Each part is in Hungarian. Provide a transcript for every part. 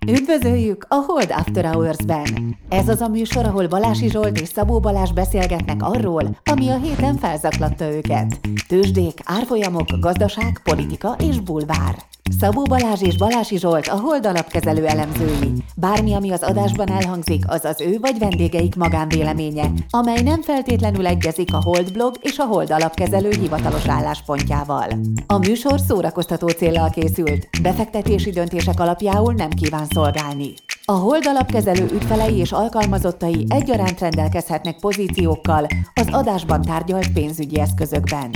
Üdvözöljük a Hold After Hours-ben! Ez az a műsor, ahol Balási Zsolt és Szabó Balázs beszélgetnek arról, ami a héten felzaklatta őket. Tőzsdék, árfolyamok, gazdaság, politika és bulvár. Szabó Balázs és Balási Zsolt a Hold alapkezelő elemzői. Bármi, ami az adásban elhangzik, az az ő vagy vendégeik magánvéleménye, amely nem feltétlenül egyezik a Hold blog és a Hold alapkezelő hivatalos álláspontjával. A műsor szórakoztató céllal készült, befektetési döntések alapjául nem kíván szolgálni. A Hold alapkezelő ügyfelei és alkalmazottai egyaránt rendelkezhetnek pozíciókkal az adásban tárgyalt pénzügyi eszközökben.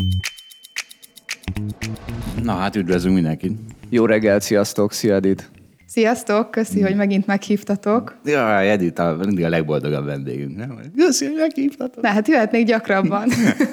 Na hát üdvözlünk mindenkit. Jó reggelt, sziasztok, szia Edith. Sziasztok, köszi, hogy megint meghívtatok. Ja, Edith mindig a legboldogabb vendégünk, nem? Köszi, hogy meghívtatok. Na, hát jöhetnék gyakrabban.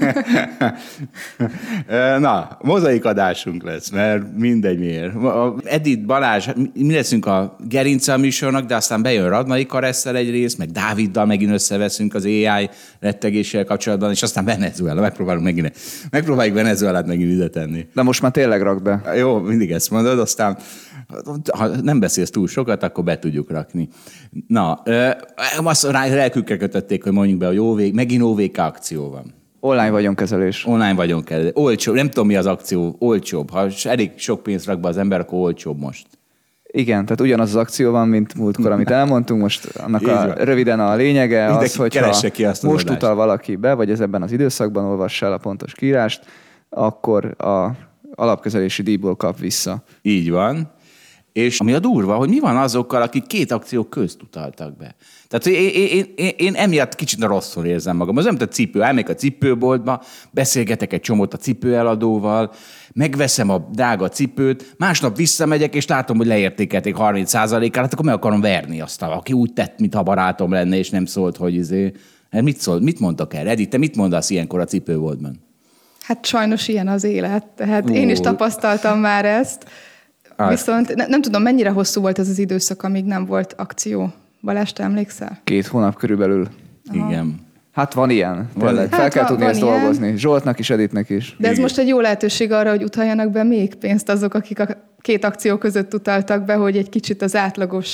Na, mozaik adásunk lesz, mert mindegy miért. Edith, Balázs, mi leszünk a gerince a műsornak, de aztán bejön Radnai Karesszel egy rész, meg Dáviddal megint összeveszünk az AI rettegéssel kapcsolatban, és aztán Venezuela, megpróbáljuk Venezuelát megint ide tenni. De most már tényleg rak be. Jó, mindig ezt mondod, aztán ha nem beszélsz túl sokat, akkor be tudjuk rakni. Na, azt lelkükre kötötték, hogy mondjuk be, hogy megint OVK akció van. Online vagyonkezelés. Online vagyonkezelés. Olcsóbb, nem tudom mi az akció, olcsóbb. Ha elég sok pénzt rak be az ember, akkor olcsóbb most. Igen, tehát ugyanaz az akció van, mint múltkor, amit elmondtunk. Most annak röviden a lényege mindenki az, hogyha most utal valaki be, vagy ez ebben az időszakban olvass el a pontos kiírást, akkor a alapkezelési díjból kap vissza. Így van. És ami a durva, hogy mi van azokkal, akik két akció közt utaltak be. Tehát én emiatt kicsit rosszul érzem magam. Az nem a cipő, elmegyek a cipőboltba, beszélgetek egy csomót a cipőeladóval, megveszem a drága cipőt, másnap visszamegyek, és látom, hogy leértékelték 30%-kal, hát akkor meg akarom verni azt, aki úgy tett, mintha barátom lenne, és nem szólt, hogy mit mondtak el? Edith, te mit mondasz ilyenkor a cipőboltban? Hát sajnos ilyen az élet. Tehát én is tapasztaltam már ezt. Viszont nem tudom, mennyire hosszú volt ez az időszak, amíg nem volt akció. Balázs, te emlékszel? 2 hónap körülbelül. Aha. Igen. Hát van ilyen. Tényleg. Fel kell tudni ezt dolgozni. Zsoltnak is, Edithnek is. De ez most egy jó lehetőség arra, hogy utaljanak be még pénzt azok, akik a két akció között utaltak be, hogy egy kicsit az átlagos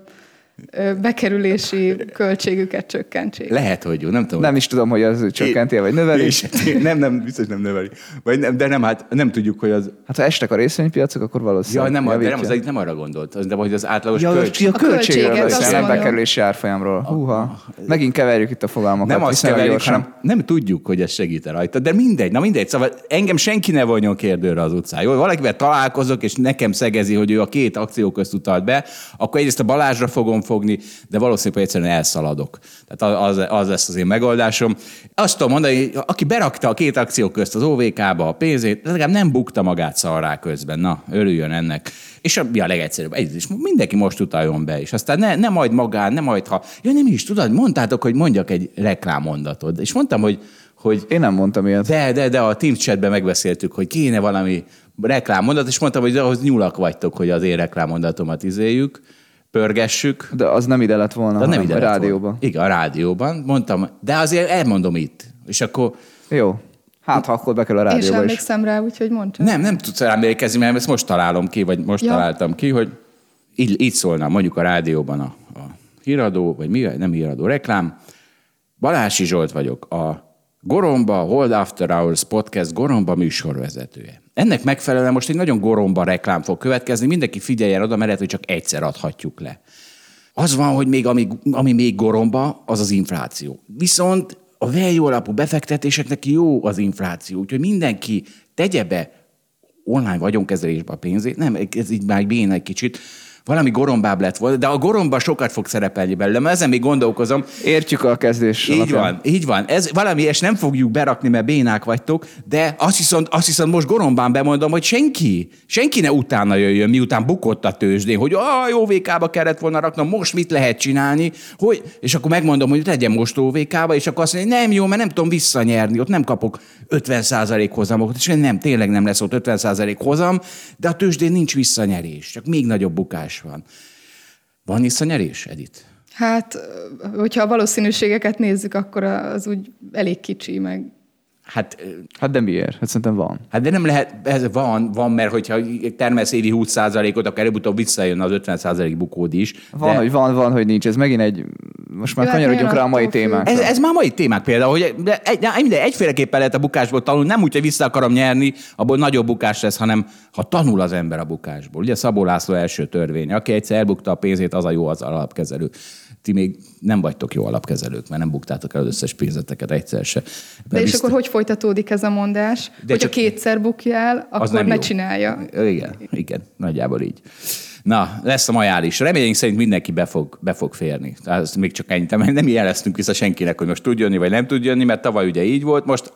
bekerülési költségüket csökkentsék. Lehet, hogy jó, nem tudom. Nem is tudom, hogy az csökkenti vagy növeli. Nem, biztos nem növeli. De nem tudjuk, hogy az... Hát ha estek a részvénypiacok, akkor valószínűleg nem arra gondolt, de hogy az átlagos a költségről, nem bekerülési árfolyamról. Húha, megint keverjük itt a fogalmakat. Nem azt keverjük, hanem nem tudjuk, hogy ez segít rajta. De mindegy. Szóval engem senki ne vonjon kérdőre az utcán. Jó, valakivel találkozok, és nekem szegezi, hogy ő a két akció közt utalt be, akkor egyrészt a Balázsra fogom fogni, de valószínűleg egyszerűen elszaladok. Tehát az lesz az én megoldásom. Azt tudom mondani, aki berakta a két akció közt az OVK-ba a pénzét, legalább nem bukta magát szarrá közben. Na, örüljön ennek. És mi a legegyszerűbb? És mindenki most utaljon be, és aztán ne majd magán, ne majd ha... Ja, nem is, tudod, mondtátok, hogy mondjak egy reklámmondatot. És mondtam, hogy én nem mondtam ilyet. De a Teams chatben megbeszéltük, hogy kéne valami reklámmondat, és mondtam, hogy ahhoz nyulak vagytok, hogy az én reklámmondatomat izéljük, pörgessük. De az nem ide lett volna, hanem a rádióban. Igen, a rádióban. Mondtam, de azért elmondom itt. És akkor... Jó. Hát, ha akkor be kell a rádióba is. Én sem emlékszem rá, úgyhogy mondd csak. Nem tudsz rá emlékezni, mert ezt most találom ki, vagy most találtam ki, hogy így szólna mondjuk a rádióban a híradó, vagy mi, nem híradó, reklám. Balási Zsolt vagyok, a Goromba, Hold After Hours Podcast Goromba műsorvezetője. Ennek megfelelően most egy nagyon goromba reklám fog következni, mindenki figyeljen oda, mert lehet, hogy csak egyszer adhatjuk le. Az van, hogy még ami még goromba, az az infláció. Viszont a value alapú befektetéseknek jó az infláció, úgyhogy mindenki tegye be online vagyonkezelésbe a pénzét, nem, ez így már béna egy kicsit, valami gorombább lett volna, de a goromba sokat fog szerepelni belőle, mert ezen még gondolkozom. Értjük a kezdés. Így van. Ez valami, és nem fogjuk berakni, mert bénák vagytok, de azt viszont most gorombán bemondom, hogy senki ne utána jöjjön, miután bukott a tőzsdén, hogy OVK-ba kellett volna raknom, most mit lehet csinálni, és akkor megmondom, hogy legyen most OVK-ba, és akkor azt mondja, nem jó, mert nem tudom visszanyerni, ott nem kapok 50% hozamokat, és tényleg nem lesz ott 50% hozam, de a tőzsdén nincs visszanyerés, csak még nagyobb bukás van. Van visszanyerés, Edith? Hát, hogyha a valószínűségeket nézzük, akkor az úgy elég kicsi, meg Hát de miért? Hát szerintem van. Hát de nem lehet, ez van, mert hogyha termelsz évi 20%-ot, akkor előbb-utóbb visszajön az 50% bukód is. Van, hogy nincs. Ez megint egy... Most már kanyarodjunk rá a mai témákra. Ez már mai témák például, hogy egyféleképpen lehet a bukásból tanulni, nem úgy, hogy vissza akarom nyerni, abból nagyobb bukás lesz, hanem ha tanul az ember a bukásból. Ugye Szabó László első törvény. Aki egyszer elbukta a pénzét, az a jó, az alapkezelő. Ti még nem vagytok jó alapkezelők, mert nem buktátok el az összes pénzeteket egyszer se. De és akkor hogy folytatódik ez a mondás? Hogyha kétszer bukjál, akkor ne csinálja. Igen, nagyjából így. Na, lesz a majál is. Reményeink szerint mindenki be fog férni. Ez még csak ennyit. Nem jeleztünk vissza senkinek, hogy most tud jönni, vagy nem tud jönni, mert tavaly ugye így volt. Most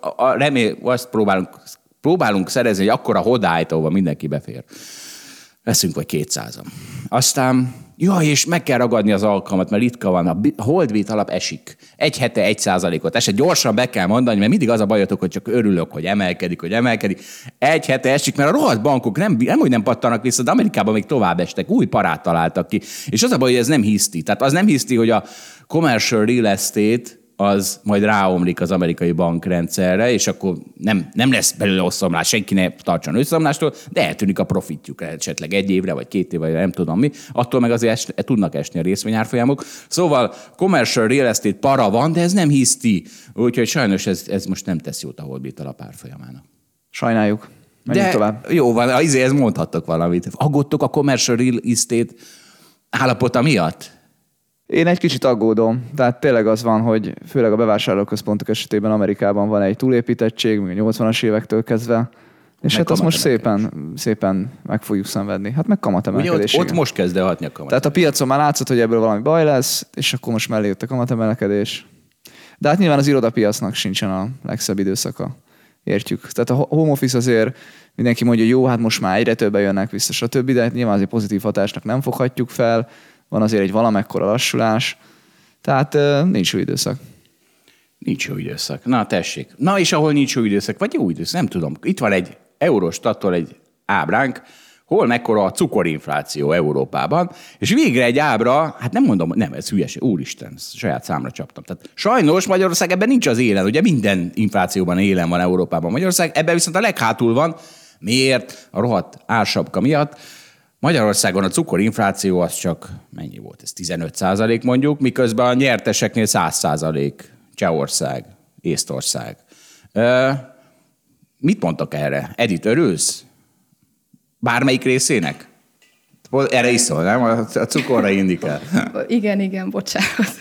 azt próbálunk szerezni, hogy akkora hodályt, ahova mindenki befér. Leszünk vagy 200-an. Aztán, és meg kell ragadni az alkalmat, mert ritka van. A holdvét alap esik. Egy hete 1%-ot esett. Gyorsan be kell mondani, mert mindig az a bajotok, hogy csak örülök, hogy emelkedik. Egy hete esik, mert a rohadt bankok nem pattanak vissza, de Amerikában még tovább estek. Új parát találtak ki. És az a baj, hogy ez nem hiszti. Tehát az nem hiszti, hogy a commercial real estate az majd ráomlik az amerikai bankrendszerre, és akkor nem lesz belőle összeomlás, senki ne tartson összeomlástól, de eltűnik a profitjuk esetleg 1 évre, vagy 2 évre, vagy nem tudom mi. Attól meg azért tudnak esni a részvényárfolyamok. Szóval commercial real estate para van, de ez nem hiszti. Úgyhogy sajnos ez most nem tesz jót a holdbét alap árfolyamának. Sajnáljuk. Menjünk tovább. Jó van, ez mondhattok valamit. Aggódtok a commercial real estate állapota miatt? Én egy kicsit aggódom. Tehát tényleg az van, hogy főleg a bevásárlóközpontok esetében Amerikában van egy túlépítettség, még a 80-as évektől kezdve, és hát azt most szépen meg fogjuk szenvedni. Hát meg kamatemelkedés. Ott most kezd el hatni a kamat. Tehát a piacon már látszott, hogy ebből valami baj lesz, és akkor most mellé jött a kamatemelkedés. De hát nyilván az irodapiacnak sincsen a legszebb időszaka. Értjük. Tehát a home office azért mindenki mondja, jó, hát most már egyre többen jönnek vissza, stb. De nyilván azért pozitív hatásnak nem foghatjuk fel. Van azért egy valamekkora lassulás, tehát nincs jó időszak. Nincs jó időszak. Na, tessék. Na, és ahol nincs jó időszak, vagy jó időszak, nem tudom. Itt van egy Eurostattól egy ábránk, hol mekkora a cukorinfláció Európában, és végre egy ábra, hát nem mondom, nem, ez hülyeség, úristen, saját számra csaptam. Tehát sajnos Magyarország ebben nincs az élen, ugye minden inflációban élen van Európában Magyarország, ebben viszont a leghátul van. Miért? A rohadt ársapka miatt. Magyarországon a cukorinfláció az csak, mennyi volt ez, 15% mondjuk, miközben a nyerteseknél 100%. Csehország, Észtország. Mit mondtak erre? Edith, örülsz? Bármelyik részének? Erre iszol, nem? A cukorra indikál. Igen, bocsánat.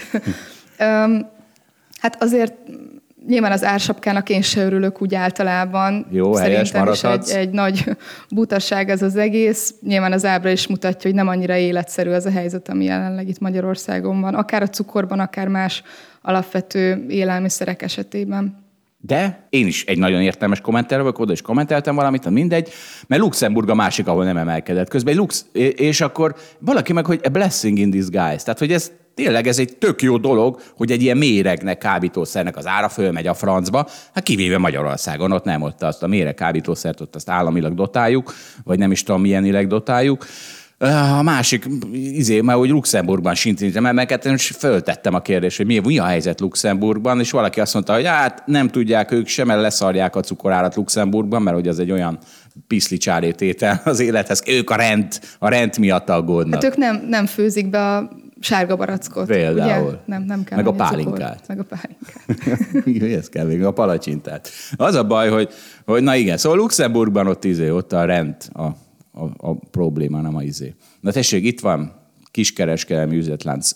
Hát azért nyilván az ársapkának én se örülök úgy általában. Jó, helyes, szerintem is egy nagy butaság ez az egész. Nyilván az ábra is mutatja, hogy nem annyira életszerű az a helyzet, ami jelenleg itt Magyarországon van. Akár a cukorban, akár más alapvető élelmiszerek esetében. De én is egy nagyon értelmes kommentelő vagyok, oda is kommenteltem valamit, mindegy, mert Luxemburg a másik, ahol nem emelkedett. Közben és akkor valaki meg, hogy a blessing in disguise. Tehát, hogy ez tényleg ez egy tök jó dolog, hogy egy ilyen méregnek, kábítószernek az ára fölmegy a francba, hát kivéve Magyarországon, ott nem, ott azt a méreg kábítószert, ott azt államilag dotáljuk, vagy nem is tudom milyenileg dotáljuk. A másik, mert hogy Luxemburgban sintintem emelkedtem, és föltettem a kérdést, hogy mi a helyzet Luxemburgban, és valaki azt mondta, hogy hát nem tudják ők sem, mert leszarják a cukorárat Luxemburgban, mert hogy az egy olyan piszlicsári tétel az élethez. Ők a rend miatt aggódnak. Hát ők nem főzik be a sárga barackot. Például. Ugye? Nem kell. Meg a pálinkát. Meg a pálinkát. Ez kell még, a palacsintát. Az a baj, hogy na igen, szóval Luxemburgban ott a rend, a probléma, nem a izé. Na tessék, itt van kiskereskedelmi üzletlánc,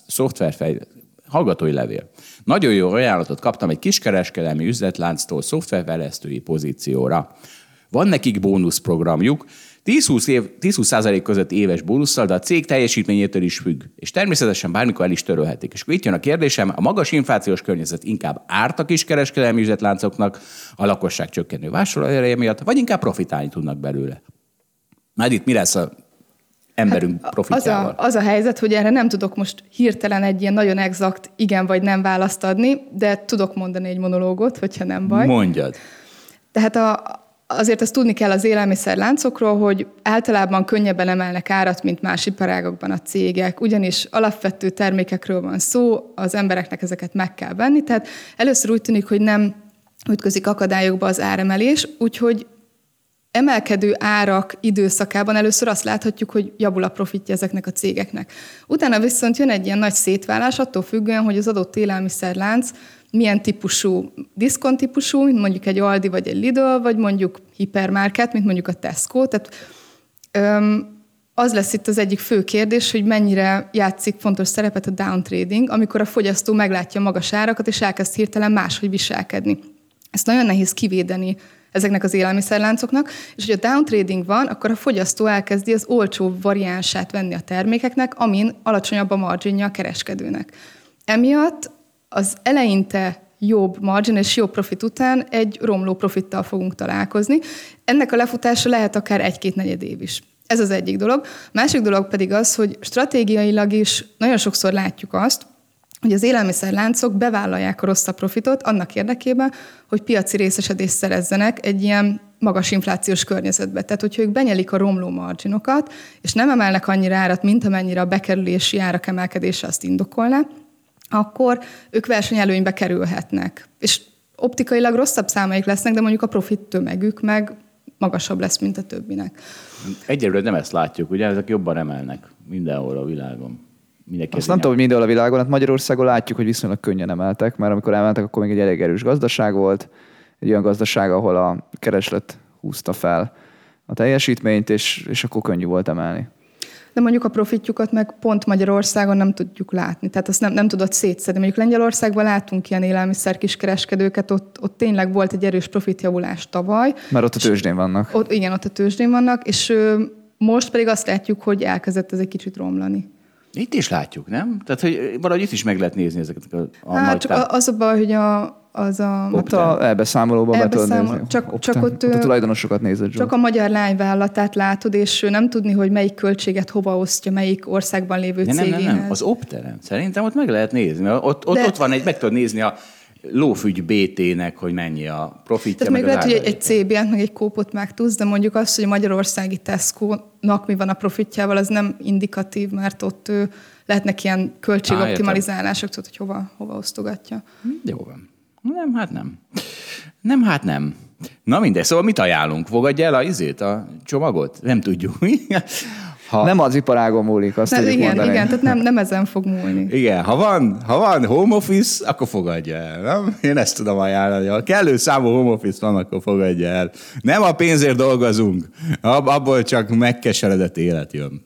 hallgatói levél. Nagyon jó ajánlatot kaptam egy kiskereskedelmi üzletlánctól szoftverfejlesztői pozícióra. Van nekik bónuszprogramjuk, 10-20% között éves bónusszal, de a cég teljesítményétől is függ. És természetesen bármikor el is törölhetik. És akkor itt jön a kérdésem, a magas inflációs környezet inkább árt a kiskereskedelmi üzletláncoknak, a lakosság csökkenő vásárlóereje miatt, vagy inkább profitálni tudnak belőle? Majd itt mi lesz az emberünk profitjával? Az a helyzet, hogy erre nem tudok most hirtelen egy ilyen nagyon exakt igen vagy nem választ adni, de tudok mondani egy monológot, hogyha nem baj. Mondjad. Tehát azért azt tudni kell az élelmiszerláncokról, hogy általában könnyebben emelnek árat, mint más iparágokban a cégek, ugyanis alapvető termékekről van szó, az embereknek ezeket meg kell venni, tehát először úgy tűnik, hogy nem ütközik akadályokba az áremelés, úgyhogy emelkedő árak időszakában először azt láthatjuk, hogy javul a profitja ezeknek a cégeknek. Utána viszont jön egy ilyen nagy szétválás, attól függően, hogy az adott élelmiszerlánc milyen típusú, diszkont típusú, mint mondjuk egy Aldi vagy egy Lidl, vagy mondjuk hipermarket, mint mondjuk a Tesco. Tehát az lesz itt az egyik fő kérdés, hogy mennyire játszik fontos szerepet a downtrading, amikor a fogyasztó meglátja magas árakat, és elkezd hirtelen máshogy viselkedni. Ezt nagyon nehéz kivédeni ezeknek az élelmiszerláncoknak, és hogy a downtrading van, akkor a fogyasztó elkezdi az olcsó variánsát venni a termékeknek, amin alacsonyabb a marginja a kereskedőnek. Emiatt az eleinte jobb margin és jobb profit után egy romló profittal fogunk találkozni. Ennek a lefutása lehet akár 1-2 negyed év is. Ez az egyik dolog. A másik dolog pedig az, hogy stratégiailag is nagyon sokszor látjuk azt, hogy az élelmiszerláncok bevállalják a rosszabb profitot annak érdekében, hogy piaci részesedést szerezzenek egy ilyen magas inflációs környezetbe. Tehát, hogyha ők benyelik a romló marginokat, és nem emelnek annyira árat, mint amennyire a bekerülési árak emelkedése azt indokolná, akkor ők versenyelőnybe kerülhetnek. És optikailag rosszabb számaik lesznek, de mondjuk a profit tömegük meg magasabb lesz, mint a többinek. Egyelőre nem ezt látjuk, ugye ezek jobban emelnek mindenhol a világon. Azt nem tudom, hogy mindenhol a világon, hát Magyarországon látjuk, hogy viszonylag könnyen emeltek, mert amikor emeltek, akkor még egy elég erős gazdaság volt, egy olyan gazdaság, ahol a kereslet húzta fel a teljesítményt, és akkor könnyű volt emelni. De mondjuk a profitjukat meg pont Magyarországon nem tudjuk látni, tehát azt nem tudod szétszedni. Mondjuk Lengyelországban látunk ilyen élelmiszer kiskereskedőket, ott tényleg volt egy erős profitjavulás tavaly. Mert ott a tőzsdén vannak. Igen, ott a tőzsdén vannak, és most pedig azt látjuk, hogy elkezdett ez egy kicsit romlani. Itt is látjuk, nem? Tehát, hogy valahogy itt is meg lehet nézni ezeket a hát csak az a baj, hogy ott a elbeszámolóban be tudod nézni. Csak ott a tulajdonosokat nézed. Csak a magyar lányvállalatát látod, és nem tudni, hogy melyik költséget hova osztja, melyik országban lévő cégéhez. Nem. Az Opteren. Szerintem ott meg lehet nézni. Ott van meg tudod nézni a lófügy BT-nek, hogy mennyi a profitja. Tehát még lehet, hogy egy CBN-t, meg egy Coopot meg tudsz, de mondjuk azt, hogy a magyarországi Tesco-nak mi van a profitjával, az nem indikatív, mert ott lehetnek ilyen költségoptimalizálások, tudod, hogy hova osztogatja. Jó van. Nem. Na mindegy, szóval mit ajánlunk? Fogadja el a csomagot? Nem tudjuk. Nem az iparágon múlik, azt tudjuk mondani. Igen, tehát nem ezen fog múlni. Igen, ha van home office, akkor fogadja el. Nem? Én ezt tudom ajánlani. Ha kellő számú home office van, akkor fogadja el. Nem a pénzért dolgozunk, abból csak megkeseredett élet jön.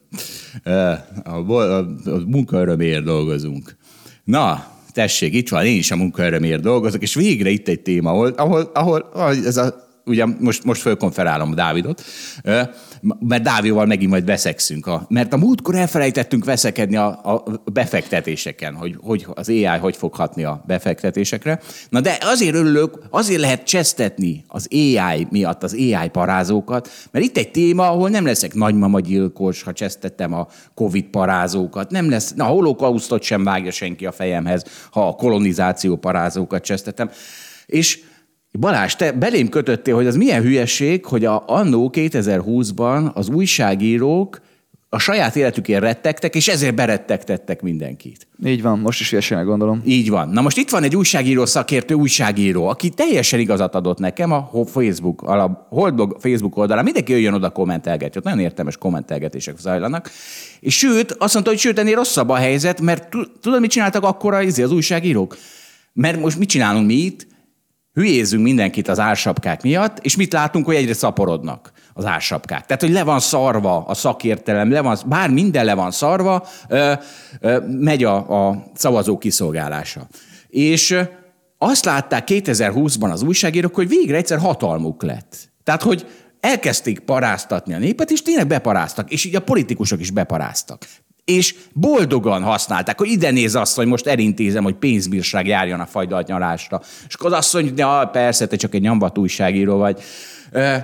A munkaörömért dolgozunk. Na, tessék, itt van, én is a munkaörömért dolgozok, és végre itt egy téma, ahol ez ugye most fölkonferálom Dávidot, mert Dávidval megint majd veszekszünk. Mert a múltkor elfelejtettünk veszekedni a befektetéseken, hogy az AI hogy fog hatni a befektetésekre. Na de azért örülök, azért lehet csesztetni az AI miatt az AI parázókat, mert itt egy téma, ahol nem leszek nagymamagyilkos, ha csesztettem a Covid parázókat, nem lesz, a holokausztot sem vágja senki a fejemhez, ha a kolonizáció parázókat csesztettem. És Balázs, te belém kötöttél, hogy az milyen hülyeség, hogy annó 2020-ban az újságírók a saját életükért rettegtek, és ezért berettegtettek mindenkit. Így van, most is hülyeségnek gondolom. Így van. Na most itt van egy újságíró, szakértő újságíró, aki teljesen igazat adott nekem a Holdblog Facebook oldalán. Mindenki jöjjön oda kommentelgetni, ott nagyon értelmes kommentelgetések zajlanak. És sőt, azt mondta, hogy ennél rosszabb a helyzet, mert tudod, mit csináltak akkor az újságírók? Mert most mit csinálunk mi itt? Hülyézzünk mindenkit az ársapkák miatt, és mit látunk, hogy egyre szaporodnak az ársapkák. Tehát, hogy le van szarva a szakértelem, minden le van szarva, megy a szavazó kiszolgálása. És azt látták 2020-ban az újságírók, hogy végre egyszer hatalmuk lett. Tehát, hogy elkezdték paráztatni a népet, és tényleg beparáztak, és így a politikusok is beparáztak. És boldogan használták, hogy ide néz azt, hogy most elintézem, hogy pénzbírság járjon a fajdalt nyarásra. És akkor azt mondja, hogy persze, te csak egy nyomvat újságíró vagy.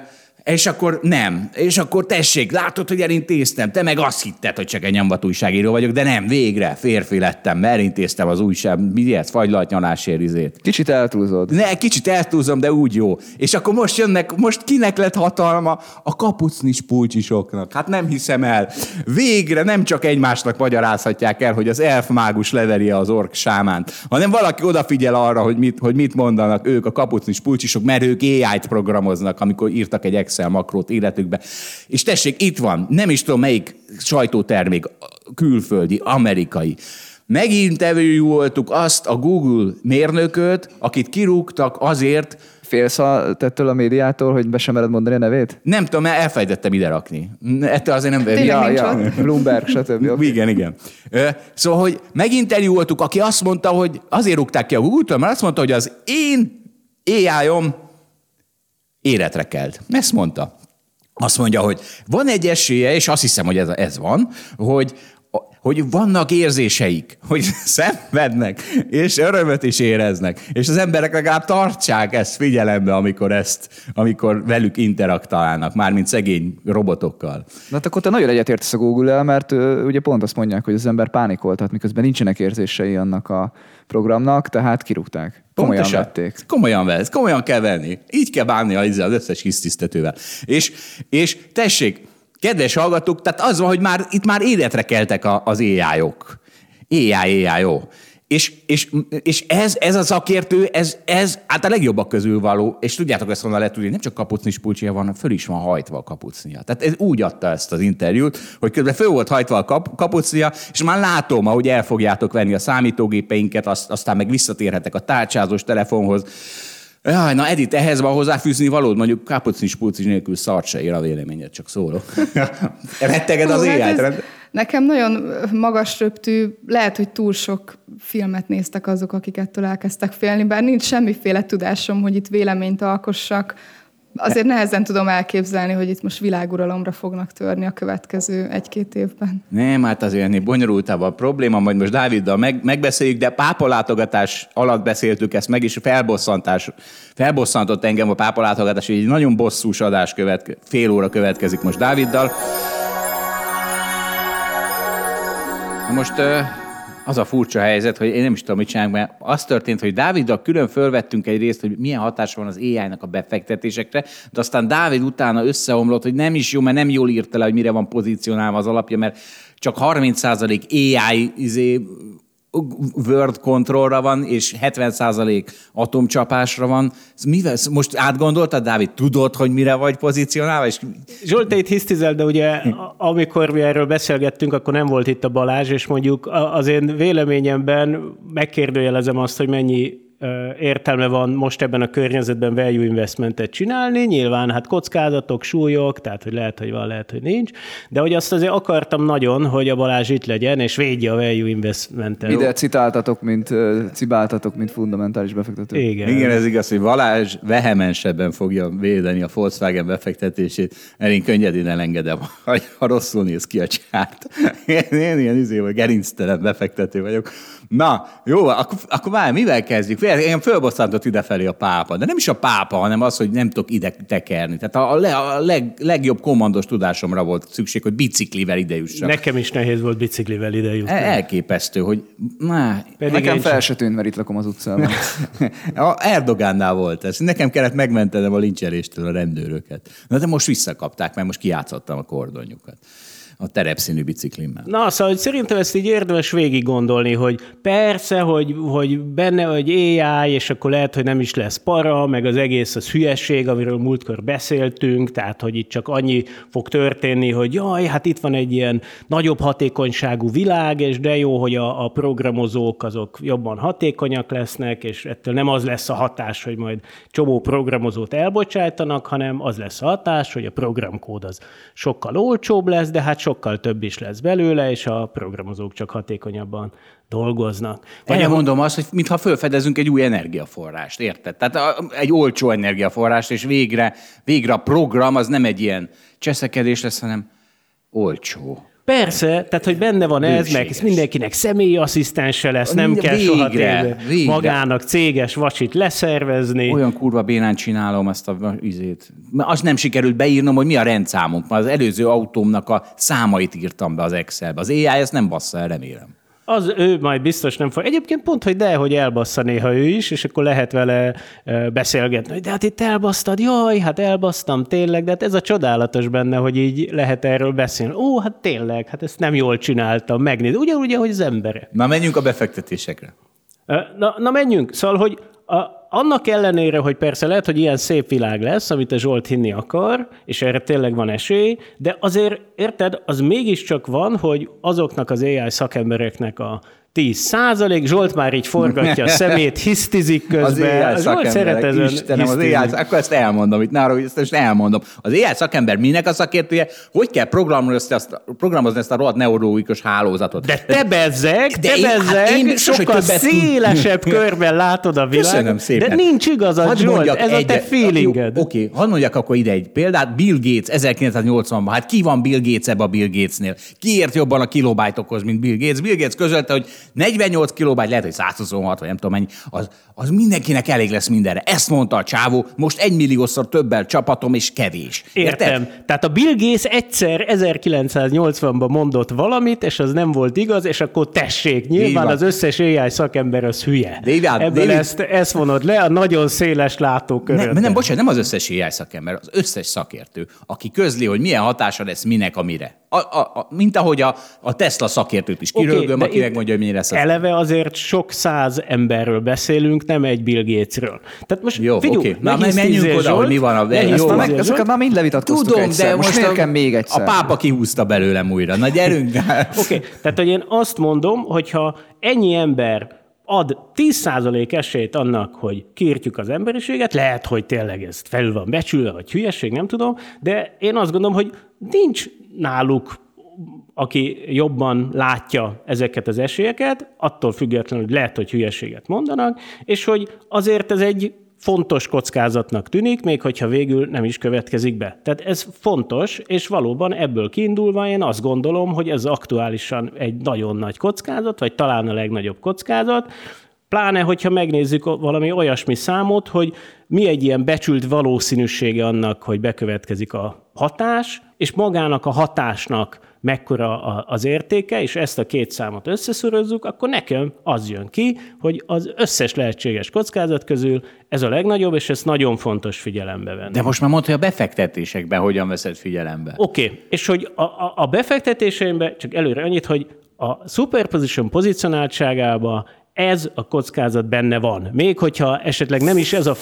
És akkor nem. És akkor tessék, látod, hogy elintéztem. Te meg azt hitted, hogy csak egy nyomvat újságíró vagyok, de nem, végre férfi lettem, mert elintéztem az újság, mi ez, fagylaltnyalásérizét. Kicsit eltúlzod. Ne, kicsit eltúlzom, de úgy jó. És akkor most kinek lett hatalma? A kapucnis pulcsisoknak. Hát nem hiszem el. Végre nem csak egymásnak magyarázhatják el, hogy az elf mágus leveri az ork sámánt, hanem valaki odafigyel arra, hogy mit mondanak ők, a kapucnis pulcsisok, mert ők AI-t programoznak, amikor írtak egy Excel makrót életükbe. És tessék, itt van, nem is tudom melyik sajtótermék, külföldi, amerikai. Meginterjúoltuk azt a Google mérnököt, akit kirúgtak azért. Félsz tettől a médiától, hogy be sem mered mondani a nevét? Nem tudom, mert elfelejtettem ide rakni. Ettől azért nem... Ja. Bloomberg, stb. Okay. Igen. Szóval, hogy meginterjúoltuk, aki azt mondta, hogy azért rúgták ki a Google-től, mert azt mondta, hogy az én AI-om életre kelt. Ezt mondta. Azt mondja, hogy van egy esélye, és azt hiszem, hogy ez van, hogy vannak érzéseik, hogy szenvednek, és örömöt is éreznek. És az emberek legalább tartsák ezt figyelembe, amikor velük interaktálnak, mármint szegény robotokkal. Na hát akkor te nagyon egyetértesz a Google-el, mert ugye pont azt mondják, hogy az ember pánikoltat, miközben nincsenek érzései annak a programnak, tehát kirúgták. Komolyan vették. Komolyan kell venni. Így kell bánni az összes hisztisztetővel. És tessék, kedves hallgatók, tehát az van, hogy itt már életre keltek az AI-ok. AI, jó. És ez a szakértő, ez hát a legjobbak közül való, és tudjátok ezt honnan lehet tudni, nem csak kapucnis pulcsia van, föl is van hajtva a kapucnia. Tehát ez úgy adta ezt az interjút, hogy közben föl volt hajtva a kapucnia, és már látom, ahogy el fogjátok venni a számítógépeinket, aztán meg visszatérhetek a tárcsázós telefonhoz. Jaj, na Edith, ehhez van hozzáfűzni valód? Mondjuk kapucnis pulcis nélkül szart se ér a véleményed, csak szólok. Retteged az AI-t? Nekem nagyon magas röptű, lehet, hogy túl sok filmet néztek azok, akik ettől elkezdtek félni, bár nincs semmiféle tudásom, hogy itt véleményt alkossak. Azért nehezen tudom elképzelni, hogy itt most világuralomra fognak törni a következő 1-2 évben. Nem, hát azért ennél bonyolultabb a probléma, majd most Dáviddal megbeszéljük, de pápalátogatás alatt beszéltük ezt meg, és felbosszantott engem a pápalátogatás, hogy egy nagyon bosszús adás fél óra következik most Dáviddal. Most az a furcsa helyzet, hogy én nem is tudom, mit csinálunk, mert az történt, hogy Dáviddal külön fölvettünk egy részt, hogy milyen hatása van az AI-nak a befektetésekre, de aztán Dávid utána összeomlott, hogy nem is jó, mert nem jól írta le, hogy mire van pozícionálva az alapja, mert csak 30% AI word controlra van, és 70% atomcsapásra van. Most átgondoltad, Dávid? Tudod, hogy mire vagy pozícionálva? Zsolt, te itt hisztizel, de ugye amikor mi erről beszélgettünk, akkor nem volt itt a Balázs, és mondjuk az én véleményemben megkérdőjelezem azt, hogy mennyi értelme van most ebben a környezetben value investmentet csinálni. Nyilván hát kockázatok, súlyok, tehát hogy lehet, hogy van, lehet, hogy nincs. De hogy azt azért akartam nagyon, hogy a Balázs itt legyen, és védje a value investmentet. Ide cibáltatok, mint fundamentális befektető. Igen, ez igaz, hogy Balázs vehemensebben fogja védeni a Volkswagen befektetését, mert én könnyedén elengedem, ha rosszul néz ki a csárt. Én ilyen gerinctelen befektető vagyok. Na, jó, akkor már mivel kezdjük? Engem fölbosszantott idefelé a pápa, de nem is a pápa, hanem az, hogy nem tudok ide tekerni. Tehát a legjobb kommandos tudásomra volt szükség, hogy biciklivel idejussak. Nekem is nehéz volt biciklivel idejutni. Elképesztő, hogy... Nekem fel se tűnt, mert itt lakom az utcában. Erdogánnál volt ez. Nekem kellett megmentenem a lincseléstől a rendőröket. Na de most visszakapták, mert most kijátszottam a kordonjukat a terepszínű biciklimmel. Na, szóval szerintem ezt így érdemes végig gondolni, hogy persze, hogy benne vagy AI, és akkor lehet, hogy nem is lesz para, meg az egész az hülyesség, amiről múltkor beszéltünk, tehát, hogy itt csak annyi fog történni, hogy jaj, hát itt van egy ilyen nagyobb hatékonyságú világ, és de jó, hogy a programozók azok jobban hatékonyak lesznek, és ettől nem az lesz a hatás, hogy majd csomó programozót elbocsájtanak, hanem az lesz a hatás, hogy a programkód az sokkal olcsóbb lesz, de hát sokkal több is lesz belőle, és a programozók csak hatékonyabban dolgoznak. Vagy mondom azt, hogy mintha felfedezünk egy új energiaforrást, érted? Tehát egy olcsó energiaforrást, és végre a program az nem egy ilyen cseszekedés lesz, hanem olcsó. Persze, tehát, hogy benne van ez, meg mindenkinek személyi asszisztense lesz, nem kell soha magának céges vacsit leszervezni. Olyan kurva bénán csinálom ezt a izét. Azt nem sikerült beírnom, hogy mi a rendszámunk. Az előző autómnak a számait írtam be az Excelbe. Az AI ezt nem bassza el, remélem. Az ő majd biztos nem fog. Egyébként pont, hogy elbassza néha ő is, és akkor lehet vele beszélgetni, hogy de hát itt elbasztad, jaj, hát elbasztam tényleg, de hát ez a csodálatos benne, hogy így lehet erről beszélni. Ó, hát tényleg, hát ezt nem jól csináltam, megnéz. Ugyanúgy, ahogy az emberek. Na, menjünk a befektetésekre. Na menjünk. Szóval, hogy annak ellenére, hogy persze lehet, hogy ilyen szép világ lesz, amit a Zsolt hinni akar, és erre tényleg van esély, de azért, érted, az mégiscsak van, hogy azoknak az AI szakembereknek a 10%, Zsolt már így forgatja a szemét, hisztizik közben. Az AI szakemberek, Istenem, az AI, akkor ezt elmondom, itt náról, ezt elmondom. Az AI szakember minek a szakértője? Hogy kell programozni ezt a rohadt neurológikus hálózatot? De te bezzeg, sokkal szélesebb körben látod a világot. Köszönöm szépen. De nincs igazad, Zsolt, ez a te feelinged. Oké, hadd mondjak akkor ide egy példát. Bill Gates 1980-ban. Hát ki van Bill Gates ebbe a Bill Gatesnél? Ki ért jobban a kilobájtokhoz, mint Bill Gates? Bill Gates közölte, hogy 48 kilobájt, lehet, hogy 126, vagy nem tudom mennyi, az mindenkinek elég lesz mindenre. Ezt mondta a csávó, most 1 milliószor többel csapatom, és kevés. Értem. Tehát a Bill Gates egyszer 1980-ban mondott valamit, és az nem volt igaz, és akkor tessék, nyilván az összes AI szakember az hülye. Ebből ezt vonod le a nagyon széles látóköröt. Nem, bocsánat, nem az összes AI szakember, az összes szakértő, aki közli, hogy milyen hatása lesz minek, amire. Mint ahogy a Tesla szakértőt is kirögöm, aki megmondja, hogy mennyire lesz. Eleve azért sok száz emberről beszélünk, nem egy Bill Gatesről. Tehát most jó, oké. Na, menjünk oda, hogy mi van a... Ezeket már mind levitatkoztuk egyszer. De most miért kell még egyszer? A pápa kihúzta belőlem újra. Na gyerünk! Oké, tehát hogy én azt mondom, hogyha ennyi ember ad 10% esélyt annak, hogy kiírtjuk az emberiséget, lehet, hogy tényleg ez felül van becsülve, vagy hülyeség, nem tudom, de én azt gondolom, hogy nincs náluk, aki jobban látja ezeket az esélyeket, attól függetlenül, hogy lehet, hogy hülyeséget mondanak, és hogy azért ez egy fontos kockázatnak tűnik, még hogyha végül nem is következik be. Tehát ez fontos, és valóban ebből kiindulva én azt gondolom, hogy ez aktuálisan egy nagyon nagy kockázat, vagy talán a legnagyobb kockázat, pláne, hogyha megnézzük valami olyasmi számot, hogy mi egy ilyen becsült valószínűsége annak, hogy bekövetkezik a hatás, és magának a hatásnak mekkora az értéke, és ezt a két számot összeszorozzuk, akkor nekem az jön ki, hogy az összes lehetséges kockázat közül ez a legnagyobb, és ezt nagyon fontos figyelembe venni. De most már mondta, hogy a befektetésekben hogyan veszed figyelembe. Oké, és hogy a befektetéseimben, csak előre annyit, hogy a superposition pozicionáltságában ez a kockázat benne van. Még hogyha esetleg nem is ez a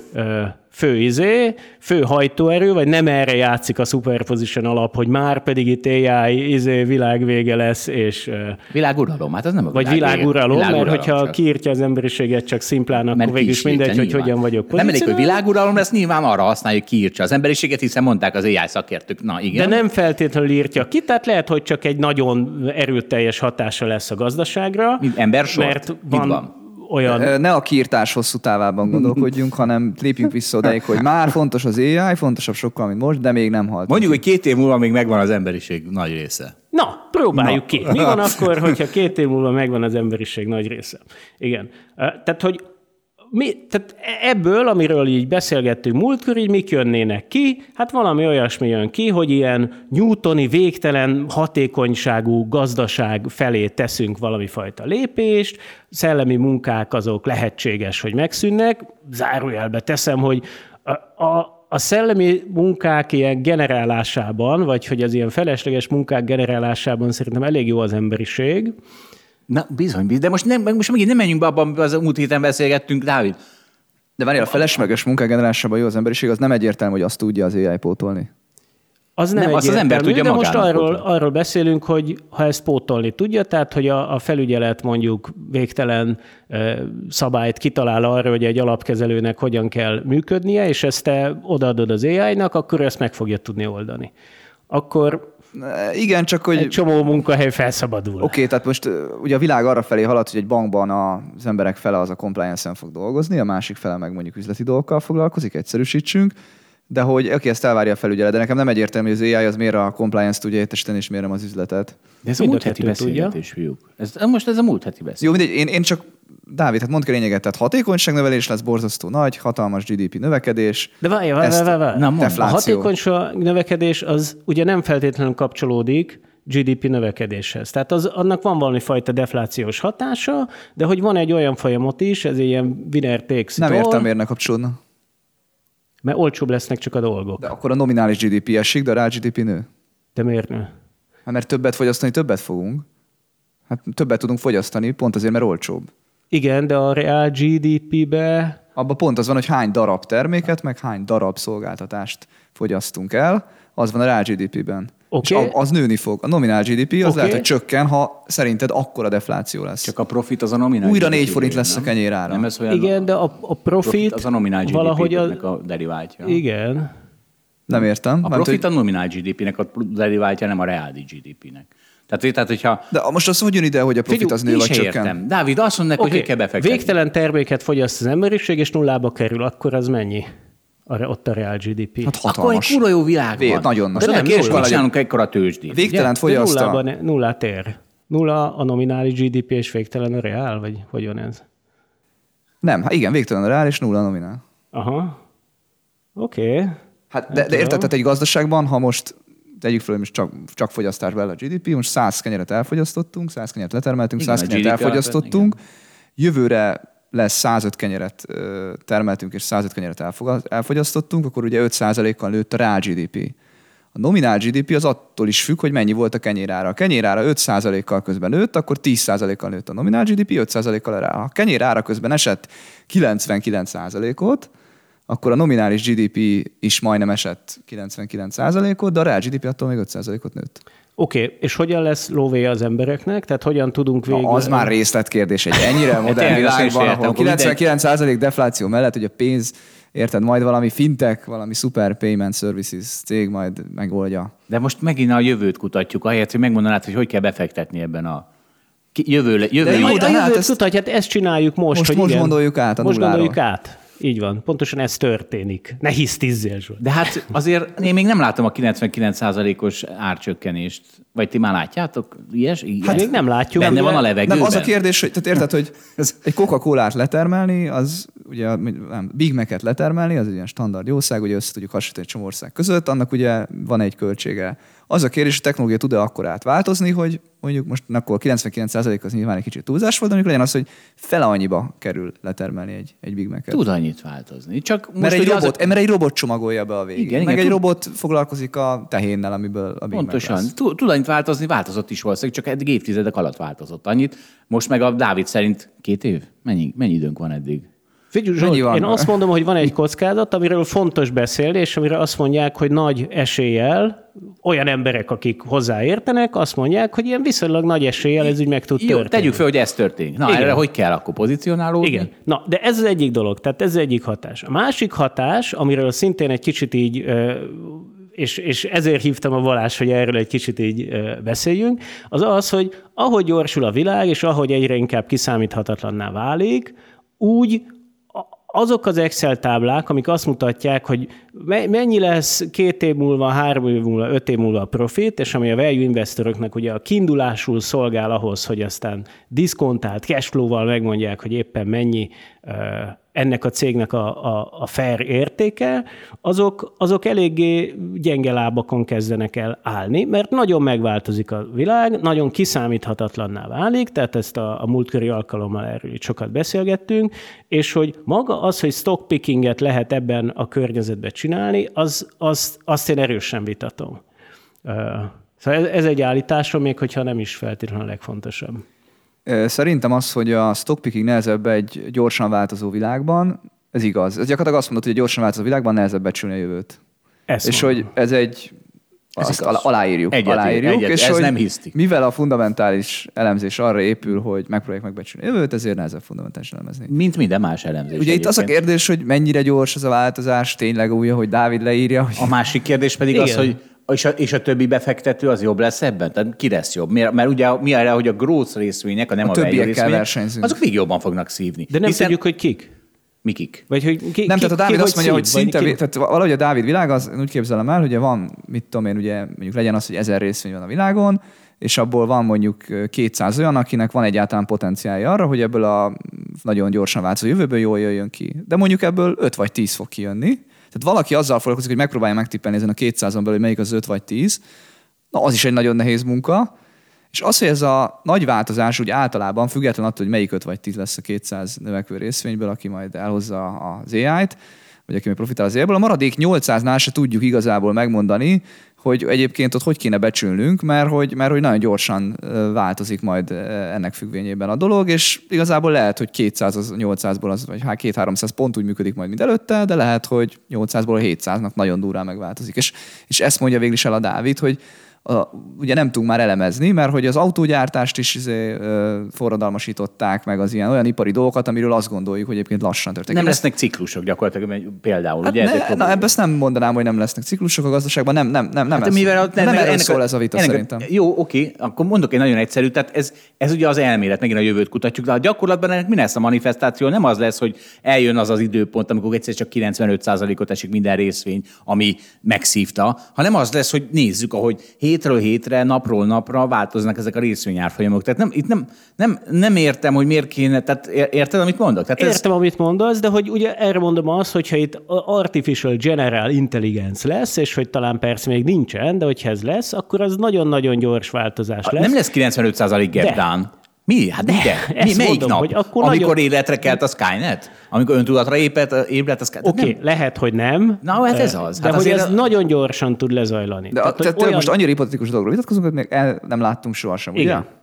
fő hajtóerő, vagy nem erre játszik a superposition alap, hogy már pedig itt AI világvége lesz, és... Világuralom, hát az nem a vagy világuralom, mert hogyha kiírtja az emberiséget csak szimplán, akkor végül is mindegy, hogy hogyan vagyok pozícionálva. Nem elég, hogy világuralom lesz, nyilván arra használjuk, kiírtja az emberiséget, hiszen mondták az AI szakértők. Na, igen. De nem feltétlenül írtja ki, tehát lehet, hogy csak egy nagyon erőteljes hatása lesz a gazdaságra. Embersort? Mert van olyan... Ne a kiírtás hosszú távában gondolkodjunk, hanem lépjünk vissza odáig, hogy már fontos az AI, fontosabb sokkal, mint most, de még nem halt. Mondjuk, hogy 2 év múlva még megvan az emberiség nagy része. Na, próbáljuk ki. Mi van akkor, hogyha 2 év múlva megvan az emberiség nagy része? Igen. Tehát, hogy tehát ebből, amiről így beszélgettünk múltkor, így mik jönnének ki? Hát valami olyasmi jön ki, hogy ilyen newtoni végtelen hatékonyságú gazdaság felé teszünk valami fajta lépést, szellemi munkák azok lehetséges, hogy megszűnnek. Zárójelbe teszem, hogy a szellemi munkák ilyen generálásában, vagy hogy az ilyen felesleges munkák generálásában szerintem elég jó az emberiség. Na, bizony, de most megint nem menjünk be abban, amiben az múlt héten beszélgettünk, Dávid. De várjál, a felesleges munkagenerálásában jó az emberiség, az nem egyértelmű, hogy azt tudja az AI pótolni. Az nem azt az ember tudja de magának. Most arról beszélünk, hogy ha ezt pótolni tudja, tehát hogy a felügyelet mondjuk végtelen szabályt kitalál arra, hogy egy alapkezelőnek hogyan kell működnie, és ezt te odaadod az AI-nak, akkor ezt meg fogja tudni oldani. Akkor igen, csak hogy... Egy csomó munkahely felszabadul. Oké, tehát most ugye a világ arra felé halad, hogy egy bankban az emberek fele az a compliance-en fog dolgozni, a másik fele meg mondjuk üzleti dolgokkal foglalkozik, egyszerűsítsünk, de hogy aki ezt elvárja a felügyelet, de nekem nem egyértelmű, hogy az AI az miért a compliance tudja értesíteni, és miért nem az üzletet. De ez a múlt heti beszélgetés, fiúk. Ez a múlt heti beszélgetés. Jó, mindegy, én csak, Dávid, hát mondd ki a lényeget, tehát hatékonyságnövelés lesz, borzasztó nagy, hatalmas GDP növekedés. De várj. A hatékonyság növekedés az ugye nem feltétlenül kapcsolódik GDP növekedéshez. Tehát annak van valami fajta deflációs hatása, de hogy van egy olyan folyamat is, ez ilyen winner takes it all. Nem értem, miért ne kapcsolódna. Mert olcsóbb lesznek csak a dolgok. De akkor a nominális GDP esik, de a reál GDP nő. De miért nő? Hát mert többet fogyasztani, többet fogunk. Hát többet tudunk fogyasztani, pont azért, mert olcsóbb. Igen, de a reál GDP-be... Abban pont az van, hogy hány darab terméket, meg hány darab szolgáltatást fogyasztunk el, az van a reál GDP-ben. Okay. És az nőni fog. A nominál GDP az lehet, hogy csökken, ha szerinted akkora defláció lesz. Csak a profit az a nominál Újra GDP 4 forint lesz a kenyérára. Nem ez olyan igen, de a profit az a nominál GDP-nek a deriváltja. Igen. Nem értem. A profit a nominál GDP-nek a deriváltja, nem a reális GDP-nek. Tehát, hogyha... De most az hogy jön ide, hogy a profit az nő vagy csökken? Értem. Dávid, azt mondják, hogy kell befektetni. Végtelen terméket fogyaszt az emberiség, és nullába kerül, akkor az mennyi? Ott a reál GDP. Hát akkor egy kurva jó világ van. Nagyon nagy. De nem kérdés, hogy csinálunk ekkora tőzsdét. Végtelen fogyaszta. Nullát ér. Nulla a nominális GDP, és végtelen a reál? Vagy hogy van ez? Nem, hát igen, végtelen a reál, és nulla a nominál. Aha. Oké. Hát de érted, tehát egy gazdaságban, ha most tegyük fel, hogy most csak fogyasztás bele a GDP, most 100 kenyeret elfogyasztottunk, 100 kenyeret letermeltünk, 100 kenyeret elfogyasztottunk, jövőre lesz 105 kenyeret termeltünk, és 105 kenyeret elfogyasztottunk, akkor ugye 5%-kal nőtt a reál GDP. A nominál GDP az attól is függ, hogy mennyi volt a kenyérára. A kenyérára 5%-kal közben nőtt, akkor 10%-kal nőtt a nominál GDP, 5%-kal a reál. Ha a kenyérára közben esett 99%-ot, akkor a nominális GDP is majdnem esett 99%-ot, de a reál GDP attól még 5%-ot nőtt. Oké, és hogyan lesz lóvéja az embereknek? Tehát hogyan tudunk végül... Az már részletkérdés egy ennyire modern világban, ahol 99% defláció mellett, hogy a pénz, érted, majd valami fintech, valami super payment services cég majd megoldja. De most megint a jövőt kutatjuk, ahelyett, hogy megmondanád, hogy kell befektetni ebben a jövő. Hát ezt csináljuk most. Most gondoljuk át a nulláról. Most gondoljuk át. Így van, pontosan ez történik. Ne hisztizzél, Zsolt. De hát azért én még nem látom a 99%-os árcsökkenést. Vagy ti már látjátok? Hát még nem látjuk. Benne van a levegőben. Nem, az a kérdés, hogy tehát érted, hogy egy Coca-Colát letermelni, az ugye Big Mac-et letermelni, az egy ilyen standard jószág, ugye össze tudjuk hasonlítani egy csomó ország között, annak ugye van egy költsége. Az a kérdés, hogy a technológia tud-e akkor átváltozni, hogy mondjuk most akkor 99% az nyilván egy kicsit túlzás volt, de mondjuk legyen az, hogy fele annyiba kerül letermelni egy Big Mac-et. Tud annyit változni. Csak mert egy robot csomagolja be a végét. Igen, meg egy robot foglalkozik a tehénnel, amiből a Big Mac lesz. Pontosan. Tud annyit változni, változott is valószínűleg, csak eddig évtizedek alatt változott annyit. Most meg a Dávid szerint 2 év? Mennyi időnk van eddig? Figyelj, Zsolt, én azt mondom, hogy van egy kockázat, amiről fontos beszélni, és amire azt mondják, hogy nagy eséllyel, olyan emberek, akik hozzáértenek, azt mondják, hogy ilyen viszonylag nagy eséllyel ez úgy meg tud történni. Tegyük fel, hogy ez történik. Na, erre hogy kell akkor pozícionálódni? Igen. Na, de ez az egyik dolog, tehát ez az egyik hatás. A másik hatás, amiről szintén egy kicsit így, és ezért hívtam a Balást, hogy erről egy kicsit így beszéljünk, az az, hogy ahogy gyorsul a világ, és ahogy egyre inkább kiszámíthatatlanná válik, úgy azok az Excel táblák, amik azt mutatják, hogy mennyi lesz 2 év múlva, 3 év múlva, 5 év múlva a profit, és ami a value investoroknak ugye a kiindulásul szolgál ahhoz, hogy aztán diszkontált cashflow-val megmondják, hogy éppen mennyi ennek a cégnek a fair értéke, azok eléggé gyenge lábakon kezdenek el állni, mert nagyon megváltozik a világ, nagyon kiszámíthatatlanná válik, tehát ezt a múltkori alkalommal erről sokat beszélgettünk, és hogy maga az, hogy stock pickinget lehet ebben a környezetben csinálni, azt én erősen vitatom. Szóval ez egy állításom, még hogyha nem is feltétlenül a legfontosabb. Szerintem az, hogy a stockpicking nehezebb egy gyorsan változó világban, ez igaz. Ez gyakorlatilag azt mondod, hogy a gyorsan változó világban nehezebb becsülni a jövőt. És hogy ez egy... Azt aláírjuk. És ez hogy nem hisztik. Mivel a fundamentális elemzés arra épül, hogy megpróbáljuk megbecsülni a jövőt, ezért nehezebb fundamentális elemezni. Mint minden más elemzés. Ugye itt az a kérdés, hogy mennyire gyors ez a változás, tényleg úgy, hogy Dávid leírja. Hogy... A másik kérdés pedig az, hogy és a többi befektető az jobb lesz ebben? Tehát ki lesz jobb? Mert ugye mi erre, hogy a growth részvények, nem a value részvények, azok még jobban fognak szívni. De nem tudjuk, hogy kik. Mikik? Vagy hogy Nem, tehát a Dávid azt mondja, hogy szinte, tehát valahogy a Dávid világ, az úgy képzelem el, hogy van, mit tudom én, ugye mondjuk legyen az, hogy 1000 részvény van a világon, és abból van mondjuk 200 olyan, akinek van egyáltalán potenciálja arra, hogy ebből a nagyon gyorsan változó jövőből jól jöjjön ki. De mondjuk ebből 5 vagy 10 fog kijönni. Tehát valaki azzal foglalkozik, hogy megpróbálja megtippelni ezen a 200-on belül, hogy melyik az 5 vagy 10. Na, az is egy nagyon nehéz munka. És az, hogy ez a nagy változás úgy általában, független attól, hogy melyik 5 vagy 10 lesz a 200 növekvő részvényből, aki majd elhozza az AI-t, vagy aki még profitál az AI-ból, a maradék 800-nál se tudjuk igazából megmondani, hogy egyébként ott hogy kéne becsülnünk, mert hogy nagyon gyorsan változik majd ennek függvényében a dolog, és igazából lehet, hogy 200 az 800-ból az, vagy 200-300 pont úgy működik majd, mint előtte, de lehet, hogy 800-ból a 700-nak nagyon durrán megváltozik. És ezt mondja végül is el a Dávid, hogy ugye nem tudunk már elemezni, mert hogy az autógyártást is forradalmasították, meg az ilyen olyan ipari dolgokat, amiről azt gondoljuk, hogy egyébként lassan történik. Nem lesznek ciklusok gyakorlatilag, például. Hát ugye, ebben ezt nem mondanám, hogy nem lesznek ciklusok a gazdaságban, nem erről szól ez a vita szerintem. Jó, oké, akkor mondok egy nagyon egyszerű, tehát ez ugye az elmélet, megint a jövőt kutatjuk, de a gyakorlatban ennek mi lesz a manifestáció? Nem az lesz, hogy eljön az időpont, amikor egyszer csak 95%-ot esik minden részvény, ami megszívta, hanem az lesz, hogy nézzük, ahogy hétről hétre, napról napra változnak ezek a részvényárfolyamok. Tehát nem értem, hogy miért kéne, tehát érted, amit mondok? Tehát értem, amit mondasz, de hogy ugye erre mondom azt, hogyha itt Artificial General Intelligence lesz, és hogy talán persze még nincsen, de hogyha ez lesz, akkor az nagyon-nagyon gyors változás lesz. Nem lesz 95% gap down. Mi? Hát de. Melyik mondom, nap? hogy akkor amikor életre kelt a Skynet? Amikor öntudatra ébredt a Skynet? Oké, lehet, hogy nem. Na, hát ez az. De hát hogy ez nagyon gyorsan tud lezajlani. De tehát olyan... most annyira hipotetikus dologról vitatkozunk, hogy még nem láttunk sohasem, ugye? Igen.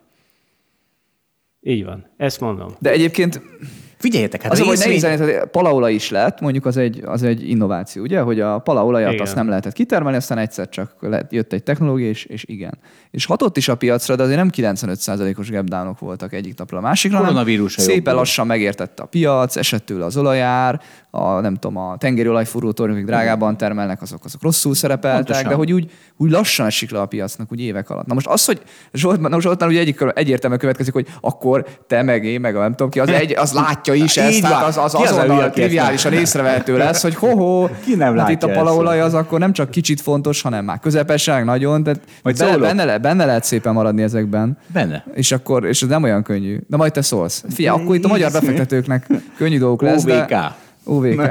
Így van. Ezt mondom. De egyébként... Figyeljetek, hát az, hogy nehéz lenni, palaolaj is lett, mondjuk az egy innováció, ugye, hogy a palaolajat azt nem lehetett kitermelni, aztán egyszer csak jött egy technológia, és igen. És hatott is a piacra, de azért nem 95%-os gapdownok voltak egyik napra a másikra, hanem szépen lassan megértette a piac, esett tőle az olajár, a tengeri olajfúrótornyok, akik drágában termelnek, azok rosszul szerepeltek, pontosan. De hogy úgy lassan esik le a piacnak, úgy évek alatt. Na most az, hogy Zsoltnál ugye egyértelműen következik, hogy akkor te meg én, meg nem tudom ki, az látja is ezt, tehát az azonnal triviálisan észrevehető lesz, hogy ki nem látja itt a palaolaj az akkor nem csak kicsit fontos, hanem már közepesen, nagyon, tehát benne lehet szépen maradni ezekben. Benne. És ez nem olyan könnyű. De majd te szólsz. Figyelj, akkor itt a magyar befektetőknek könnyű dolgok lesz, OVK.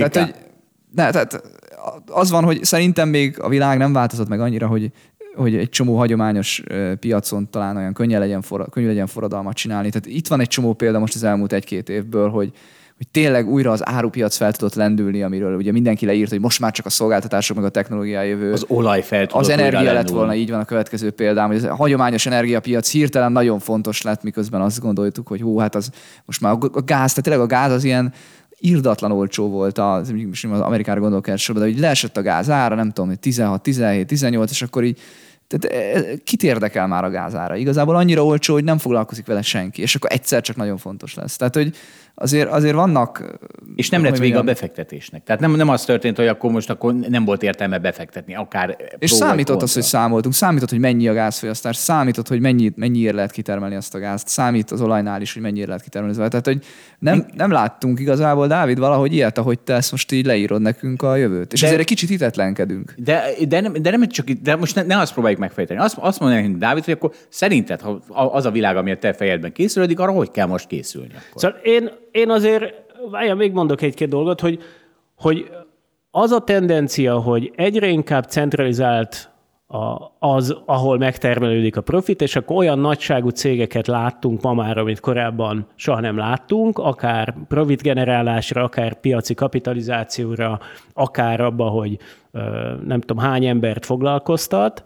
Tehát az van, hogy szerintem még a világ nem változott meg annyira, hogy egy csomó hagyományos piacon talán olyan könnyű legyen forradalmat csinálni. Tehát itt van egy csomó példa most az elmúlt 1-2 évből, hogy tényleg újra az árupiac fel tudott lendülni, amiről ugye mindenki leírt, hogy most már csak a szolgáltatások meg a technológia jövő. Az olaj fel tudott az energia lett volna, így van a következő példám, hogy a hagyományos energiapiac hirtelen nagyon fontos lett, miközben azt gondoltuk, hogy hát az most már a gáz, tehát tényleg a gáz az ilyen irdatlan olcsó volt, az Amerikára gondolok elsősorban, de hogy leesett a gáz ára, nem tudom, hogy 16, 17, 18, és akkor így tehát kit érdekel már a gázára? Igazából annyira olcsó, hogy nem foglalkozik vele senki, és akkor egyszer csak nagyon fontos lesz. Tehát, hogy azért vannak... És nem lett vége a befektetésnek. Tehát nem az történt, hogy akkor nem volt értelme befektetni, akár... És számított az, hogy számoltunk, számított, hogy mennyi a gázfogyasztás, számított, hogy mennyiért lehet kitermelni azt a gázt, számít az olajnál is, hogy mennyire lehet kitermelni az olajat. Tehát, hogy nem láttunk igazából, Dávid, valahogy ilyet, ahogy te ezt most így leírod nekünk a jövőt. És ezért egy kicsit hitetlenkedünk. De nem csak itt, de most ne azt próbáljuk megfejteni. Azt mondani, Dávid, hogy akkor szerinted, ha az a világ, ami a te fejedben készülődik, arra hogy kell most készülni? Akkor? Szóval én azért, még mondok egy-két dolgot, hogy az a tendencia, hogy egyre inkább centralizált az, ahol megtermelődik a profit, és akkor olyan nagyságú cégeket láttunk ma már, amit korábban soha nem láttunk, akár profit generálásra, akár piaci kapitalizációra, akár abba, hogy nem tudom hány embert foglalkoztat,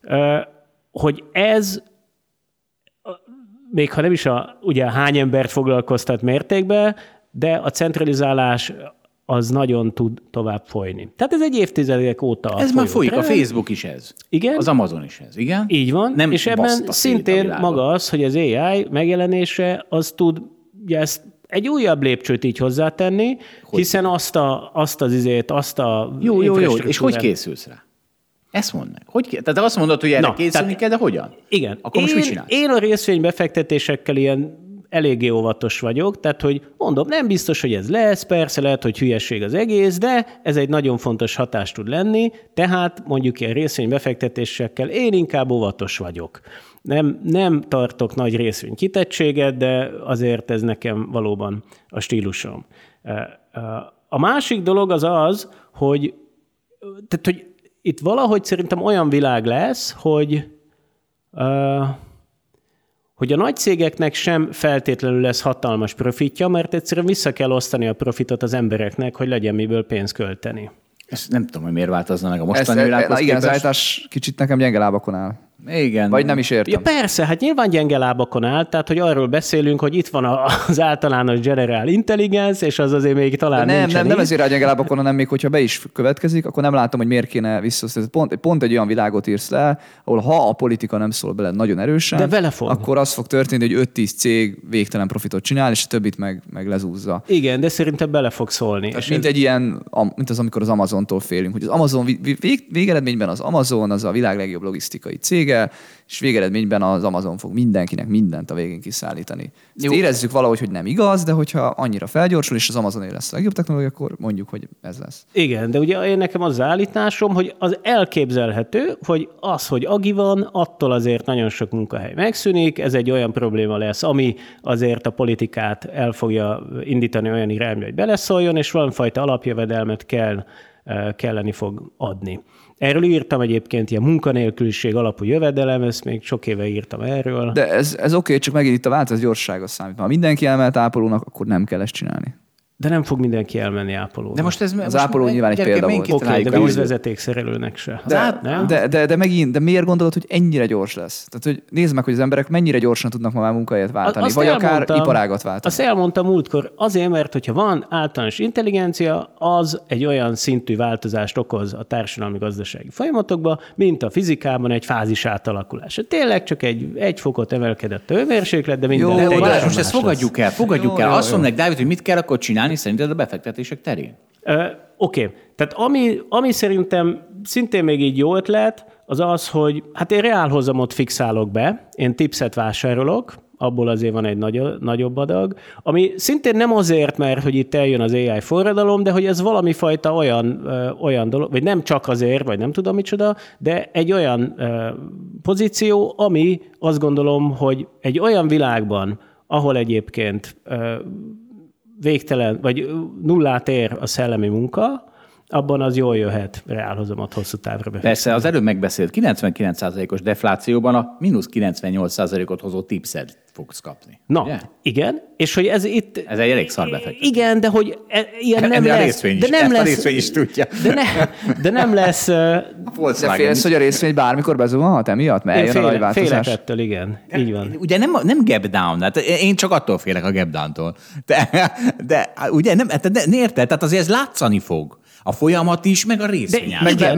hogy ez, még ha nem is ugye hány embert foglalkoztat mértékben, de a centralizálás az nagyon tud tovább folyni. Tehát ez egy évtizedek óta ez már folyik, a Facebook is ez. Igen? Az Amazon is ez, igen? Így van, nem és ebben szintén maga az, hogy az AI megjelenése, az tud ugye ezt egy újabb lépcsőt így hozzátenni, hiszen azt a Jó, és hogy készülsz rá? Ezt mondd meg. Tehát azt mondod, hogy erre készülni kell, de hogyan? Igen. Akkor most mit csinálsz? Én a részvénybefektetésekkel ilyen eléggé óvatos vagyok, tehát hogy mondom, nem biztos, hogy ez lesz, persze lehet, hogy hülyeség az egész, de ez egy nagyon fontos hatás tud lenni, tehát mondjuk ilyen részvénybefektetésekkel én inkább óvatos vagyok. Nem tartok nagy részvénykitettséget, de azért ez nekem valóban a stílusom. A másik dolog az, hogy itt valahogy szerintem olyan világ lesz, hogy a nagy cégeknek sem feltétlenül lesz hatalmas profitja, mert egyszerűen vissza kell osztani a profitot az embereknek, hogy legyen miből pénzt költeni. Ezt nem tudom, hogy miért változna meg a mostani világhoz igen, az állítás kicsit nekem gyenge lábakon áll. Igen. Vagy nem is értem. Ja persze, hát nyilván gyenge lábakon áll, tehát hogy arról beszélünk, hogy itt van az általános general intelligence, és az azért még talán nem ezért a gyenge lábakon, hanem még hogyha be is következik, akkor nem látom, hogy miért kéne visszaosztani. Pont egy olyan világot írsz le, ahol ha a politika nem szól bele nagyon erősen, de vele fog. Akkor az fog történni, hogy 5-10 cég végtelen profitot csinál, és a többit meg lezúzza. Igen, de szerintem bele fog szólni. Tehát mint egy ilyen, mint az, amikor az Amazontól félünk, hogy az Amazon végeredményben az Amazon az a világ legjobb logisztikai cége, és végeredményben az Amazon fog mindenkinek mindent a végén kiszállítani. Ezt érezzük valahogy, hogy nem igaz, de hogyha annyira felgyorsul, és az Amazoné lesz a legjobb technológia, akkor mondjuk, hogy ez lesz. Igen, de ugye én nekem az állításom, hogy az elképzelhető, hogy az, hogy agi van, attól azért nagyon sok munkahely megszűnik, ez egy olyan probléma lesz, ami azért a politikát el fogja indítani olyan irányba, hogy beleszóljon, és valamifajta alapjövedelmet kelleni fog adni. Erről írtam egyébként ilyen munkanélküliség alapú jövedelem, ezt még sok éve írtam erről. De ez oké, csak megint itt a változás gyorsága számít. Ha mindenki elmehet ápolónak, akkor nem kell ezt csinálni. De nem fog mindenki elmenni ápolónak. De most ez az ápoló nyilván egy példa volt. Oké, de vízvezetékszerelőnek se. De miért gondolod, hogy ennyire gyors lesz? Tehát, hogy nézd meg, hogy az emberek mennyire gyorsan tudnak ma már munkahelyet váltani, vagy akár iparágat váltani. Azt elmondtam múltkor, azért, mert hogyha van általános intelligencia, az egy olyan szintű változást okoz a társadalmi-gazdasági folyamatokban, mint a fizikában egy fázis átalakulás. Tényleg csak egy fokot emelkedett a hőmérséklet, de minden teljesen más. Most ezt fogadjuk el. Azt mondják, Dávid, hogy mit kell akkor csinálni szerinted a befektetések terén? Oké. Tehát ami szerintem szintén még így jó ötlet, az az, hogy hát én reálhozamot fixálok be, én tipset vásárolok, abból azért van egy nagyobb adag, ami szintén nem azért, mert hogy itt eljön az AI forradalom, de hogy ez valami fajta olyan dolog, vagy nem csak azért, vagy nem tudom micsoda, de egy olyan pozíció, ami azt gondolom, hogy egy olyan világban, ahol egyébként végtelen, vagy nullát ér a szellemi munka, abban az jól jöhet reálhozamot hosszú távra befektetni. Persze, az előbb megbeszélt 99%-os deflációban a mínusz 98%-ot hozó tipszet fogsz kapni. Na, ugye? Igen, és hogy ez itt... Ez egy elég szar befektetés. Igen, de hogy ilyen nem lesz. De nem lesz. A részvény is tudja. De nem lesz... De félsz, hogy a részvény bármikor bezuhanhat emiatt? Mert eljön a nagy változás? Félek ettől, igen. Így van. Ugye nem gap down, hát én csak attól félek a gap down-tól. De ugye nem érted? Tehát azért ez látszani fog. A folyamat is, meg a részvény.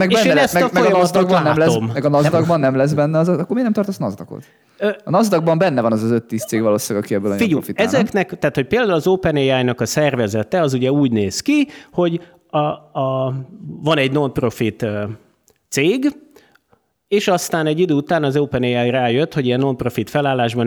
Meg a NASDAQ-ban nem lesz benne az, akkor miért nem tartasz NASDAQ-ot? A NASDAQ-ban benne van az 5-10 cég valószínűleg, aki ebből olyan profitál. Ezeknek, tehát hogy például az OpenAI-nak a szervezete, az ugye úgy néz ki, hogy van egy non-profit cég, és aztán egy idő után az OpenAI rájött, hogy ilyen non-profit felállásban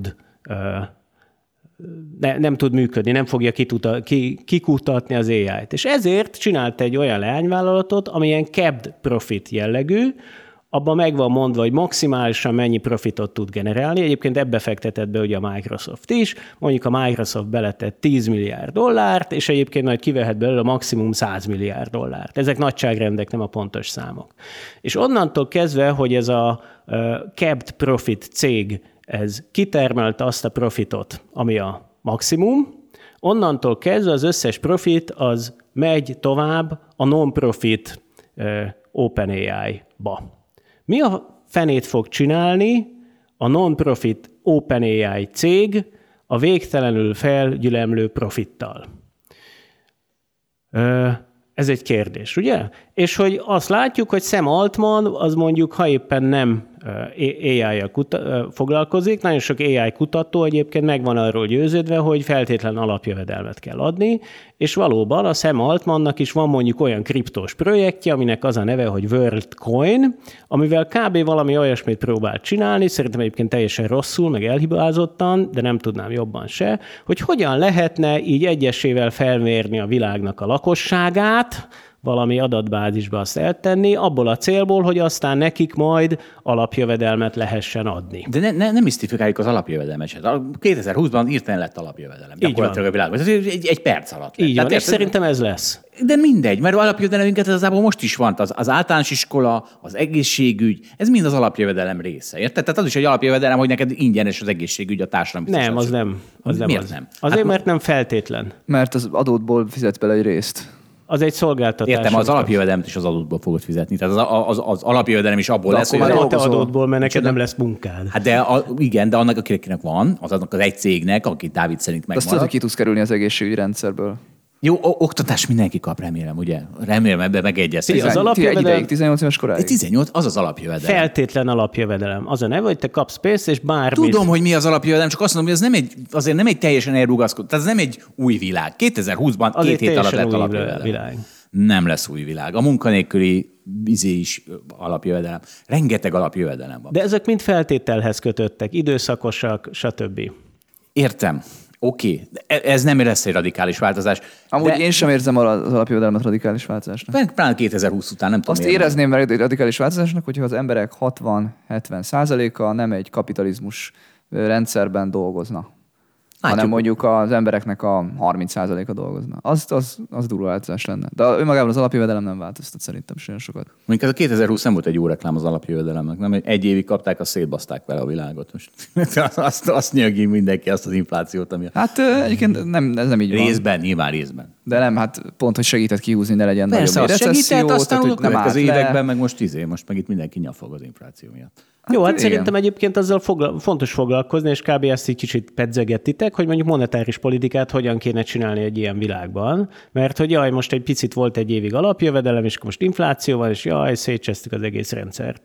nem tud működni, nem fogja kikutatni az AI-t. És ezért csinált egy olyan leányvállalatot, ami ilyen capped profit jellegű, abban meg van mondva, hogy maximálisan mennyi profitot tud generálni. Egyébként ebbe fektetett be ugye a Microsoft is. Mondjuk a Microsoft beletett $10 milliárd, és egyébként majd kivehet belőle a maximum $100 milliárd. Ezek nagyságrendek, nem a pontos számok. És onnantól kezdve, hogy ez a capped profit cég, ez kitermelte azt a profitot, ami a maximum, onnantól kezdve az összes profit az megy tovább a non-profit OpenAI-ba. Mi a fenét fog csinálni a non-profit OpenAI cég a végtelenül felgyülemlő profittal? Ez egy kérdés, ugye? és hogy azt látjuk, hogy Sam Altman az mondjuk, ha éppen nem AI-jal foglalkozik, nagyon sok AI kutató egyébként meg van arról győződve, hogy feltétlen alapjövedelmet kell adni, és valóban a Sam Altmannak is van mondjuk olyan kriptós projektje, aminek az a neve, hogy WorldCoin, amivel kb. Valami olyasmit próbált csinálni, szerintem egyébként teljesen rosszul, meg elhibázottan, de nem tudnám jobban se, hogy hogyan lehetne így egyesével felmérni a világnak a lakosságát, valami adatbázisba azt eltenni, abból a célból, hogy aztán nekik majd alapjövedelmet lehessen adni. De nem misztifikáljuk az alapjövedelmet. 2020-ban hirtelen lett alapjövedelem. Gyakorlatilag a világban. Ez egy perc alatt lett. Így van, és szerintem ez lesz. De mindegy, mert alapjövedelemünket az most is van. Az általános iskola, az egészségügy, ez mind az alapjövedelem része. Érted? Tehát az is egy alapjövedelem, hogy neked ingyenes az egészségügy, a társadalmi biztonság. Nem, az nem. Miért nem? Azért, mert nem feltétlen. Mert az adódból fizetsz bele egy részt. Az egy szolgáltatás. Értem, az alapjövedelemet is az adótból fogod fizetni. Tehát az alapjövedelem is abból lesz, hogy... Te adódból, mert neked nem lesz munkád. Hát igen, de annak, akinek van, aznak az egy cégnek, aki Dávid szerint megmarad. Azt tudod, hogy ki tudsz kerülni az egészségügyi rendszerből. Jó, oktatás mindenki kap, remélem, ugye? Remélem, ebben megegyeztek. Az alapjövedelem... 18 éves koráig? 18, az alapjövedelem. Feltétlen alapjövedelem. Az a neve, hogy te kapsz pénzt, és bármit... Tudom, hogy mi az alapjövedelem, csak azt mondom, hogy ez azért nem egy teljesen elrugaszkodó. Tehát ez nem egy új világ. 2020-ban az 2 hét alatt lett alapjövedelem. Világ. Nem lesz új világ. A munkanélküli is alapjövedelem. Rengeteg alapjövedelem van. De ezek mind feltételhez kötöttek, időszakosak, stb. Értem. Oké. Ez nem lesz egy radikális változás. Amúgy én sem érzem az alapjövedelmet radikális változásnak. Pláne 2020 után, nem tudom. Azt érezném radikális változásnak, hogyha az emberek 60-70%-a nem egy kapitalizmus rendszerben dolgozna. Hanem mondjuk az embereknek a 30%-a dolgozna. Az durva változás lenne. De önmagában az alapjövedelem nem változtat szerintem sem sokat. Mondjuk ez a 2020 nem volt egy jó reklám az alapjövedelemnek. Nem, egy évig kapták, azt szétbaszták vele a világot. Most azt nyögi mindenki, azt az inflációt, ami... Hát egyébként ez nem így részben, van. Nyilván részben. De nem, hát pont, hogy segített kihúzni, ne legyen persze, nagyobb recesszió. Segített, aztán tehát, hogy nem az években, meg most meg itt mindenki nyafog az infláció miatt. Jó, hát szerintem egyébként azzal fontos foglalkozni, és kb. Ezt így kicsit pedzegettitek, hogy mondjuk monetáris politikát hogyan kéne csinálni egy ilyen világban. Mert hogy most egy picit volt egy évig alapjövedelem, és most infláció van, és szétcsesztük az egész rendszert.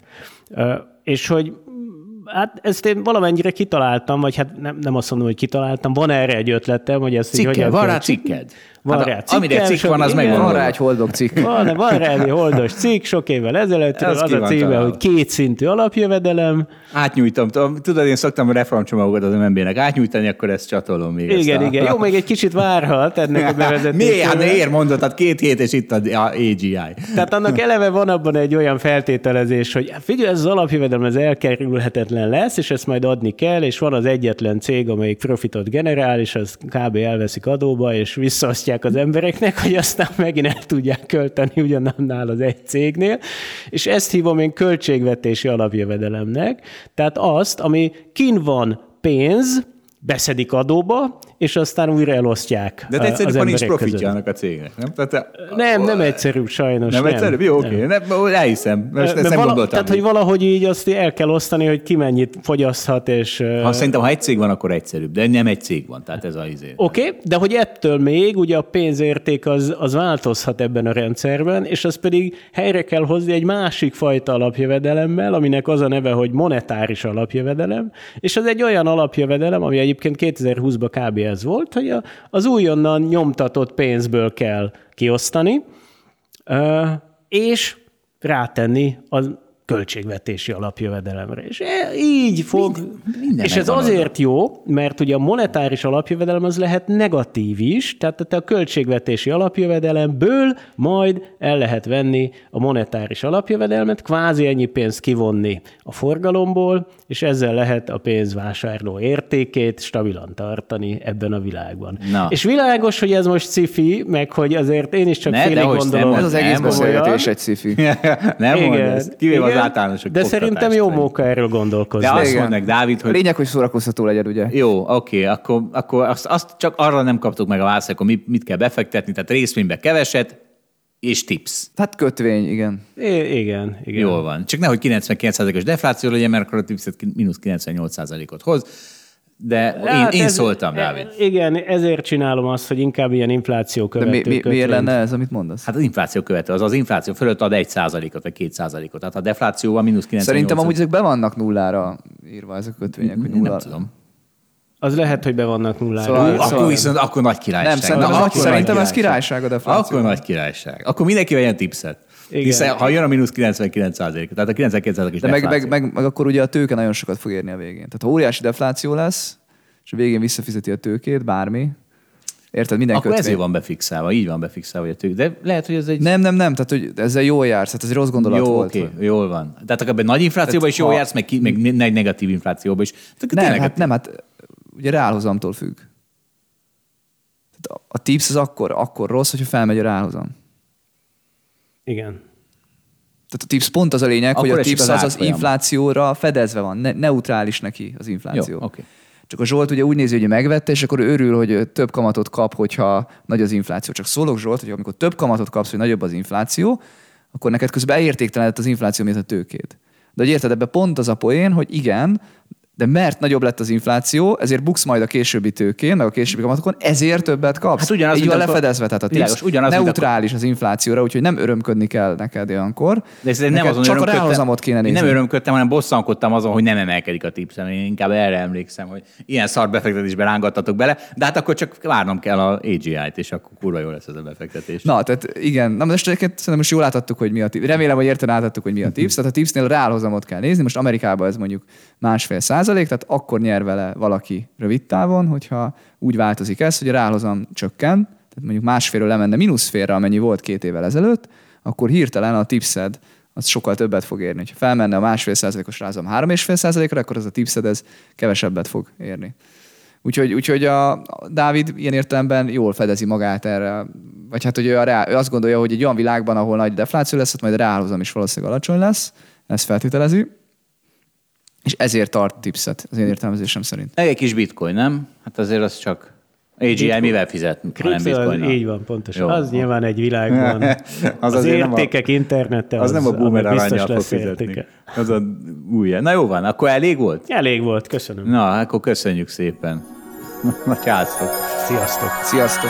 És hogy hát ezt én valamennyire kitaláltam, vagy hát nem azt mondom, hogy kitaláltam, van erre egy ötletem, hogy ezt így hogyan... Van rá cikked? Van rá cikkem. Amire cikk van, az megvan. Van rá egy holdog cikk. Van rá egy holdos cikk, sok évvel ezelőtt, az a címe, hogy 2 szintű alapjövedelem. Átnyújtom. Tudod, én szoktam a reformcsomagokat az MNB-nek átnyújtani, akkor ezt csatolom még. Igen. Jó, még egy kicsit várhat ennek a bevezetésére. Miért? Hát de mondod, tehát 2 hét, és itt az AGI. Tehát annak eleve van abban egy olyan feltételezés, hogy figyelj, ez az alapjövedelem, ez elkerülhetetlen lesz, és ezt majd adni kell, és van az egyetlen cég, amelyik profitot generál, és az kb. Elveszik adóba, és visszaosztják az embereknek, hogy aztán megint el tudják költeni ugyanannál az egy cégnél, és ezt hívom én költségvetési alapjövedelemnek. Tehát azt, ami kin van pénz, beszedik adóba, és aztán újra elosztják de egyszerűen nincs profitja annak a cégnek, nem? Nem egyszerűbb sajnos. Nem egyszerűbb? Jó, oké. Elhiszem. Tehát, hogy valahogy így azt el kell osztani, hogy ki mennyit fogyaszthat, és... Szerintem, ha egy cég van, akkor egyszerűbb, de nem egy cég van, tehát ez az izé. Oké, de hogy ettől még ugye a pénzérték az változhat ebben a rendszerben, és az pedig helyre kell hozni egy másik fajta alapjövedelemmel, aminek az a neve, hogy monetáris alapjövedelem, és az egy olyan alapjövedelem, ami egyébként 2020-ban kb. Ez volt, hogy az újonnan nyomtatott pénzből kell kiosztani, és rátenni a költségvetési alapjövedelemre. És így fog... És ez azért jó, mert ugye a monetáris alapjövedelem az lehet negatív is, tehát a költségvetési alapjövedelemből majd el lehet venni a monetáris alapjövedelmet, kvázi ennyi pénzt kivonni a forgalomból, és ezzel lehet a pénzvásárló értékét stabilan tartani ebben a világban. Na. És világos, hogy ez most sci-fi, meg hogy azért én is csak félig gondolom. Ez az egész beszélgetés egy sci-fi. Nem mondd ezt. Kivéve az általánosok. De szerintem jó móka erről gondolkozni. De azt mondd meg, Dávid, hogy... Lényeg, hogy szórakoztató legyen, ugye? Jó, oké, akkor azt csak arra nem kaptuk meg a választ, akkor mit kell befektetni, tehát részvénybe keveset, és tips. Hát kötvény, igen. Igen. Jól van. Csak nehogy 99%-os defláció legyen, mert akkor a tipset mínusz 98%-ot hoz. De én szóltam, Dávid. Igen, ezért csinálom azt, hogy inkább ilyen infláció követő miért lenne ez, amit mondasz? Hát az infláció követő, az infláció fölött ad 1%-ot, vagy 2%-ot. Tehát a deflációval mínusz 98. Szerintem amúgy ezek be vannak nullára írva ezek a kötvények, hogy nulla. Nem tudom. Az lehet, hogy be vannak nullára. Akkor viszont akkor nagy királyság. Nem, szerintem ez királyság a defláció. Akkor nagy királyság. Akkor mindenki vegyen tipset. Hiszen ha jön a mínusz 99%, tehát a 99% is de meg akkor ugye a tőke nagyon sokat fog érni a végén. Tehát ha óriási defláció lesz, és a végén visszafizeti a tőkét, bármi, érted, minden akkor kötvény. ezért van befixálva, így van befixálva, hogy a tőke. De lehet, hogy ez egy... Nem, tehát hogy ezzel jól jársz, tehát ez egy rossz gondolat jó, volt. Oké, jól van. Tehát akkor nagy inflációban is jól jársz, meg negatív inflációban is. Hát ugye reálhozamtól függ. Tehát a tips az akkor rossz, hogyha felmegy a reálhozam. Igen. Tehát a tips pont az a lényeg, akkor hogy a tips az árfolyam. inflációra fedezve van, neutrális neki az infláció. Jó, okay. Csak a Zsolt ugye úgy nézi, hogy megvette, és akkor örül, hogy több kamatot kap, hogyha nagy az infláció. Csak szólok, Zsolt, hogy amikor több kamatot kapsz, hogy nagyobb az infláció, akkor neked közben értéktelenedett az infláció miatt a tőkét. De hogy érted, ebben pont az a poén, hogy igen, de mert nagyobb lett az infláció, ezért buksz majd a későbbi tőkén, meg a későbbi kamatokon, ezért többet kapsz. Hát ugyanaz, így van lefedezve, tehát a tips neutrális az inflációra, úgyhogy nem örömködni kell neked olyankor. De nem azon csak a ráhozamot kéne nézni. Nem örömködtem, hanem bosszankodtam azon, hogy nem emelkedik a tipszem. Én inkább erre emlékszem, hogy ilyen szar befektetésbe rángattatok bele, de hát akkor csak várnom kell a AGI-t, és akkor kurva jó lesz ez a befektetés. Na, tehát igen. Na, most szerintem most jól átadtuk, hogy mi a tips. Remélem, hogy érted átadtuk, hogy mi a tips. Tehát a tipsnél ráhozamot kell nézni. Most Amerikában ez mondjuk 1,5%, tehát akkor nyer vele valaki rövid távon, hogyha úgy változik ez, hogy a ráhozam csökken, tehát mondjuk 1,5-ről lemenne -1,5-re, amennyi volt 2 évvel ezelőtt, akkor hirtelen a tipszed az sokkal többet fog érni. Ha felmenne a 1,5%-os ráhozam 3,5%-ra, akkor az a tipszed ez kevesebbet fog érni. Úgyhogy a Dávid ilyen értelemben jól fedezi magát erre, vagy hát hogy ő azt gondolja, hogy egy olyan világban, ahol nagy defláció lesz, ott majd a ráhozam is valószínűleg alacsony lesz, ezt feltételezi, és ezért tart tipset, az én értelmezésem szerint. Egy kis bitcoin, nem? Hát azért az csak AGI mivel fizet, hanem bitcoin. Így van, pontosan. Jó. Az nyilván egy világban. az értékek internete, az nem a boomer aránnyal fog fizetni. Az a új. Na jó van, akkor elég volt? Elég volt, köszönöm. Na, akkor köszönjük szépen. Na, császtok. Sziasztok. Sziasztok.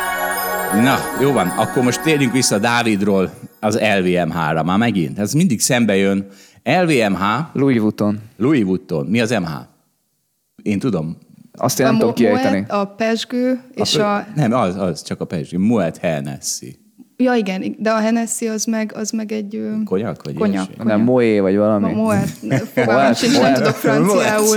Na, jó van, akkor most térjünk vissza Dávidról az LVMH-ra már megint. Ez mindig szembe jön. LVMH. Louis Vuitton. Mi az MH? Én tudom. Azt én nem tudom kiejteni. A pezsgő és Nem, az csak a pezsgő. Moet Hennessy. Ja, igen, de a Hennessy az meg egy... Konyak? Vagy konyak. Nem, Moé vagy valami. Moet. Fogalmam sincs, nem tudok franciául.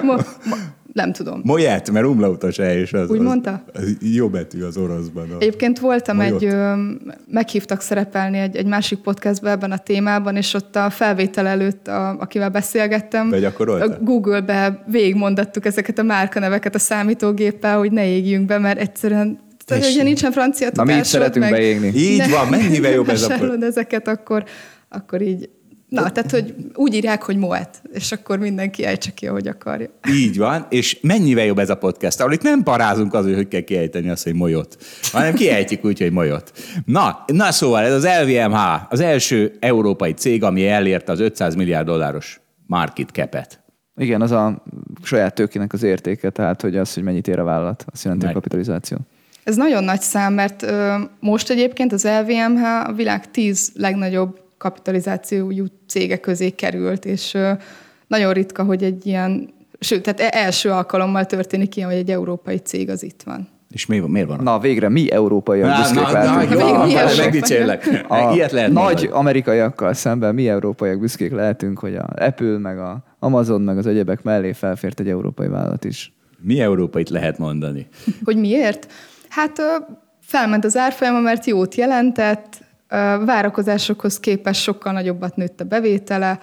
Nem tudom. Moet, mert umlautas el, és az... Úgy mondta? Az jó betű az oroszban. Egyébként voltam meghívtak szerepelni egy másik podcastban ebben a témában, és ott a felvétel előtt, akivel beszélgettem, Google-be végigmondattuk ezeket a márkaneveket a számítógéppel, hogy ne égjünk be, mert egyszerűen tehát, hogyha nincsen francia tudásod, mi így szeretünk beégni. Így van, mennyivel jobb ez a podcast. ezeket, akkor így... Na, tehát, hogy úgy írják, hogy Moet, és akkor mindenki ejtse ki, ahogy akarja. Így van, és mennyivel jobb ez a podcast, ahol itt nem parázunk azért, hogy kell kiejteni azt, hogy Molyot, hanem kiejtjük úgy, hogy Molyot. Na szóval ez az LVMH, az első európai cég, ami elérte az $500 milliárd market cap-et. Igen, az a saját tőkének az értéke, tehát hogy az, hogy mennyit ér a vállalat, azt jelenti a kapitalizáció. Ez nagyon nagy szám, mert most egyébként az LVMH a világ 10 legnagyobb kapitalizációjú cége közé került, és nagyon ritka, hogy egy ilyen, sőt, tehát első alkalommal történik ilyen, hogy egy európai cég az itt van. És miért van? Na, végre mi európaiak büszkék lehetünk. Megdicsérlek. Ilyet lehet nagy mondani. amerikaiakkal szemben mi európaiak büszkék lehetünk, hogy a Apple, meg a Amazon, meg az egyebek mellé felfért egy európai vállalat is. Mi európait lehet mondani? Hogy miért? Hát felment az árfolyama, mert jót jelentett, várakozásokhoz képest sokkal nagyobbat nőtt a bevétele,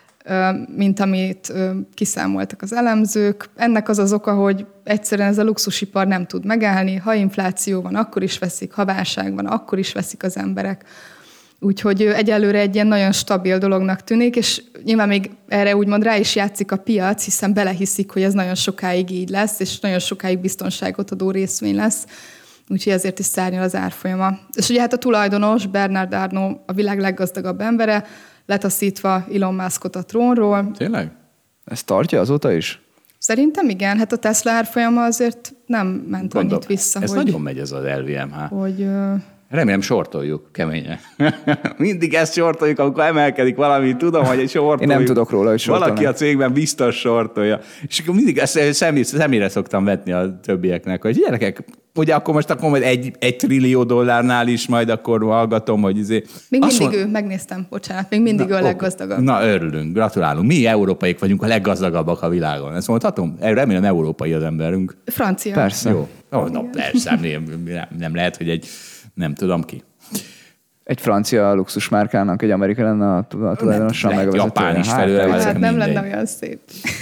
mint amit kiszámoltak az elemzők. Ennek az az oka, hogy egyszerűen ez a luxusipar nem tud megállni, ha infláció van, akkor is veszik, ha válság van, akkor is veszik az emberek. Úgyhogy egyelőre egy ilyen nagyon stabil dolognak tűnik, és nyilván még erre úgymond rá is játszik a piac, hiszen belehiszik, hogy ez nagyon sokáig így lesz, és nagyon sokáig biztonságot adó részvény lesz. Úgyhogy ezért is szárnyal az árfolyama. És ugye hát a tulajdonos, Bernard Arnault, a világ leggazdagabb embere, letaszítva Elon Muskot a trónról. Tényleg? Ezt tartja azóta is? Szerintem igen, hát a Tesla árfolyama azért nem ment annyit vissza. Ez hogy, nagyon megy ez az LVMH. Hogy, Remélem sortoljuk keményen. Mindig ezt sortoljuk, amikor emelkedik valami, tudom, hogy egy sortoljuk. Én nem tudok róla, hogy sortolnak. Valaki a cégben biztos sortolja. És akkor mindig ezt személyre szoktam vetni a többieknek, hogy gyerekek, ugye akkor majd egy trillió dollárnál is majd akkor hallgatom, hogy Még mindig ő, megnéztem, bocsánat, még mindig a leggazdagabb. Na, örülünk, gratulálunk. Mi európaiak vagyunk a leggazdagabbak a világon. Ezt mondhatom? Remélem európai az emberünk. Francia. Persze. Jó. Persze, nem lehet, hogy egy nem tudom ki. Egy francia luxusmárkának egy amerikai lenne a tulajdonosan megvezetője. Japán is felőle. Hát nem lenne olyan szép.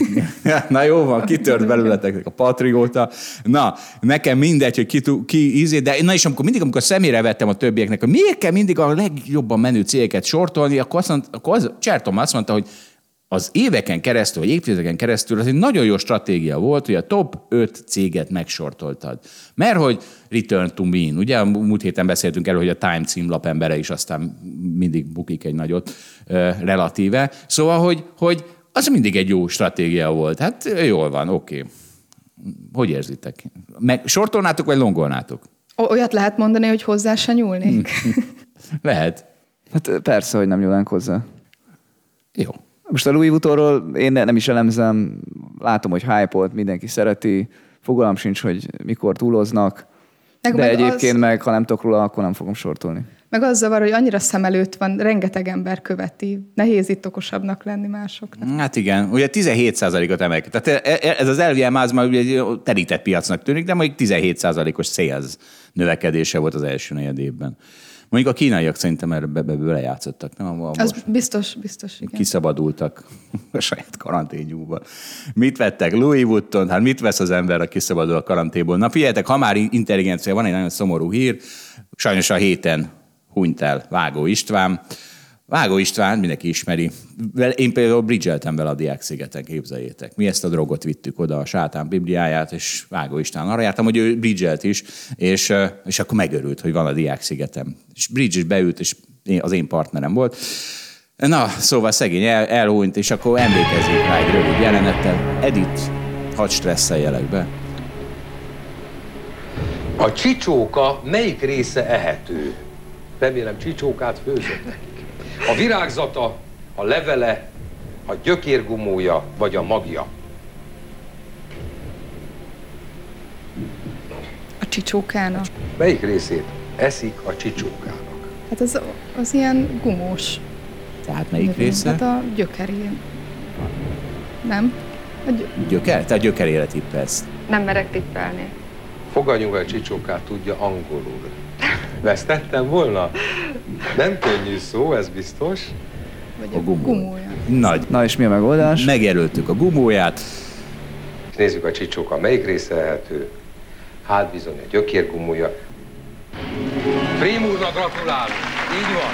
Na jó van, kitört belőletek a patrióta. Na, nekem mindegy, hogy ki ízé, de na és amikor személyre vettem a többieknek, hogy miért kell mindig a legjobban menő cégeket sortolni, akkor Csertom azt mondta, hogy az éveken keresztül, vagy évtizedeken keresztül az egy nagyon jó stratégia volt, hogy a top 5 céget megsortoltad. Mert hogy return to mean, ugye múlt héten beszéltünk erről, hogy a Time címlap embere is aztán mindig bukik egy nagyot relatíve. Szóval, hogy az mindig egy jó stratégia volt. Hát jól van, oké. Hogy érzitek? Sortolnátok, vagy longolnátok? Olyat lehet mondani, hogy hozzá se nyúlnék? Lehet. Hát persze, hogy nem nyúlnánk hozzá. Jó. Most a Louis Vuittonról én nem is elemzem, látom, hogy hype-olt, mindenki szereti, fogalmam sincs, hogy mikor túloznak, de egyébként meg, ha nem tudok róla, akkor nem fogom sortolni. Meg az zavar, hogy annyira szem előtt van, rengeteg ember követi, nehéz itt okosabbnak lenni másoknak. Hát igen, ugye 17%-ot emelkedett. Tehát ez az LVMH az már ugye egy terített piacnak tűnik, de mondjuk 17%-os sales növekedése volt az első negyed évben. Mondjuk a kínaiak szerintem ebbe belejátszottak, nem? Az biztos, igen. Kiszabadultak a saját karanténjukba. Mit vettek? Louis Vuitton, hát mit vesz az ember, a kiszabadul a karanténból? Na figyeljetek, ha már intelligencia, van egy nagyon szomorú hír, sajnos a héten hunyt el Vágó István. Vágó István, mindenki ismeri. Én például bridgeltem vele a Diákszigeten, képzeljétek. Mi ezt a drogot vittük oda, a Sátán Bibliáját, és Vágó István arra jártam, hogy ő bridgelt is, és akkor megörült, hogy van a Diákszigetem. És bridge is beült, és az én partnerem volt. Na, szóval szegény elhunyt, és akkor emlékezzük rá egy rövid jelenettel. Edith, hadd stresszeljelek be. A csicsóka melyik része ehető? Remélem csicsókát főzöttek. A virágzata, a levele, a gyökérgumója vagy a magja? A csicsókának. Melyik részét eszik a csicsókának? Hát az ilyen gumós. Tehát melyik része? Hát a gyökerén. Nem? Gyöker? Te a gyökerére tippelsz. Nem merek tippelni. Fogadjunk, a csicsókát tudja angolul. Vesztettem volna? Nem könnyű szó, ez biztos. Vagy a gumója. Nagy. Na és mi a megoldás? Megjelöltük a gumóját. Nézzük a csicsóka melyik része ehető. Hát bizony a gyökérgumója. Frém úrnak gratulálunk. Így van.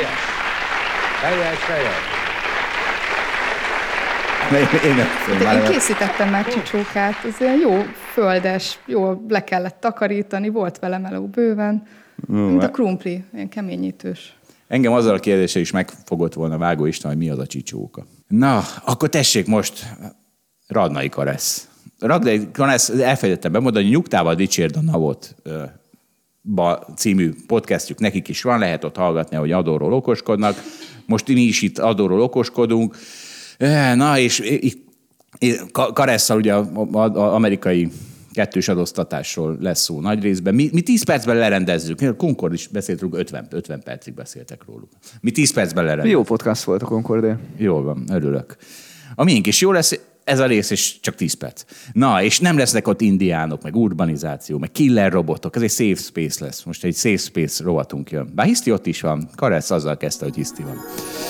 Helyes. Én készítettem már csicsókát, ez ilyen jó földes, jó le kellett takarítani, volt vele meló bőven, mint a krumpli, ilyen keményítős. Engem azzal a kérdéssel is megfogott volna Vágó István, hogy mi az a csicsóka. Na, akkor tessék most Radnai Karesz. Radnai Karesz, elfelejtettem bemondani, Nyugtával dicsérd a Navot című podcastjuk, nekik is van, lehet ott hallgatni, hogy adóról okoskodnak. Most mi is itt adóról okoskodunk. Na, és Karesszal ugye az amerikai kettős adóztatásról lesz szó nagy részben. Mi 10 percben lerendezzük. Concord is beszélt róluk, 50 percig beszéltek róluk. Mi 10 percben lerendezzük. Jó podcast volt a Concordé. Jól van, örülök. A miénk is jó lesz, ez a rész is csak 10 perc. Na, és nem lesznek ott indiánok, meg urbanizáció, meg killer robotok, ez egy safe space lesz. Most egy safe space rovatunk jön. Bár hiszti ott is van. Karesz azzal kezdte, hogy hiszti van.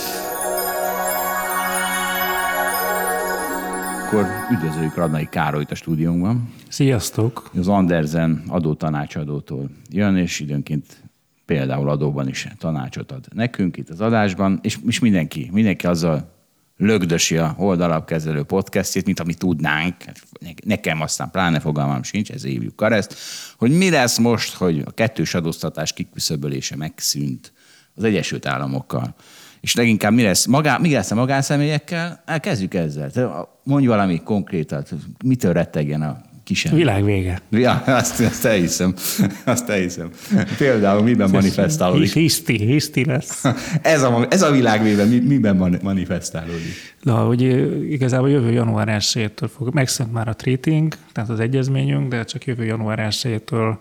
Akkor üdvözöljük Radnai Károlyt a stúdiónkban. Sziasztok! Az Andersen adótanácsadótól jön, és időnként például adóban is tanácsot ad nekünk itt az adásban, és mindenki azzal lögdösi a Holdalapkezelő podcastjét, mint amit tudnánk. Nekem aztán pláne fogalmam sincs, ez hívjuk Kareszt, hogy mi lesz most, hogy a kettős adóztatás kiküszöbölése megszűnt az Egyesült Államokkal. És leginkább mi lesz a magánszemélyekkel? Kezdjük ezzel. Mondj valami konkrétat. Mitől rettegjen a kis Világ vége. Ja, azt elhiszem. Például miben manifestálódik? Hiszti lesz. Ez a világ vége miben manifestálódik? Na, hogy igazából jövő január 1-től fog, megszűnt már a treating, tehát az egyezményünk, de csak jövő január 1-től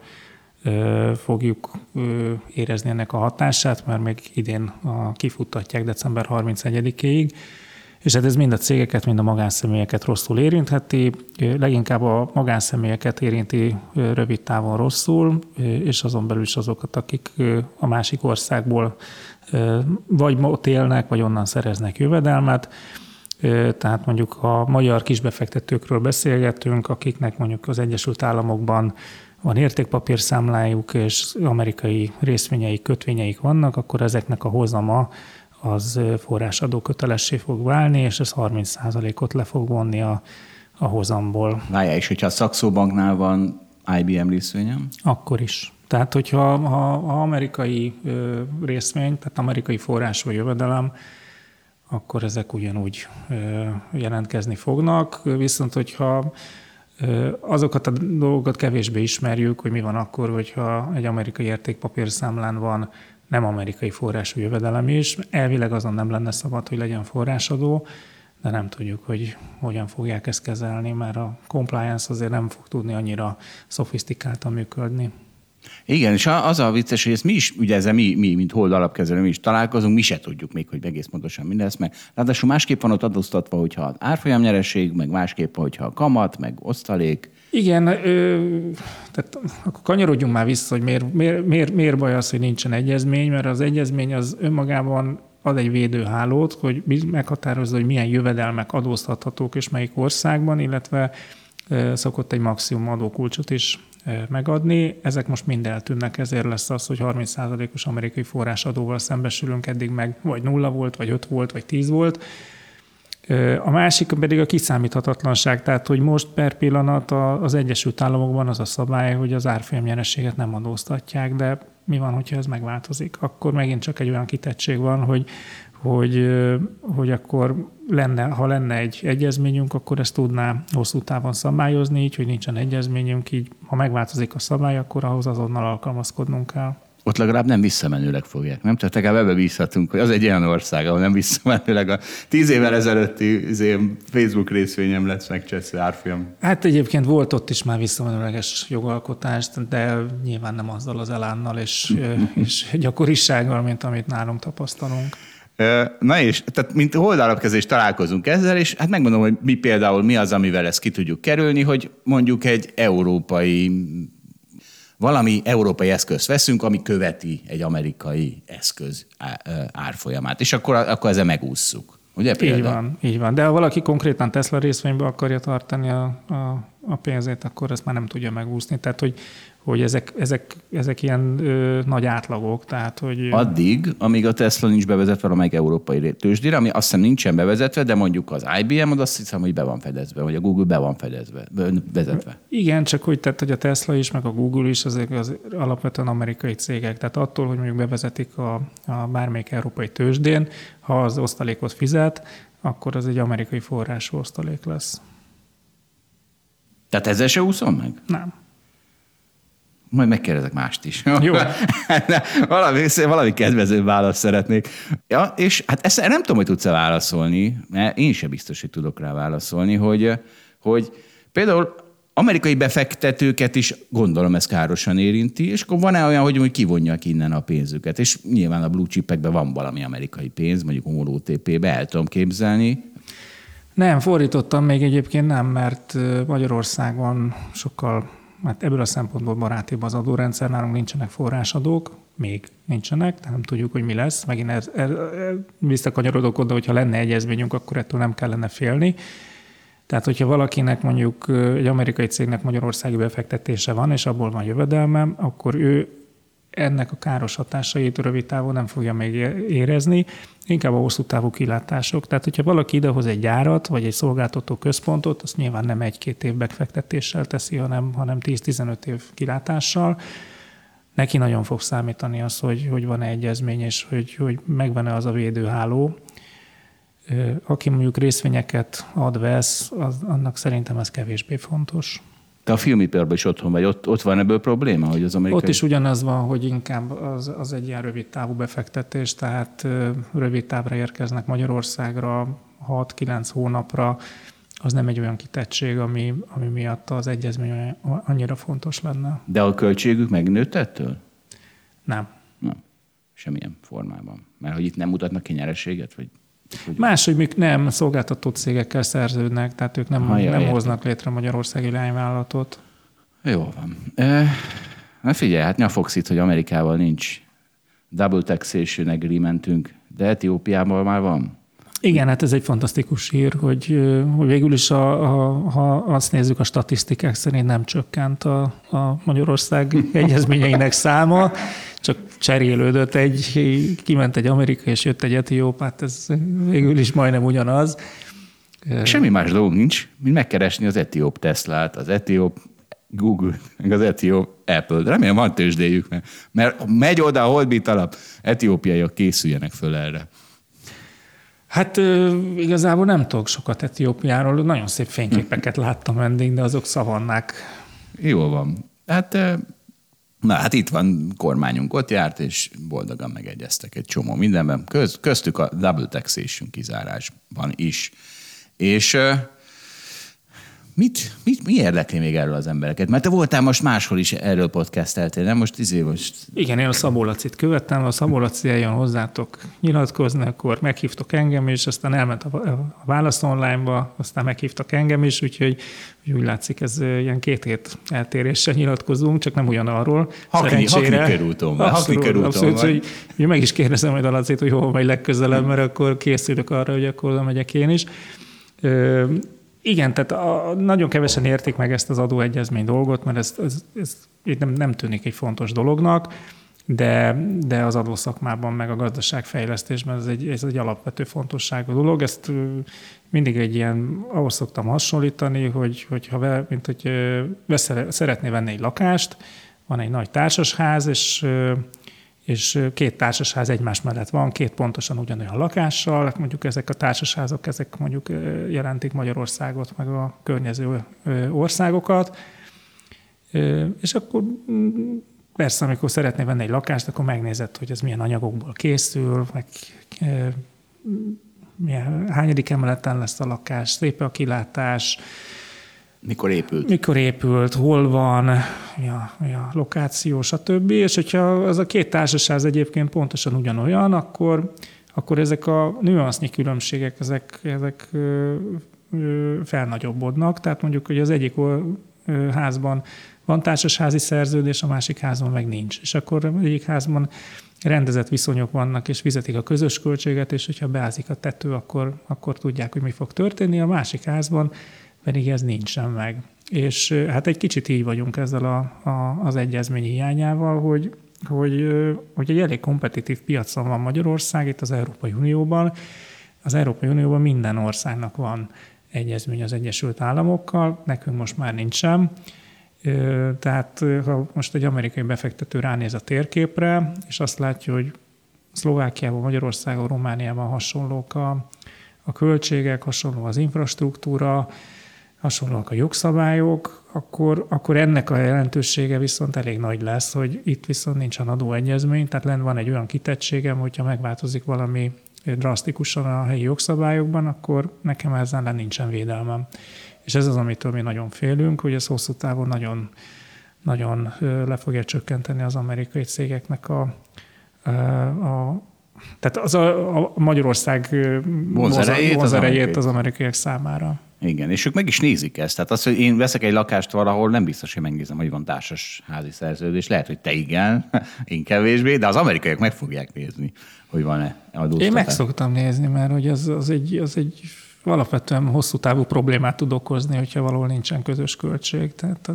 fogjuk érezni ennek a hatását, mert még idén kifuttatják december 31-ig, és hát ez mind a cégeket, mind a magánszemélyeket rosszul érintheti, leginkább a magánszemélyeket érinti rövid távon rosszul, és azon belül is azokat, akik a másik országból vagy ott élnek, vagy onnan szereznek jövedelmet. Tehát mondjuk a magyar kisbefektetőkről beszélgetünk, akiknek mondjuk az Egyesült Államokban van értékpapírszámlájuk, és amerikai részvényeik, kötvényeik vannak, akkor ezeknek a hozama az forrásadó kötelessé fog válni, és ez 30%-ot le fog vonni a hozamból. Várjál, és hogyha a Saxo Banknál van IBM részvényem? Akkor is. Tehát, hogyha ha amerikai részvény, tehát amerikai forrás vagy jövedelem, akkor ezek ugyanúgy jelentkezni fognak. Viszont, hogyha azokat a dolgokat kevésbé ismerjük, hogy mi van akkor, hogyha egy amerikai értékpapírszámlán van nem amerikai forrású jövedelem is. Elvileg azon nem lenne szabad, hogy legyen forrásadó, de nem tudjuk, hogy hogyan fogják ezt kezelni, mert a compliance azért nem fog tudni annyira szofisztikáltan működni. Igen, és az a vicces, hogy ezt mi is, ugye ezzel mi mint Hold alapkezelő, mi is találkozunk, mi se tudjuk még, hogy egész pontosan mi lesz, meg ráadásul másképp van ott adóztatva, hogyha az árfolyamnyereség, meg másképp, hogyha a kamat, meg osztalék. Igen, tehát akkor kanyarodjunk már vissza, hogy miért baj az, hogy nincsen egyezmény, mert az egyezmény az önmagában ad egy védőhálót, hogy meghatározza, hogy milyen jövedelmek adóztathatók és melyik országban, illetve szokott egy maximum adókulcsot is megadni. Ezek most mind eltűnnek, ezért lesz az, hogy 30%-os amerikai forrásadóval szembesülünk, eddig meg vagy 0 volt, vagy 5 volt, vagy 10 volt. A másik pedig a kiszámíthatatlanság, tehát hogy most per pillanat az Egyesült Államokban az a szabály, hogy az árfolyamnyerességet nem adóztatják, de mi van, hogyha ez megváltozik? Akkor megint csak egy olyan kitettség van, hogy akkor ha lenne egy egyezményünk, akkor ezt tudná hosszú távon szabályozni, így, hogy nincsen egyezményünk, így ha megváltozik a szabály, akkor ahhoz azonnal alkalmazkodnunk kell. Ott legalább nem visszamenőleg fogják, nem? Tehát legalább ebbe bízhatunk, hogy az egy olyan ország, ahol nem visszamenőleg a 10 évvel ezelőtti Facebook részvényem lesz megcseszve árfolyam. Hát egyébként volt ott is már visszamenőleges jogalkotás, de nyilván nem azzal az elánnal és gyakorisággal, mint amit nálunk tapasztalunk. Na és, tehát mint Hold alapkezelés találkozunk ezzel, és hát megmondom, hogy mi az, amivel ezt ki tudjuk kerülni, hogy mondjuk egy valami európai eszközt veszünk, ami követi egy amerikai eszköz árfolyamát, és akkor ezzel megússzuk. Ugye például? Így van. De ha valaki konkrétan Tesla részvénybe akarja tartani a pénzét, akkor ezt már nem tudja megúszni. Tehát, hogy ezek ilyen nagy átlagok. Tehát, hogy addig, amíg a Tesla nincs bevezetve valamelyik európai tőzsdére, ami azt hiszem nincsen bevezetve, de mondjuk az IBM, azt hiszem, hogy be van fedezve, vagy a Google be van vezetve. Igen, csak hogy a Tesla is, meg a Google is, azok az alapvetően amerikai cégek. Tehát attól, hogy mondjuk bevezetik a bármelyik európai tőzsdén, ha az osztalékot fizet, akkor az egy amerikai forrású osztalék lesz. Tehát ezzel se úszom meg? Nem. Majd megkérdezek mást is. Jó. valami kedvező választ szeretnék. Ja, és hát ezt nem tudom, hogy tudsz-e válaszolni, mert én sem biztos, hogy tudok rá válaszolni, hogy például amerikai befektetőket is gondolom ez károsan érinti, és akkor van-e olyan, hogy kivonják innen a pénzüket, és nyilván a blue chipekben van valami amerikai pénz, mondjuk a OTP-be el tudom képzelni. Nem, fordítottam még egyébként nem, mert Magyarországon sokkal, hát ebből a szempontból barátibb az adórendszer, nálunk nincsenek forrásadók, még nincsenek, tehát nem tudjuk, hogy mi lesz. Megint visszakanyarodok oda, hogyha lenne egyezményünk, akkor ettől nem kellene félni. Tehát, hogyha valakinek mondjuk egy amerikai cégnek magyarországi befektetése van, és abból van jövedelme, akkor ő ennek a káros hatásait rövid távon nem fogja még érezni, inkább a hosszú távú kilátások. Tehát, hogyha valaki idehoz egy gyárat, vagy egy szolgáltató központot, azt nyilván nem 1-2 év befektetéssel teszi, hanem 10-15 év kilátással. neki nagyon fog számítani az, hogy van-e egyezmény, és hogy megvan-e az a védőháló. Aki mondjuk részvényeket vesz, annak szerintem ez kevésbé fontos. Te a filmiparban is otthon vagy, ott van ebből probléma? Hogy az amerikai... Ott is ugyanaz van, hogy inkább az egy ilyen rövid távú befektetés, tehát rövid távra érkeznek Magyarországra, 6-9 hónapra, az nem egy olyan kitettség, ami miatt az egyezmény annyira fontos lenne. De a költségük megnőtt ettől? Nem. Semmilyen formában. Mert hogy itt nem mutatnak ki nyereséget? Vagy... Máshogy még nem szolgáltató cégekkel szerződnek, tehát ők nem hoznak létre magyarországi leányvállalatot. Jó van. Na figyelj, hát nyafogsz itt, hogy Amerikával nincs double taxation agreementünk, de Etiópiával már van. Igen, hát ez egy fantasztikus hír, hogy végül is, ha azt nézzük, a statisztikák szerint nem csökkent a Magyarország egyezményeinek száma, csak cserélődött kiment egy amerikai, és jött egy etióp, hát ez végül is majdnem ugyanaz. Semmi más dolog nincs, mint megkeresni az etióp Teslát, az etióp Google, meg az etióp Apple. De remélem van tőzsdéjük, mert megy oda a Holdbit alap, etiópiaiak készüljenek föl erre. Hát igazából nem tudok sokat Etiópiáról, nagyon szép fényképeket láttam eddig, de azok szavannák. Jól van. Hát itt van kormányunk, ott járt, és boldogan megegyeztek egy csomó mindenben. Köztük a double taxation kizárásban is. És mi érdekli még erről az embereket? Mert te voltál most máshol is, erről podcasteltél, nem? Most. Igen, én a Szabó Lacit követtem, a Szabó Laci eljön hozzátok nyilatkozni, akkor meghívtok engem is, aztán elment a Válasz Online-ba, aztán meghívtak engem is, úgyhogy úgy látszik, ez ilyen 2 hét eltéréssel nyilatkozunk, csak nem ugyanarról. Haknikörúton van. Abszolút, hogy meg is kérdezem majd a Lacit, hogy hol megy legközelebb, mert akkor készülök arra, hogy akkor oda megyek én is. Igen, tehát nagyon kevesen értik meg ezt az adóegyezmény dolgot, mert ez nem tűnik egy fontos dolognak, de az adószakmában, meg a gazdaságfejlesztésben ez egy alapvető fontosságú dolog. Ezt mindig egy ilyen, ahhoz szoktam hasonlítani, hogy szeretné venni egy lakást, van egy nagy társasház, és 2 társasház egymás mellett van, 2 pontosan ugyanolyan lakással, mondjuk ezek a társasházak, ezek mondjuk jelentik Magyarországot, meg a környező országokat, és akkor persze, amikor szeretné venni egy lakást, akkor megnézed, hogy ez milyen anyagokból készül, meg hányadik emeleten lesz a lakás, szép a kilátás, Mikor épült, hol van, mi a lokáció, stb. És hogyha az a 2 társasház egyébként pontosan ugyanolyan, akkor ezek a nüansznyi különbségek, ezek felnagyobbodnak. Tehát mondjuk, hogy az egyik házban van társasházi szerződés, a másik házban meg nincs. És akkor az egyik házban rendezett viszonyok vannak, és fizetik a közös költséget, és hogyha beázik a tető, akkor tudják, hogy mi fog történni. A másik házban pedig ez nincsen meg. És hát egy kicsit így vagyunk ezzel az egyezmény hiányával, hogy egy elég kompetitív piacon van Magyarország, itt az Európai Unióban. Az Európai Unióban minden országnak van egyezmény az Egyesült Államokkal, nekünk most már nincsen. Tehát ha most egy amerikai befektető ránéz a térképre, és azt látja, hogy Szlovákiában, Magyarországon, Romániában hasonlók a költségek, hasonló az infrastruktúra, hasonlóak a jogszabályok, akkor ennek a jelentősége viszont elég nagy lesz, hogy itt viszont nincsen adóegyezmény, tehát lenne van egy olyan kitettségem, hogyha megváltozik valami drasztikusan a helyi jogszabályokban, akkor nekem ezzel nincsen védelmem. És ez az, amitől mi nagyon félünk, hogy ez hosszú távon nagyon, nagyon le fogja csökkenteni az amerikai cégeknek tehát a Magyarország vonzerejét az amerikaiak számára. Igen, és ők meg is nézik ezt. Tehát az, hogy én veszek egy lakást valahol, nem biztos, hogy megnézem, hogy van társas házi szerződés. Lehet, hogy te igen, én kevésbé, de az amerikaiak meg fogják nézni, hogy van-e adóztatás. Én meg szoktam nézni, mert hogy az egy alapvetően hosszú távú problémát tud okozni, hogyha valahol nincsen közös költség.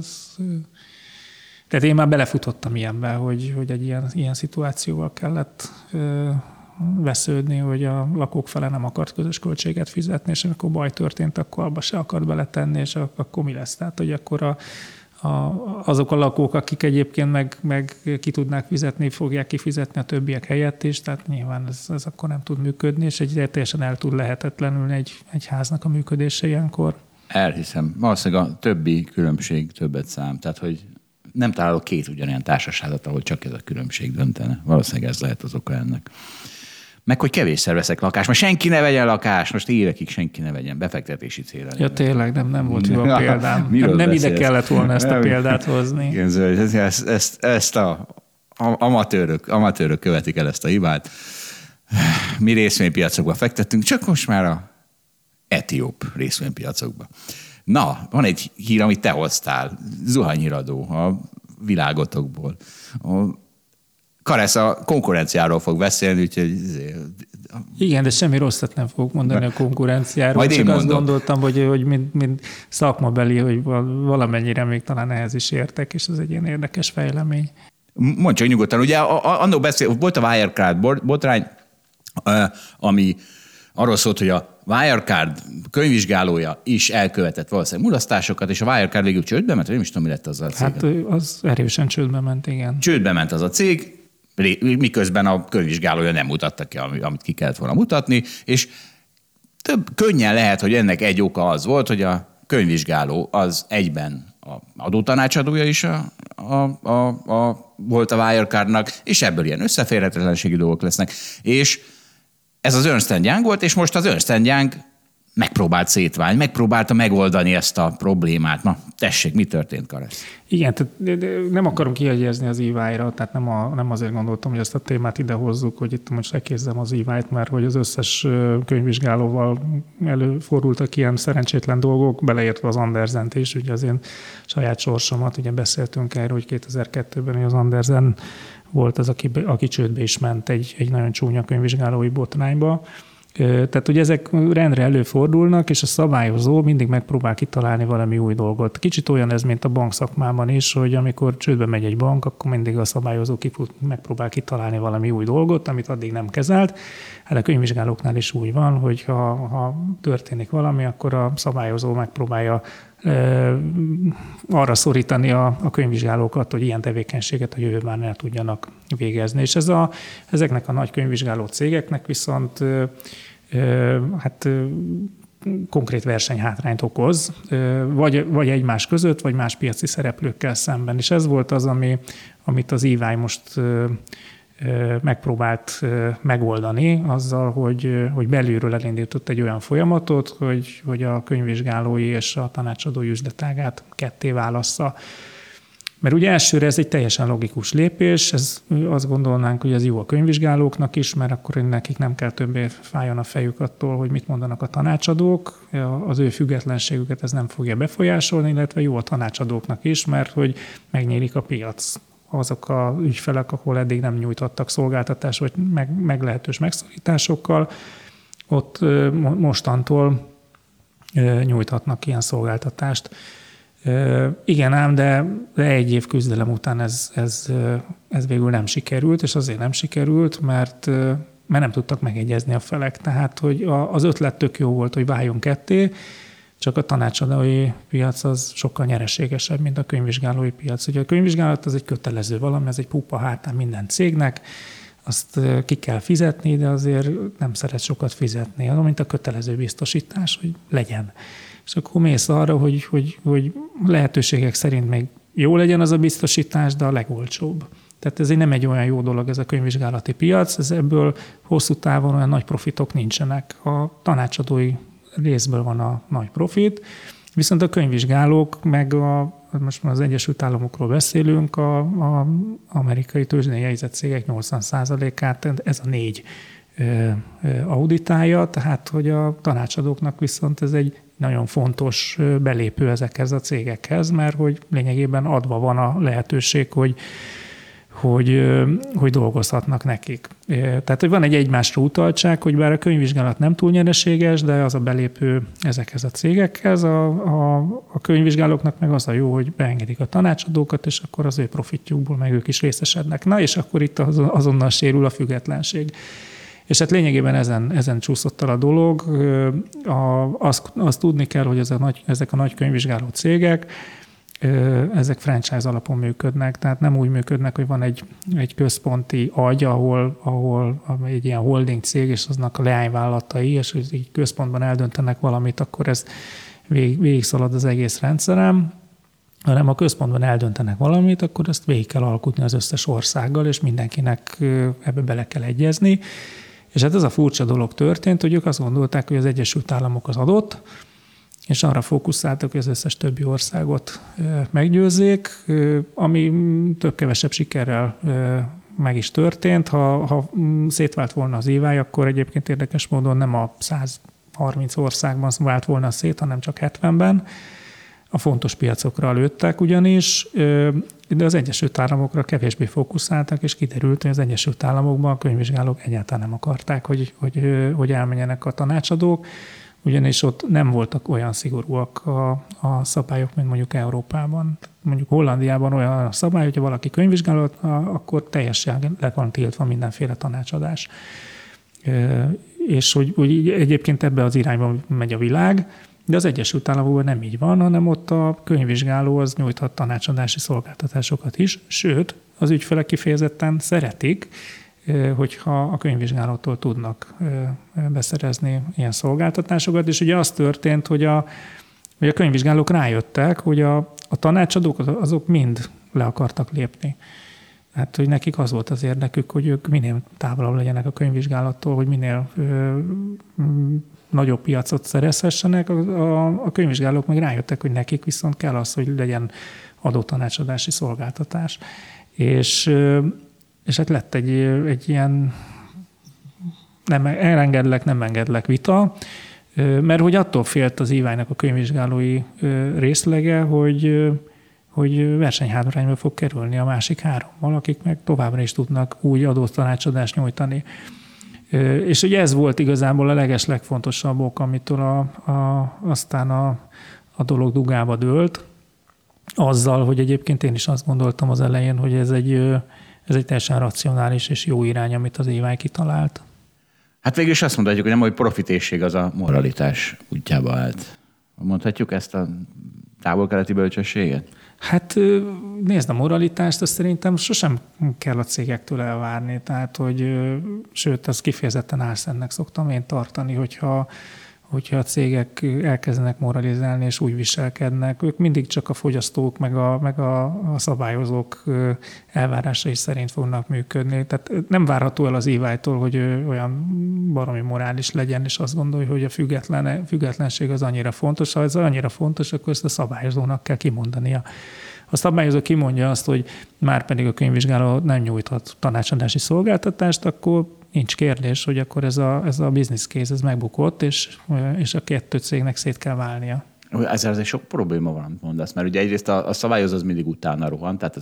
Tehát én már belefutottam ilyenbe, hogy egy ilyen szituációval kellett vesződni, hogy a lakók fele nem akart közös költséget fizetni, és amikor baj történt, akkor abba se akart beletenni, és akkor mi lesz? Tehát, hogy akkor azok a lakók, akik egyébként meg ki tudnák fizetni, fogják kifizetni a többiek helyett is, tehát nyilván ez akkor nem tud működni, és teljesen el tud lehetetlenülni egy háznak a működése ilyenkor. Elhiszem. Valószínűleg a többi különbség többet szám. Tehát, hogy nem találok két ugyanilyen társaságot, ahol csak ez a különbség döntene. Valószínűleg ez lehet az oka ennek. Meg, hogy kevésszer veszek lakást. Most senki ne vegyen lakást, most évekig senki ne vegyen befektetési célra. Ja, tényleg, nem volt jó a példám. Nem ide kellett volna ezt a példát hozni. Igen, ezt a amatőrök követik el ezt a hibát. Mi részvénypiacokba fektettünk, csak most már a etióp részvénypiacokba. Na, van egy hír, amit te hoztál, zuhanyhíradó a világotokból. Karesz a konkurenciáról fog beszélni, úgyhogy... Igen, de semmi rosszat nem fogok mondani a konkurenciáról. Majd csak azt gondoltam, hogy mint szakmabeli, hogy valamennyire még talán ehhez is értek, és ez egy ilyen érdekes fejlemény. Mondj csak nyugodtan. Ugye annól volt a Wirecard botrány, ami arról szólt, hogy a Wirecard könyvvizsgálója is elkövetett valószínűleg mulasztásokat, és a Wirecard végül csődbe ment, vagy nem is tudom, mi lett azzal a cég. Hát az erősen csődbe ment, igen. Csődbe ment az a cég, miközben a könyvvizsgálója nem mutatta ki, amit ki kellett volna mutatni, és könnyen lehet, hogy ennek egy oka az volt, hogy a könyvvizsgáló az egyben a adótanácsadója is volt a Wirecardnak, és ebből ilyen összeférhetetlenségi dolgok lesznek. És ez az Ernst & Young volt, és most az Ernst & Young megpróbált szétválni, megpróbálta megoldani ezt a problémát. Na, tessék, mi történt, Karesz? Igen, tehát nem akarom kiegyezni az EY-ra, tehát nem azért gondoltam, hogy ezt a témát ide hozzuk, hogy itt most lekézzem az EY-t, mert hogy az összes könyvvizsgálóval előfordultak ilyen szerencsétlen dolgok, beleértve az Andersent is, ugye az én saját sorsomat, ugye beszéltünk erről, hogy 2002-ben az Andersen volt az, aki csődbe is ment egy nagyon csúnya könyvvizsgálói botrányba. Tehát ugye ezek rendre előfordulnak, és a szabályozó mindig megpróbál kitalálni valami új dolgot. Kicsit olyan ez, mint a bankszakmában is, hogy amikor csődbe megy egy bank, akkor mindig a szabályozó megpróbál kitalálni valami új dolgot, amit addig nem kezelt. Hát a könyvvizsgálóknál is úgy van, hogy ha történik valami, akkor a szabályozó megpróbálja arra szorítani a könyvvizsgálókat, hogy ilyen tevékenységet a jövőben ne tudjanak végezni. És ezeknek a nagy könyvvizsgáló cégeknek viszont konkrét versenyhátrányt okoz, vagy egymás között, vagy más piaci szereplőkkel szemben. És ez volt az, amit az EY most megpróbált megoldani azzal, hogy belülről elindított egy olyan folyamatot, hogy a könyvvizsgálói és a tanácsadói üzletágát ketté válassza. Mert ugye elsőre ez egy teljesen logikus lépés, azt gondolnánk, hogy ez jó a könyvvizsgálóknak is, mert akkor nekik nem kell többé fájjon a fejük attól, hogy mit mondanak a tanácsadók, az ő függetlenségüket ez nem fogja befolyásolni, illetve jó a tanácsadóknak is, mert hogy megnyílik a piac. Azok a ügyfelek, ahol eddig nem nyújtottak szolgáltatást, vagy meglehetős megszorításokkal, ott mostantól nyújthatnak ilyen szolgáltatást. Igen ám, de egy év küzdelem után ez végül nem sikerült, és azért nem sikerült, mert nem tudtak megegyezni a felek. Tehát, hogy az ötlet tök jó volt, hogy váljon ketté, csak a tanácsadói piac az sokkal nyereségesebb, mint a könyvvizsgálói piac. Ugye a könyvvizsgálat az egy kötelező valami, ez egy pupa hátán minden cégnek, azt ki kell fizetni, de azért nem szeret sokat fizetni, mint a kötelező biztosítás, hogy legyen. És akkor mész arra, hogy lehetőségek szerint még jó legyen az a biztosítás, de a legolcsóbb. Tehát ez nem egy olyan jó dolog ez a könyvvizsgálati piac, ez ebből hosszú távon olyan nagy profitok nincsenek. A tanácsadói részből van a nagy profit, viszont a könyvvizsgálók, meg most már az Egyesült Államokról beszélünk, az amerikai tőzsdén jegyzett cégek 80%-át ez a 4 auditálja, tehát hogy a tanácsadóknak viszont ez egy nagyon fontos belépő ezekhez a cégekhez, mert hogy lényegében adva van a lehetőség, hogy dolgozhatnak nekik. Tehát, hogy van egy egymásra utaltság, hogy bár a könyvvizsgálat nem túl nyereséges, de az a belépő ezekhez a cégekhez, a könyvvizsgálóknak meg az a jó, hogy beengedik a tanácsadókat, és akkor az ő profitjukból meg ők is részesednek. Na, és akkor itt azonnal sérül a függetlenség. És hát lényegében ezen csúszott el a dolog. Azt tudni kell, hogy ezek a nagy könyvvizsgáló cégek ezek franchise alapon működnek, tehát nem úgy működnek, hogy van egy központi agy, ahol egy ilyen holding cég, és aznak a leányvállalatai, és hogy így központban eldöntenek valamit, akkor ez végig szalad az egész rendszerem, hanem a központban eldöntenek valamit, akkor ezt végig kell alkotni az összes országgal, és mindenkinek ebbe bele kell egyezni. És hát ez a furcsa dolog történt, hogy ők azt gondolták, hogy az Egyesült Államok az adott, és arra fókuszáltak, hogy az összes többi országot meggyőzzék, ami több-kevesebb sikerrel meg is történt. Ha szétvált volna az EY, akkor egyébként érdekes módon nem a 130 országban vált volna szét, hanem csak 70-ben. A fontos piacokra lőttek ugyanis, de az Egyesült Államokra kevésbé fókuszáltak, és kiderült, hogy az Egyesült Államokban a könyvvizsgálók egyáltalán nem akarták, hogy elmenjenek a tanácsadók, ugyanis ott nem voltak olyan szigorúak a szabályok, mint mondjuk Európában. Mondjuk Hollandiában olyan a szabály, hogyha valaki könyvvizsgáló, akkor teljesen le van tiltva mindenféle tanácsadás. És hogy egyébként ebbe az irányba megy a világ, de az Egyesült Államokban nem így van, hanem ott a könyvvizsgáló az nyújthat tanácsadási szolgáltatásokat is, sőt, az ügyfelek kifejezetten szeretik, hogyha a könyvvizsgálótól tudnak beszerezni ilyen szolgáltatásokat, és ugye az történt, hogy a könyvvizsgálók rájöttek, hogy a tanácsadók azok mind le akartak lépni. Hát, hogy nekik az volt az érdekük, hogy ők minél távolabb legyenek a könyvvizsgálattól, hogy minél nagyobb piacot szerezhessenek. A könyvvizsgálók meg rájöttek, hogy nekik viszont kell az, hogy legyen adótanácsadási szolgáltatás. És hát lett egy ilyen nem engedlek vita, mert hogy attól félt az EY-nek a könyvvizsgálói részlege, hogy versenyhátrányba fog kerülni a másik hárommal, akik meg továbbra is tudnak úgy adótanácsadást nyújtani. És ugye ez volt igazából a legfontosabb ok, amitől aztán a dolog dugába dőlt, azzal, hogy egyébként én is azt gondoltam az elején, hogy ez egy teljesen racionális és jó irány, amit az EY kitalált. Hát végül is azt mondhatjuk, hogy nem, hogy profitésség az a moralitás útjába állt. Mondhatjuk ezt a távol-keleti bölcsességet? Hát nézd, a moralitást, azt szerintem sosem kell a cégektől elvárni. Tehát, hogy sőt, azt kifejezetten álszennek szoktam én tartani, hogyha a cégek elkezdenek moralizálni és úgy viselkednek, ők mindig csak a fogyasztók meg a szabályozók elvárásai szerint fognak működni. Tehát nem várható el az EY-tól, hogy olyan baromi morális legyen, és azt gondolja, hogy a függetlenség az annyira fontos. Ha ez annyira fontos, akkor ezt a szabályozónak kell kimondania. A szabályozó kimondja azt, hogy már pedig a könyvvizsgáló nem nyújthat tanácsadási szolgáltatást, akkor nincs kérdés, hogy akkor ez a business case ez megbukott, és a kettő cégnek szét kell válnia. Ezzel azért sok probléma van, amit mondasz, mert ugye egyrészt a szabályozó az mindig utána rohan, tehát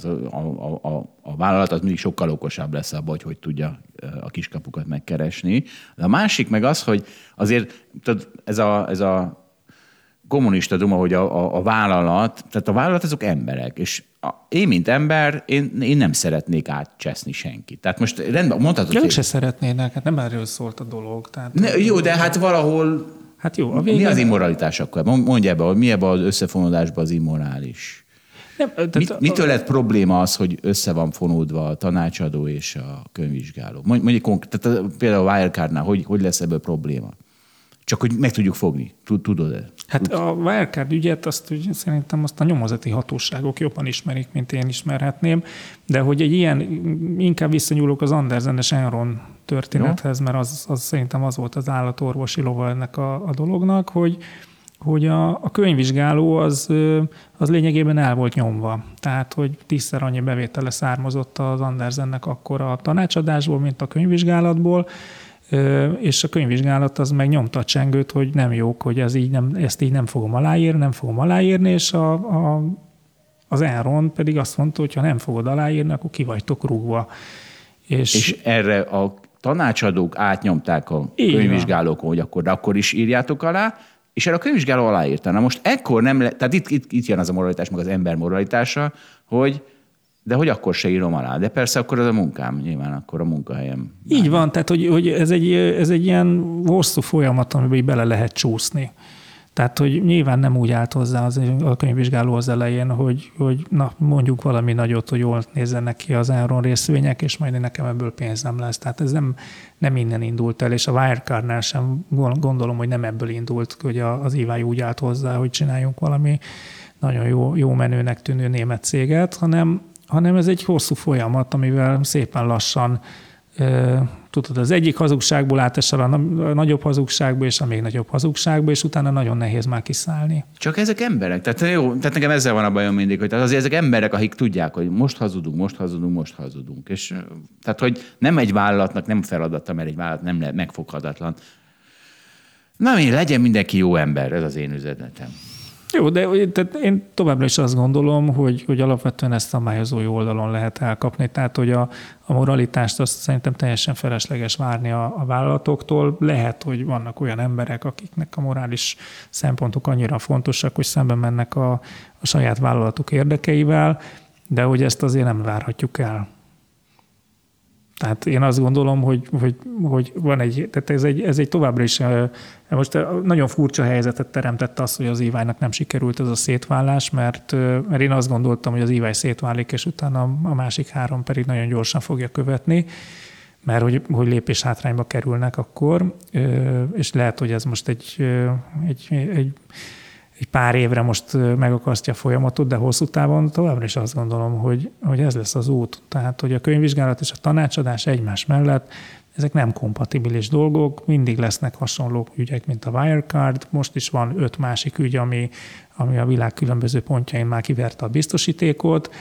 a vállalat az mindig sokkal okosabb lesz abban, hogy tudja a kiskapukat megkeresni. De a másik meg az, hogy azért tudod, ez a kommunista duma, hogy a vállalat, tehát a vállalat azok emberek, és én, mint ember, én nem szeretnék átcseszni senkit. Tehát most rendben, mondhatod, hogy... Ők se szeretnének, hát nem erről szólt a dolog. Tehát, jó, de hát valahol... Hát jó, a végén... Mi az immoralitás akkor? Mondj ebbe, hogy mi ebbe az összefonódásban az immorális? Mitől lett probléma az, hogy össze van fonódva a tanácsadó és a könyvvizsgáló? Mondj tehát például a Wirecardnál, hogy lesz ebből probléma? Csak hogy meg tudjuk fogni. Tudod-e? Hát a Wirecard ügyet szerintem azt a nyomozati hatóságok jobban ismerik, mint én ismerhetném, de hogy egy ilyen, inkább visszanyúlok az Andersen-es Enron történethez, mert az szerintem az volt az állatorvosi lova ennek a dolognak, hogy a könyvvizsgáló az lényegében el volt nyomva. Tehát, hogy 10-szer annyi bevétele származott az Andersennek akkor a tanácsadásból, mint a könyvvizsgálatból, és a könyvvizsgálat az meg nyomta a csengőt, hogy nem jók, hogy ezt így nem fogom aláírni, és az Enron pedig azt mondta, hogy ha nem fogod aláírni, akkor ki vagytok rúgva. És erre a tanácsadók átnyomták a könyvvizsgálókon, hogy akkor is írjátok alá, és erre a könyvvizsgáló aláírta. Na most ekkor nem tehát itt jön az a moralitás, meg az ember moralitása, de hogy akkor se írom alá. De persze akkor az a munkám, nyilván akkor a munkahelyem. Így van, tehát hogy ez egy ilyen hosszú folyamat, amiben bele lehet csúszni. Tehát, hogy nyilván nem úgy állt hozzá a könyvvizsgáló az elején, hogy na, mondjuk valami nagyot, hogy jól nézzenek ki az Enron részvények, és majd nekem ebből pénz nem lesz. Tehát ez nem innen indult el, és a Wirecardnál sem gondolom, hogy nem ebből indult, hogy az EY úgy állt hozzá, hogy csináljunk valami nagyon jó menőnek tűnő német céget, hanem ez egy hosszú folyamat, amivel szépen lassan tudod, az egyik hazugságból átesel a nagyobb hazugságba, és a még nagyobb hazugságba, és utána nagyon nehéz már kiszállni. Csak ezek emberek. Tehát nekem ezzel van a bajom mindig, hogy azért ezek emberek, akik tudják, hogy most hazudunk. És tehát, hogy nem egy vállalatnak nem feladata, mert egy vállalat nem lehet megfoghatatlan. Na, legyen mindenki jó ember, ez az én üzenetem. Jó, de tehát én továbbra is azt gondolom, hogy alapvetően ezt szabályozói oldalon lehet elkapni. Tehát, hogy a moralitást azt szerintem teljesen felesleges várni a vállalatoktól. Lehet, hogy vannak olyan emberek, akiknek a morális szempontok annyira fontosak, hogy szemben mennek a saját vállalatuk érdekeivel, de hogy ezt azért nem várhatjuk el. Tehát én azt gondolom, hogy van tehát ez egy továbbra is, most nagyon furcsa helyzetet teremtett az, hogy az EY-nak nem sikerült ez a szétválás, mert én azt gondoltam, hogy az EY szétválik, és utána a másik három pedig nagyon gyorsan fogja követni, mert hogy lépés hátrányba kerülnek akkor, és lehet, hogy ez most egy pár évre most megakasztja a folyamatot, de hosszú távon továbbra is azt gondolom, hogy ez lesz az út. Tehát, hogy a könyvvizsgálat és a tanácsadás egymás mellett, ezek nem kompatibilis dolgok, mindig lesznek hasonló ügyek, mint a Wirecard. Most is van 5 másik ügy, ami a világ különböző pontjain már kiverte a biztosítékot.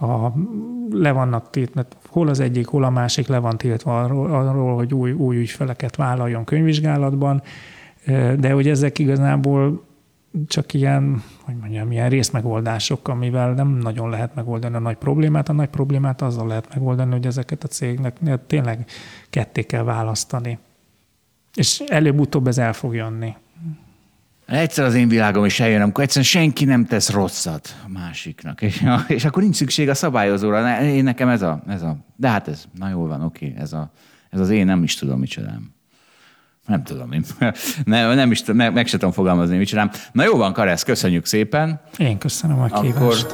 Le vannak tiltva, hol az egyik, hol a másik le van tiltva arról, hogy új ügyfeleket vállaljon könyvvizsgálatban, de hogy ezek igazából csak ilyen részmegoldások, amivel nem nagyon lehet megoldani a nagy problémát. A nagy problémát azzal lehet megoldani, hogy ezeket a cégnek tényleg ketté kell választani. És előbb-utóbb ez el fog jönni. Egyszer az én világom is eljön, amikor egyszerűen senki nem tesz rosszat a másiknak, és akkor nincs szükség a szabályozóra. Én nekem ez a... De hát ez, na jól van, oké, ez az én nem is tudom micsodám. Nem tudom, nem is tudom, meg sem tudom fogalmazni, mit csinálom. Na jó van, Karesz, köszönjük szépen. Én köszönöm a kívást.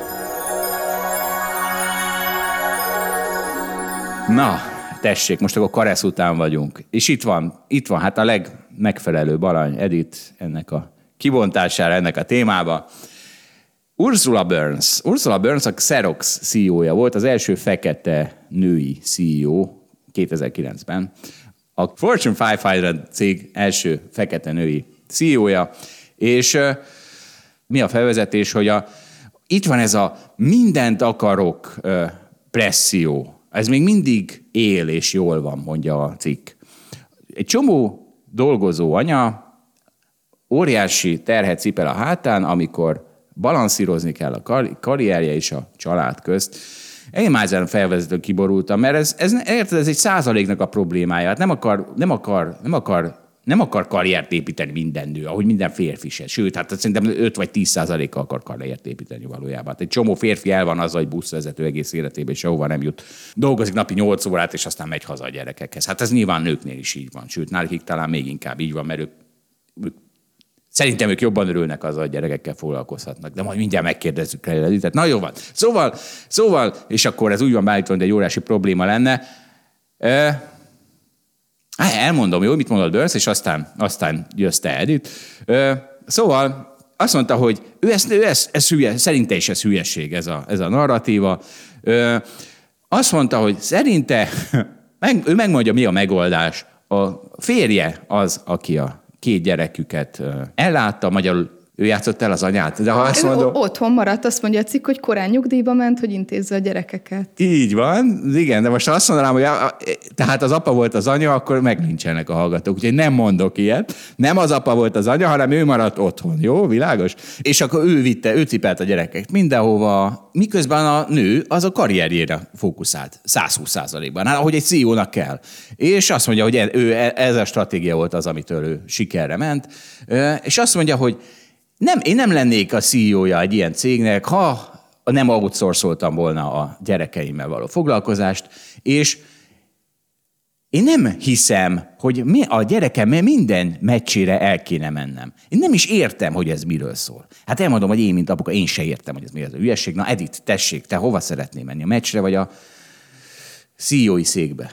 Na, tessék, most akkor Karesz után vagyunk. És itt van hát a legmegfelelőbb alany, Edith, ennek a kibontására, ennek a témába. Ursula Burns a Xerox CEO-ja volt, az első fekete női CEO 2009-ben. A Fortune 500 cég első fekete női CEO-ja, és mi a felvezetés, hogy itt van ez a mindent akarok presszió. Ez még mindig él és jól van, mondja a cikk. Egy csomó dolgozó anya óriási terhet cipel a hátán, amikor balanszírozni kell a karrierje és a család közt. Én már ezen felvezetően kiborultam, mert ez 1%-nak a problémája. Hát nem akar karriert építeni minden nő, ahogy minden férfi se. Sőt, hát szerintem 5 vagy 10%-kal akar karriert építeni valójában. Hát egy csomó férfi el van azzal, hogy buszvezető egész életében, és sehova nem jut. Dolgozik napi 8 órát, és aztán megy haza a gyerekekhez. Hát ez nyilván nőknél is így van. Sőt, náluk talán még inkább így van, mert ők szerintem ők jobban örülnek azzal, hogy gyerekekkel foglalkozhatnak. De majd mindjárt megkérdezzük el. Tehát na jó van. Szóval, és akkor ez úgy van beállítva, hogy egy óriási probléma lenne. Elmondom, jó, mit mondod, Burns, és aztán jössz te, Edith. Szóval azt mondta, hogy ez hülye, szerinte is ez hülyeség, ez a narratíva. Azt mondta, hogy szerinte, ő megmondja, mi a megoldás. A férje az, aki a 2 gyereküket ellátta, magyarul ő játszott el az anyát. De ha azt mondom, otthon maradt, azt mondja a cikk, hogy korán nyugdíjba ment, hogy intézze a gyerekeket. Így van, igen, de most azt mondanám, hogy tehát az apa volt az anya, akkor meglincselnek a hallgatók. Úgyhogy nem mondok ilyet. Nem az apa volt az anya, hanem ő maradt otthon. Jó, világos? És akkor ő cipelt a gyerekeket mindenhova, miközben a nő az a karrierjére fókuszált 120%-ban, ahogy egy CEO-nak kell. És azt mondja, hogy ez a stratégia volt az, amitől ő sikerre ment. És azt mondja, hogy én nem lennék a CEO-ja egy ilyen cégnek, ha nem outsourcoltam volna a gyerekeimmel való foglalkozást, és Én nem hiszem, hogy a gyerekem minden meccsére el kéne mennem. Én nem is értem, hogy ez miről szól. Hát elmondom, hogy én, mint apuka, én se értem, hogy ez mi az a hülyeség. Na, Edith, tessék, te hova szeretnél menni? A meccsre vagy a CEO-i székbe?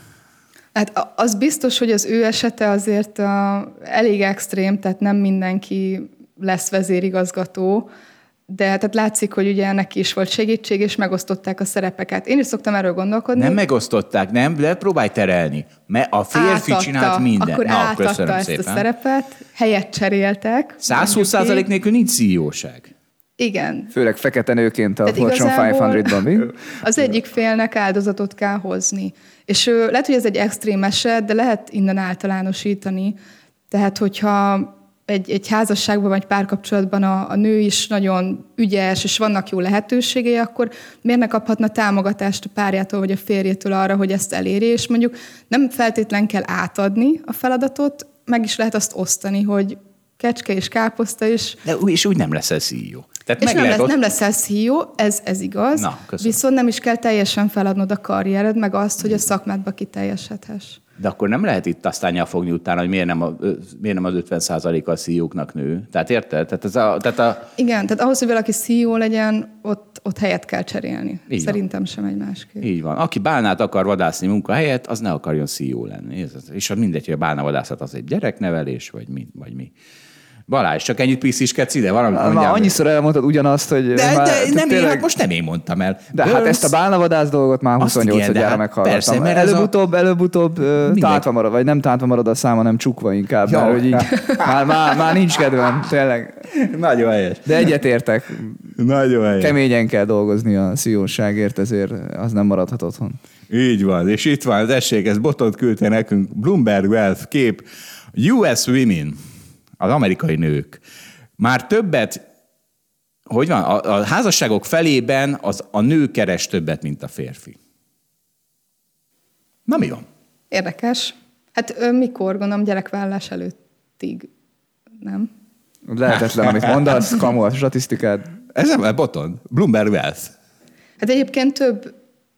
Hát az biztos, hogy az ő esete azért elég extrém, tehát nem mindenki lesz vezérigazgató, de tehát látszik, hogy ugye neki is volt segítség, és megosztották a szerepeket. Én is szoktam erről gondolkodni. Nem megosztották, nem? Próbálj terelni. Mert a férfi csinált mindent. Akkor átadta ezt szépen a szerepet, helyet cseréltek. 120% nélkül nincs CEO-ság. Igen. Főleg fekete nőként a Fortune 500-ban, mi? Az egyik félnek áldozatot kell hozni. És lehet, hogy ez egy extrém eset, de lehet innen általánosítani. Tehát, hogyha egy házasságban vagy párkapcsolatban a nő is nagyon ügyes, és vannak jó lehetőségei, akkor miért ne kaphatna támogatást a párjától vagy a férjétől arra, hogy ezt elérje, és mondjuk nem feltétlen kell átadni a feladatot, meg is lehet azt osztani, hogy kecske és káposzta is. De és úgy nem leszel CEO. Tehát és nem leszel CEO, ez igaz, viszont nem is kell teljesen feladnod a karriered, meg azt, hogy a szakmádba kiteljesedhess. De akkor nem lehet itt aztán nyafogni utána, hogy miért nem az 50%-a a CEO-knak nő. Tehát érted? Igen, tehát ahhoz, hogy valaki CEO legyen, ott helyet kell cserélni. Így Szerintem van. sem egymásképp. Így van. Aki bálnát akar vadászni munkahelyet, az ne akarjon CEO lenni. És mindegy, hogy a bálnavadászat az egy gyereknevelés, vagy mi. Balázs, csak ennyit pisziskedsz ide? Annyiszor elmondtad ugyanazt, hogy... Nem én, hát most nem én mondtam el. De hát ezt a bálnavadász dolgot már 28-adjára meghallgattam. Persze, mert előbb-utóbb tátva marad, vagy nem tátva marad a száma, nem csukva inkább. Mert hogy így, már nincs kedvem, tényleg. Nagyon helyes. De egyetértek. Nagyon helyes. Keményen kell dolgozni a CEO-ságért, ezért az nem maradhat otthon. Így van, és itt van, tessék, ez Botont küldte nekünk, Bloomberg Wealth kép, US Women, az amerikai nők. Már többet, hogy van, a házasságok felében a nő keres többet, mint a férfi. Na mi van? Érdekes. Hát mikor, gondolom, gyerekvállalás előttig, nem? Lehetetlen, amit mondasz, kamu a statisztikád. Ez nem Botont, Bloomberg Wealth. Hát egyébként több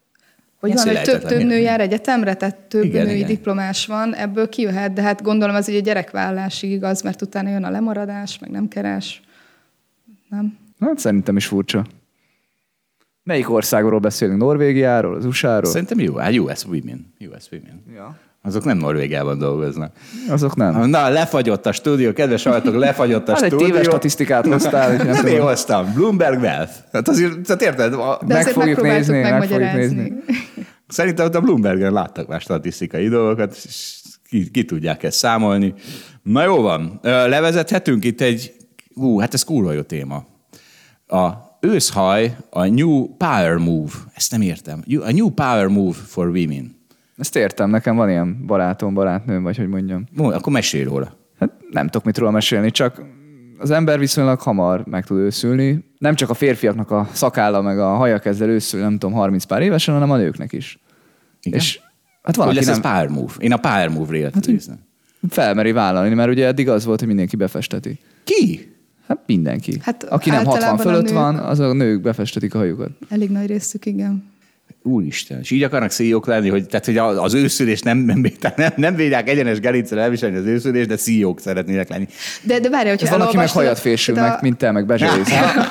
nő jár egyetemre, tehát több női diplomás van, ebből kijöhet, de hát gondolom az ugye gyerekvállalásig igaz, mert utána jön a lemaradás, meg nem keres. Nem? Hát szerintem is furcsa. Melyik országról beszélünk? Norvégiáról, az USA-ról? Szerintem US Women. Ja. Azok nem Norvégiában dolgoznak. Azok nem. Na, lefagyott a stúdió, kedves hallgatók, lefagyott a stúdió. Egy téves statisztikát hoztál. Nem én hoztam. Bloomberg Wealth. Hát azért érted? Meg fogjuk nézni. Szerintem ott a Bloombergen láttak már statisztikai dolgokat, és ki tudják ezt számolni. Na jó van, levezethetünk itt hát ez kurva jó téma. A őszhaj, a New Power Move, ezt nem értem. A New Power Move for Women. Ezt értem, nekem van ilyen barátom, barátnőm, vagy hogy mondjam. Akkor mesélj róla. Hát nem tudok mit róla mesélni, csak az ember viszonylag hamar meg tud őszülni. Nem csak a férfiaknak a szakálla meg a haja kezd el őszülni, nem tudom, 30 pár évesen, hanem a nőknek is. Igen? És hát van, hogy lesz nem... ez Power Move? Én a Power Move-re éltem. Felmeri vállalni, mert ugye eddig az volt, hogy mindenki befesteti. Ki? Hát mindenki. Hát aki nem 60 fölött van, azok a nők befestetik a hajukat. Elég nagy részük, igen. Úristen, és így akarnak CEO-k lenni, hogy az őszülést nem védják egyenes gerincre elviselni az őszülést, de CEO-k szeretnének lenni. De várj, hogyha van, aki meg hajat fésül, meg, mint te, meg bezselyész.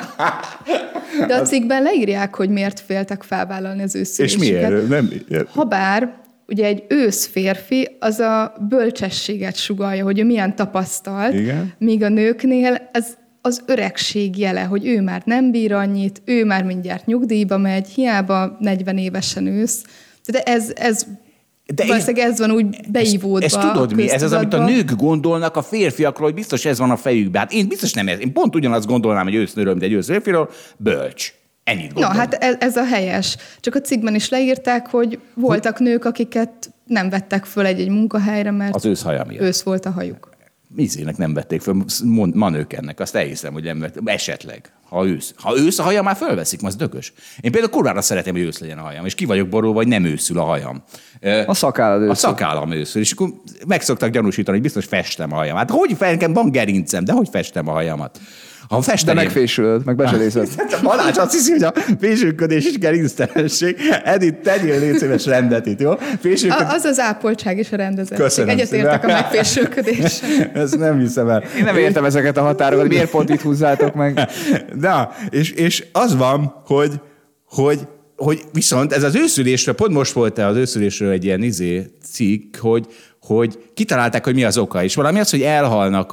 De a cikkben leírják, hogy miért féltek felvállalni az őszülésüket. És miért? Habár ugye egy ősz férfi az a bölcsességet sugallja, hogy ő milyen tapasztalt, igen. Míg a nőknél ez az öregség jele, hogy ő már nem bír annyit, ő már mindjárt nyugdíjba megy, hiába 40 évesen ősz. De valószínűleg ez van úgy beívódva. Ezt tudod mi? Ez az, amit a nők gondolnak a férfiakról, hogy biztos ez van a fejükben. Hát én biztos nem ez. Én pont ugyanazt gondolnám, hogy ősznőről, mint egy ősz férfiról. Bölcs. Ennyit gondolom. Na, hát ez a helyes. Csak a cikkben is leírták, hogy voltak nők, akiket nem vettek föl egy munkahelyre, mert az őszhaja miatt. Ősz volt a hajuk. Ízének nem vették föl, ma nők ennek, azt elhiszem, hogy nem vették. Esetleg, ha ősz a haja, már fölveszik, az dökös. Én például kurvára szeretem, hogy ősz legyen a hajam, és ki vagyok borulva, hogy nem őszül a hajam. A szakállad őszül. A szakállam őszül, és akkor meg szoktak gyanúsítani, hogy biztos festem a hajam. Hát hogy nekem van gerincem, de hogy festem a hajamat? Ha festenél... De megfésülöd, meg bezselészed. Balázs azt hiszi, hogy a fésülködés is gerinctelenség. Edith, tegyél légy szíves rendet itt, jó? Az az ápoltság és a rendezettség. Köszönöm Egyetértek a megfésülködéssel. Ezt nem hiszem el. Én nem értem ezeket a határokat, miért pont itt húzzátok meg? Na, és az van, hogy viszont ez az őszülésről, pont most volt az őszülésről egy ilyen cikk, hogy kitalálták, hogy mi az oka. És valami az, hogy elhalnak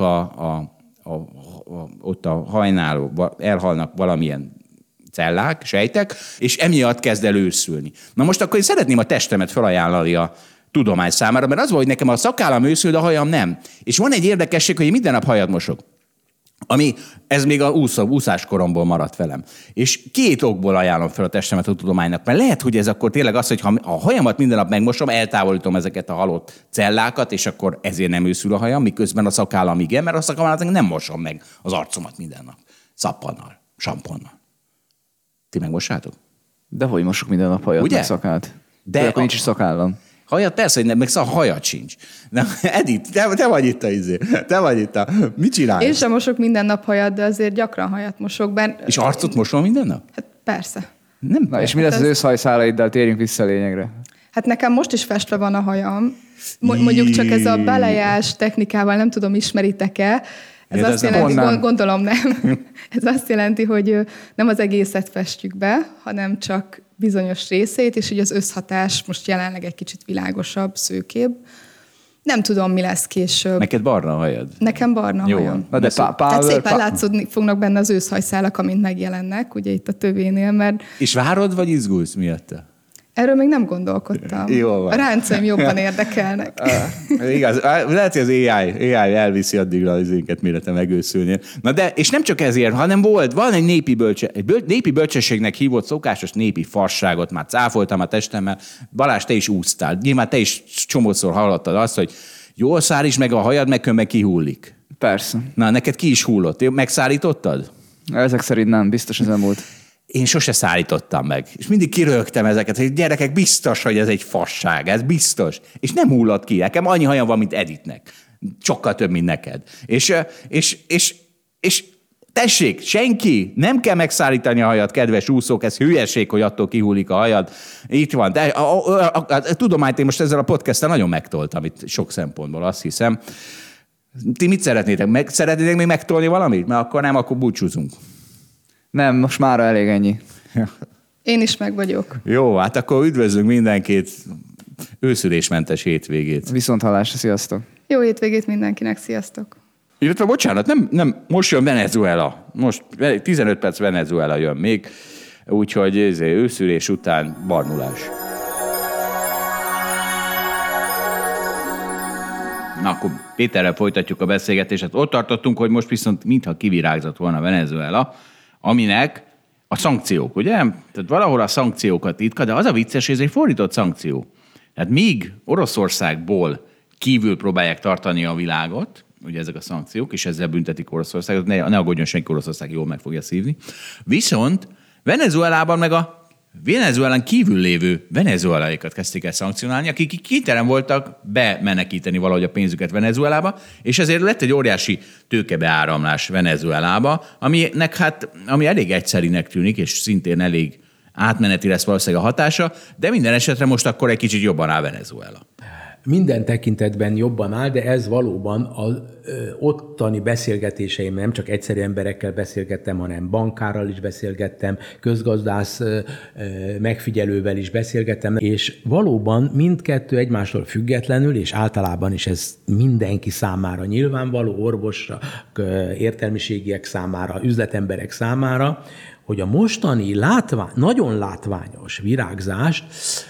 ott a hajnáló, elhalnak valamilyen cellák, sejtek, és emiatt kezd el őszülni. Na most akkor én szeretném a testemet felajánlani a tudomány számára, mert az van, hogy nekem a szakállam őszül, de a hajam nem. És van egy érdekesség, hogy én minden nap hajat mosok. Ez még a úszás koromból maradt velem. És 2 okból ajánlom fel a testemet a tudománynak, mert lehet, hogy ez akkor tényleg az, hogy ha a hajamat minden nap megmosom, eltávolítom ezeket a halott cellákat, és akkor ezért nem őszül a hajam, miközben a szakállam igen, mert a szakállamot nem mosom meg az arcomat minden nap. Szappannal, samponnal. Ti megmossátok? De hogy mosok minden nap hajat, ugye? Meg szakát? De akkor nincs is szakállam. Hajat persze, hogy nem, meg hajat sincs. Na, Edith, te vagy itt te vagy itt mit csinálsz? Én sem mosok minden nap hajat, de azért gyakran hajat mosok. És arcot mosol minden nap? Hát persze. Nem. Na, és mi lesz az őszhajszálaiddal? Térjünk vissza a lényegre. Hát nekem most is festve van a hajam. Mondjuk csak ez a belejás technikával, nem tudom, ismeritek-e. Ez Ja, azt jelenti, gondolom nem. Ez azt jelenti, hogy nem az egészet festjük be, hanem csak bizonyos részét, és hogy az összhatás most jelenleg egy kicsit világosabb, szőkébb. Nem tudom, mi lesz később. Neked barna a hajad? Nekem barna a hajam. Na de Tehát szépen látszódni fognak benne az őszhajszálak, amint megjelennek, ugye itt a tövénél, mert... És várod, vagy izgulsz miatta? Erről még nem gondolkodtam. Jól van. A ráncaim jobban érdekelnek. Igaz, lehet, hogy az AI elviszi addigra az énket, mire te megőszülnél. Na de, és nem csak ezért, hanem van egy népi bölcsességnek hívott szokásos népi fasságot, már cáfoltam a testemmel. Balázs, te is úsztál. Nyilván te is csomószor hallottad azt, hogy jól szárítsd meg a hajad, meg különben kihullik. Persze. Na, neked ki is hullott? Megszárítottad? Ezek szerint nem, biztos ez nem volt. Én sose szállítottam meg. És mindig kirögtem ezeket, hogy gyerekek, biztos, hogy ez egy fasság, ez biztos. És nem hullott ki. Nekem annyi hajam van, mint Edithnek. Sokkal több, mint neked. És tessék, senki, nem kell megszállítani a hajat, kedves úszók, ez hülyeség, hogy attól kihullik a hajad. Itt van. De a tudományt én most ezzel a podcasttel nagyon megtoltam itt sok szempontból, azt hiszem. Ti mit szeretnétek? Szeretnétek még megtolni valamit? Mert akkor nem, akkor búcsúzunk. Nem, most mára elég ennyi. Én is meg vagyok. Jó, hát akkor üdvözlünk mindenkit. Őszülésmentes hétvégét. Viszonthallásra, sziasztok! Jó hétvégét mindenkinek, sziasztok! Illetve bocsánat, nem, most jön Venezuela. Most 15 perc Venezuela jön még, úgyhogy őszülés után barnulás. Na, akkor Péterrel folytatjuk a beszélgetést. Ott tartottunk, hogy most viszont mintha kivirágzott volna Venezuela, aminek a szankciók, ugye? Tehát valahol a szankciókat titka, de az a vicces, hogy ez egy fordított szankció. Tehát míg Oroszországból kívül próbálják tartani a világot, ugye ezek a szankciók, és ezzel büntetik Oroszországot, ne aggódjon senki, Oroszország jól meg fogja szívni. Viszont Venezuelában meg a Venezuelán kívül lévő venezuelaiakat kezdték el szankcionálni, akik kénytelen voltak bemenekíteni valahogy a pénzüket Venezuelába, és ezért lett egy óriási tőkebeáramlás Venezuelába, ami elég egyszerinek tűnik, és szintén elég átmeneti lesz valószínűleg a hatása, de minden esetre most akkor egy kicsit jobban áll Venezuela. Minden tekintetben jobban áll, de ez valóban az ottani beszélgetéseim, nem csak egyszerű emberekkel beszélgettem, hanem bankárral is beszélgettem, közgazdász megfigyelővel is beszélgettem, és valóban mindkettő egymástól függetlenül, és általában is ez mindenki számára nyilvánvaló, orvosok, értelmiségiek számára, üzletemberek számára, hogy a mostani nagyon látványos virágzást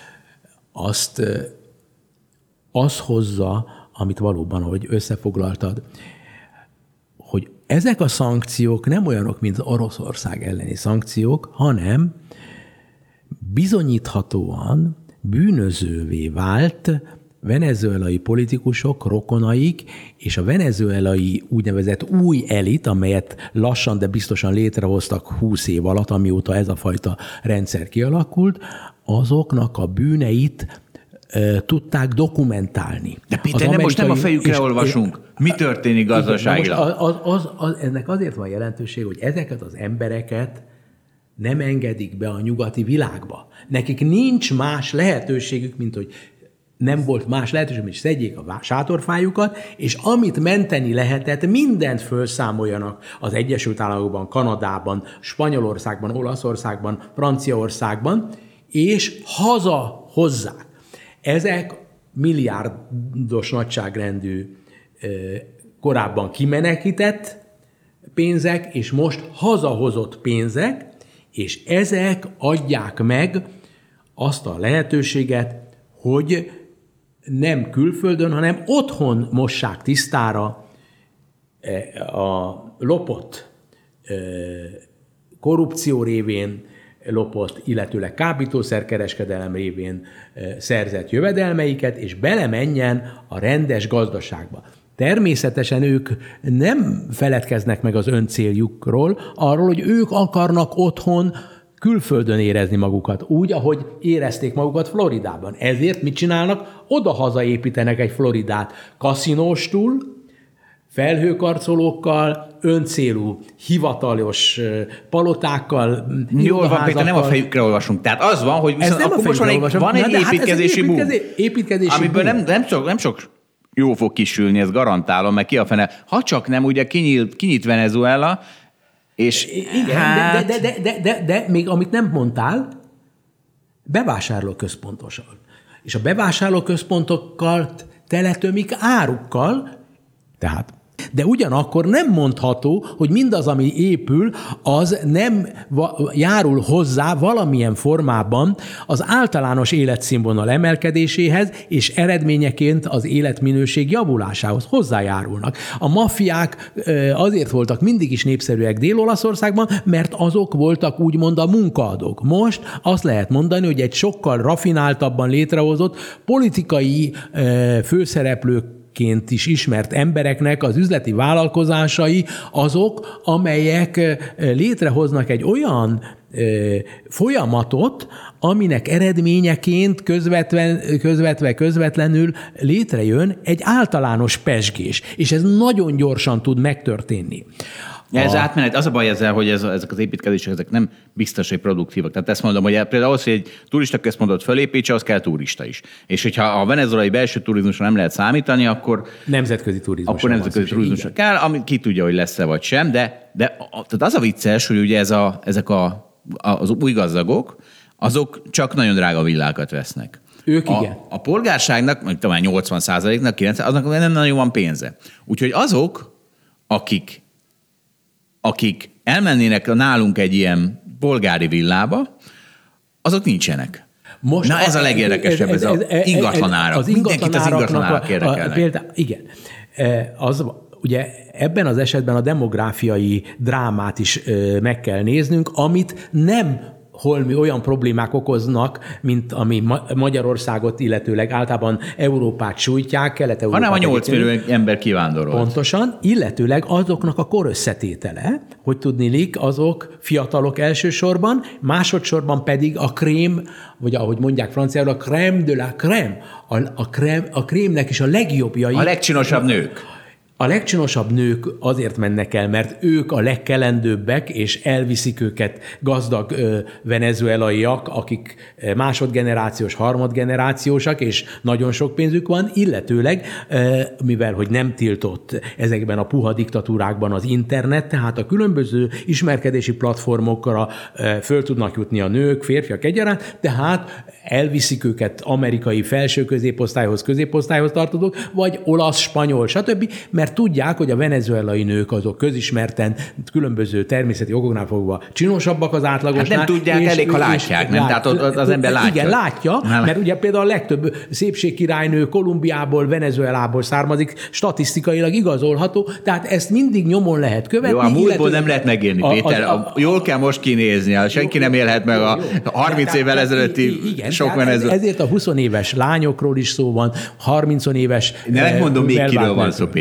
az hozza, amit valóban, ahogy összefoglaltad, hogy ezek a szankciók nem olyanok, mint az Oroszország elleni szankciók, hanem bizonyíthatóan bűnözővé vált venezuelai politikusok, rokonaik, és a venezuelai úgynevezett új elit, amelyet lassan, de biztosan létrehoztak 20 év alatt, amióta ez a fajta rendszer kialakult, azoknak a bűneit tudták dokumentálni. De Péter, most nem a fejükre olvasunk. Mi történik gazdaságilag? Ennek azért van jelentőség, hogy ezeket az embereket nem engedik be a nyugati világba. Nekik nincs más lehetőségük, mint hogy nem volt más lehetőség, hogy szedjék a sátorfájukat, és amit menteni lehetett, mindent felszámoljanak az Egyesült Államokban, Kanadában, Spanyolországban, Olaszországban, Franciaországban, és haza hozzák. Ezek milliárdos nagyságrendű korábban kimenekített pénzek, és most hazahozott pénzek, és ezek adják meg azt a lehetőséget, hogy nem külföldön, hanem otthon mossák tisztára a lopott korrupció révén lopott, illetőleg kábítószerkereskedelem révén szerzett jövedelmeiket, és belemenjen a rendes gazdaságba. Természetesen ők nem feledkeznek meg az öncéljukról, arról, hogy ők akarnak otthon külföldön érezni magukat, úgy, ahogy érezték magukat Floridában. Ezért mit csinálnak? Oda-haza építenek egy Floridát kaszinóstul, felhőkarcolókkal, öncélú, hivatalos palotákkal, jól van, Péter, nem a fejükre olvasunk. Tehát az van, hogy viszont akkor most van egy építkezési boom, amiből nem sok jó fog kisülni, ezt garantálom, meg ki a fene. Ha csak nem, ugye kinyit Venezuela, és igen, hát... de még amit nem mondtál, bevásárlóközpontosan. És a bevásárlóközpontokkal teletömik árukkal, tehát. De ugyanakkor nem mondható, hogy mindaz, ami épül, az nem járul hozzá valamilyen formában az általános életszínvonal emelkedéséhez, és eredményeként az életminőség javulásához hozzájárulnak. A maffiák azért voltak mindig is népszerűek Dél-Olaszországban, mert azok voltak úgymond a munkaadók. Most azt lehet mondani, hogy egy sokkal rafináltabban létrehozott politikai főszereplők is ismert embereknek az üzleti vállalkozásai azok, amelyek létrehoznak egy olyan folyamatot, aminek eredményeként közvetlenül létrejön egy általános pezsgés, és ez nagyon gyorsan tud megtörténni. Ez átmenet, az a baj ezzel, hogy ezek az építkezések ezek nem biztos, hogy produktívak. Tehát ezt mondom, hogy például ahhoz, hogy egy turista központot fölépítse, az kell turista is. És hogyha a venezuelai belső turizmusra nem lehet számítani, akkor nemzetközi turizmusra kell, ami ki tudja, hogy lesz-e vagy sem, de tehát az a vicces, hogy ugye ezek az új gazdagok, azok csak nagyon drága villákat vesznek. Ők igen. A polgárságnak, mondjuk talán 80%-nak, 90%-nak aznak nem nagyon van pénze. Úgyhogy azok, akik elmennének nálunk egy ilyen polgári villába, azok nincsenek. Most na ez a legérdekesebb, ez az ingatlanárak. Mindenkit az ingatlanárak érdekelnek. Igen. Ugye ebben az esetben a demográfiai drámát is meg kell néznünk, amit nem holmi olyan problémák okoznak, mint ami Magyarországot, illetőleg általában Európát sújtják, Kelet-Európát. Hanem a 8 millió ember kivándorolt. Pontosan, illetőleg azoknak a korösszetétele, hogy tudniillik, azok fiatalok elsősorban, másodszorban pedig a krém, vagy ahogy mondják franciául, a crème de la crème, a krémnek is a legjobbjai. A legcsinosabb nők. A legcsinosabb nők azért mennek el, mert ők a legkelendőbbek, és elviszik őket gazdag venezuelaiak, akik másodgenerációs, harmadgenerációsak, és nagyon sok pénzük van, illetőleg, mivel hogy nem tiltott ezekben a puha diktatúrákban az internet, tehát a különböző ismerkedési platformokra föl tudnak jutni a nők, férfiak egyaránt, tehát elviszik őket amerikai felső középosztályhoz tartozók, vagy olasz, spanyol, stb., mert tudják, hogy a venezuelai nők azok közismerten különböző természeti okoknál fogva csinosabbak az átlagosnál. Hát nem tudják, elég, ha látják, nem? Tehát az ember látja. Igen, látja, mert ugye például a legtöbb szépségkirálynő Kolumbiából, Venezuelából származik, statisztikailag igazolható, tehát ezt mindig nyomon lehet követni. Jó, a múltból nem lehet megérni, Péter. Jól kell most kinézni, senki nem élhet meg a 30 évvel ezelőtti sok venezuelai. Ezért a 20 éves lányokról is szó van, 30 éves... Nem mondom még kiről van szó, Péter.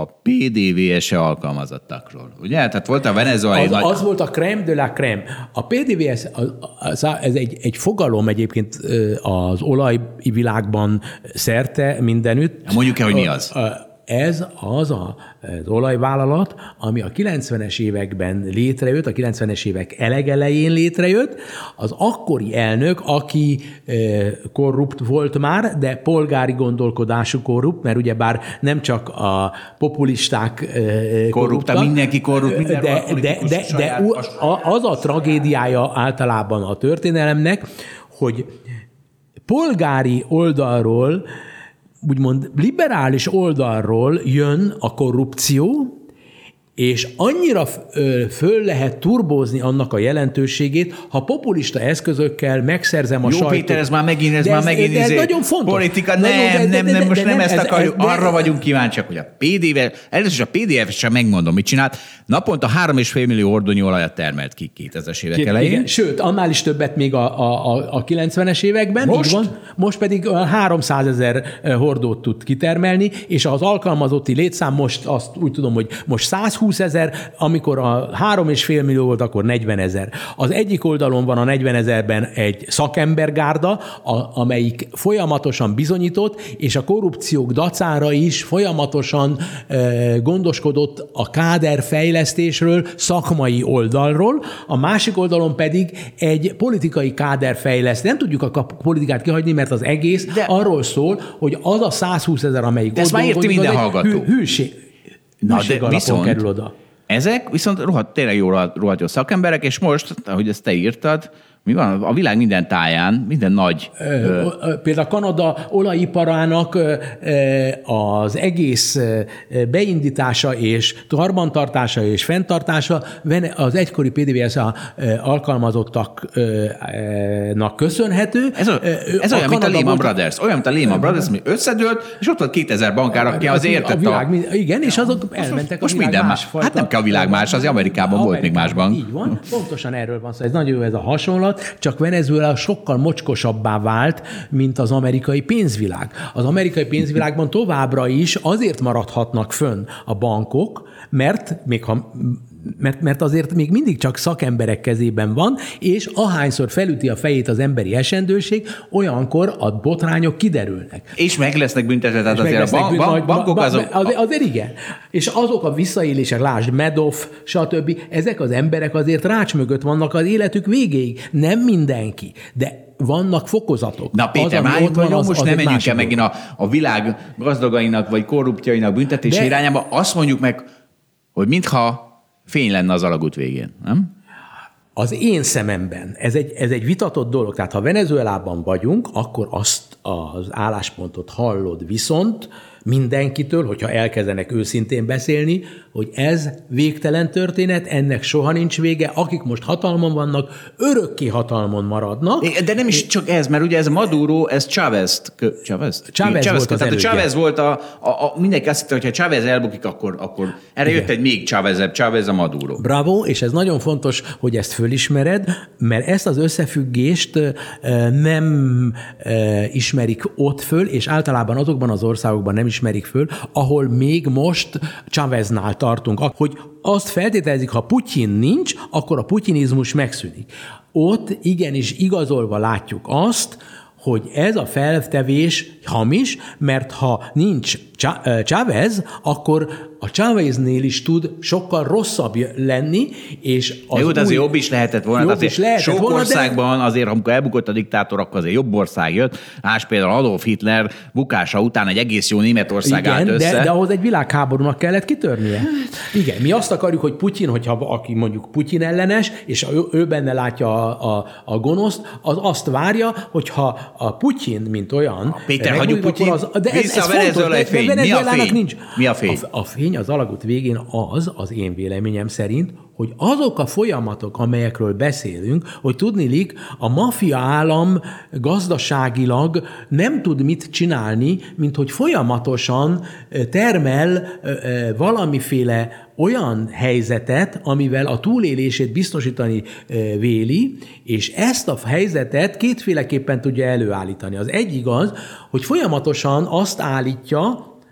a PDVSE alkalmazottakról. Ugye? Tehát volt a venezuelai... Az volt a crème de la crème. A PDVSE, ez egy fogalom egyébként az olajvilágban szerte mindenütt. Mondjuk el, hogy mi az? Ez az olajvállalat, ami a 90-es években létrejött, a 90-es évek elegelején létrejött, az akkori elnök, aki korrupt volt már, de polgári gondolkodású korrupt, mert ugyebár nem csak a populisták korruptak, mindenki korrupt, de az a tragédiája általában a történelemnek, hogy polgári oldalról, úgymond liberális oldalról jön a korrupció, és annyira föl lehet turbózni annak a jelentőségét, ha populista eszközökkel megszerzem a sajtót. Jó, Péter, ez már megint ez nagyon fontos. Politika, nem ezt akarjuk, arra vagyunk kíváncsiak, hogy a először a PDF sem megmondom, mit csinált. Naponta 3,5 millió ordonyi olajat termelt ki 2000-es évek elején. Igen, sőt, annál is többet még a 90-es években. Most? Így van. Most pedig 300 000 hordót tud kitermelni, és az alkalmazotti létszám most azt úgy tudom, hogy most 120 000, amikor a 3,5 millió volt, akkor 40 000. Az egyik oldalon van a 40 000-ben egy szakembergárda, amelyik folyamatosan bizonyított, és a korrupciók dacára is folyamatosan gondoskodott a káderfejlesztésről szakmai oldalról, a másik oldalon pedig egy politikai káderfejlesztés. Nem tudjuk a politikát kihagyni, mert az egész arról szól, hogy az a 120 000, amelyik de ezt már érti minden hallgató. Hűség alapon kerül oda. Ezek viszont tényleg rohadt jó szakemberek, és most, ahogy ezt te írtad, mi van? A világ minden táján, minden nagy... Például Kanada olajiparának az egész beindítása és karbantartása és fenntartása az egykori PDVSA alkalmazottaknak köszönhető. Ez olyan, mint a Lehman Brothers. Olyan, mint a Lehman Brothers, ami összedőlt, és ott volt 2000 bankár, aki az értett igen, és azok elmentek most a világ másfajta. Hát nem kell a világ más, az Amerikában volt még más bank. Így van, pontosan erről van szó. Ez nagyon jó ez a hasonlat. Csak Venezuela sokkal mocskosabbá vált, mint az amerikai pénzvilág. Az amerikai pénzvilágban továbbra is azért maradhatnak fönn a bankok, mert azért még mindig csak szakemberek kezében van, és ahányszor felüti a fejét az emberi esendőség, olyankor a botrányok kiderülnek. És meg lesznek büntetve, tehát azért a bankok azok... Azért igen. És azok a visszaélések, lásd, Madoff, stb., ezek az emberek azért rács mögött vannak az életük végéig. Nem mindenki, de vannak fokozatok. Na Péter, most nem menjünk el megint a világ gazdagainak vagy korruptjainak büntetése irányába. Azt mondjuk meg, hogy mintha fény lenne az alagút végén, nem? Az én szememben ez egy vitatott dolog. Tehát ha Venezuelában vagyunk, akkor azt az álláspontot hallod viszont mindenkitől, hogyha elkezdenek őszintén beszélni, hogy ez végtelen történet, ennek soha nincs vége, akik most hatalmon vannak, örökké hatalmon maradnak. De nem is csak ez, mert ugye ez Maduro, ez Chávez volt az elődje. Chávez volt mindenki azt hitte, hogy ha Chávez elbukik, akkor erre jött egy még Chávez a Maduro. Bravo, és ez nagyon fontos, hogy ezt fölismered, mert ezt az összefüggést nem ismerik ott föl, és általában azokban az országokban nem ismerik föl, ahol még most Cháveznál tartunk, hogy azt feltételezik, ha Putyin nincs, akkor a putyinizmus megszűnik. Ott igenis igazolva látjuk azt, hogy ez a feltevés hamis, mert ha nincs Chávez, akkor a Cháveznél is tud sokkal rosszabb lenni, és az jó, de azért jobb is lehetett volna. Sok országban azért, amikor elbukott a diktátor, akkor azért jobb ország jött. Például Adolf Hitler bukása után egy egész jó Németország állt össze. De ahhoz egy világháborúnak kellett kitörnie. Igen, mi azt akarjuk, hogy Putyin, aki mondjuk Putyin ellenes, és ő benne látja a gonoszt, az azt várja, hogyha a Putyin, mint olyan... Péter, hagyjuk Putyin, vissza a venezuelai fény. Mi a fény? A fény az alagút végén az én véleményem szerint, hogy azok a folyamatok, amelyekről beszélünk, hogy tudniillik, a maffia állam gazdaságilag nem tud mit csinálni, mint hogy folyamatosan termel valamiféle olyan helyzetet, amivel a túlélését biztosítani véli, és ezt a helyzetet kétféleképpen tudja előállítani. Az egyik az, hogy folyamatosan azt állítja,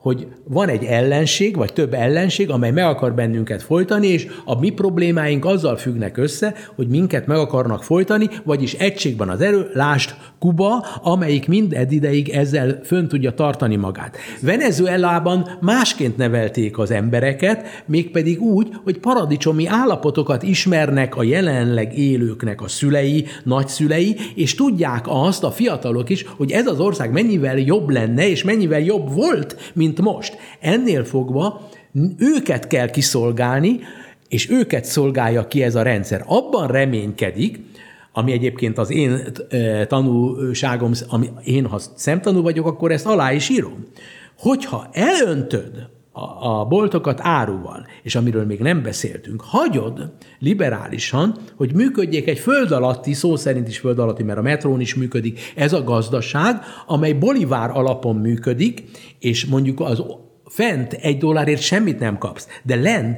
hogy van egy ellenség, vagy több ellenség, amely meg akar bennünket folytani, és a mi problémáink azzal függnek össze, hogy minket meg akarnak folytani, vagyis egységben az erő, lásd Kuba, amelyik mindedideig ezzel fönn tudja tartani magát. Venezuelában másként nevelték az embereket, mégpedig úgy, hogy paradicsomi állapotokat ismernek a jelenleg élőknek a szülei, nagyszülei, és tudják azt a fiatalok is, hogy ez az ország mennyivel jobb lenne, és mennyivel jobb volt, mint most. Ennél fogva őket kell kiszolgálni, és őket szolgálja ki ez a rendszer. Abban reménykedik, ami egyébként az én tanúságom, ha szemtanú vagyok, akkor ezt alá is írom, hogyha elöntöd a boltokat áruval, és amiről még nem beszéltünk, hagyod liberálisan, hogy működjék egy föld alatti, szó szerint is föld alatti, mert a metrón is működik, ez a gazdaság, amely bolivár alapon működik, és mondjuk az fent $1 semmit nem kapsz, de len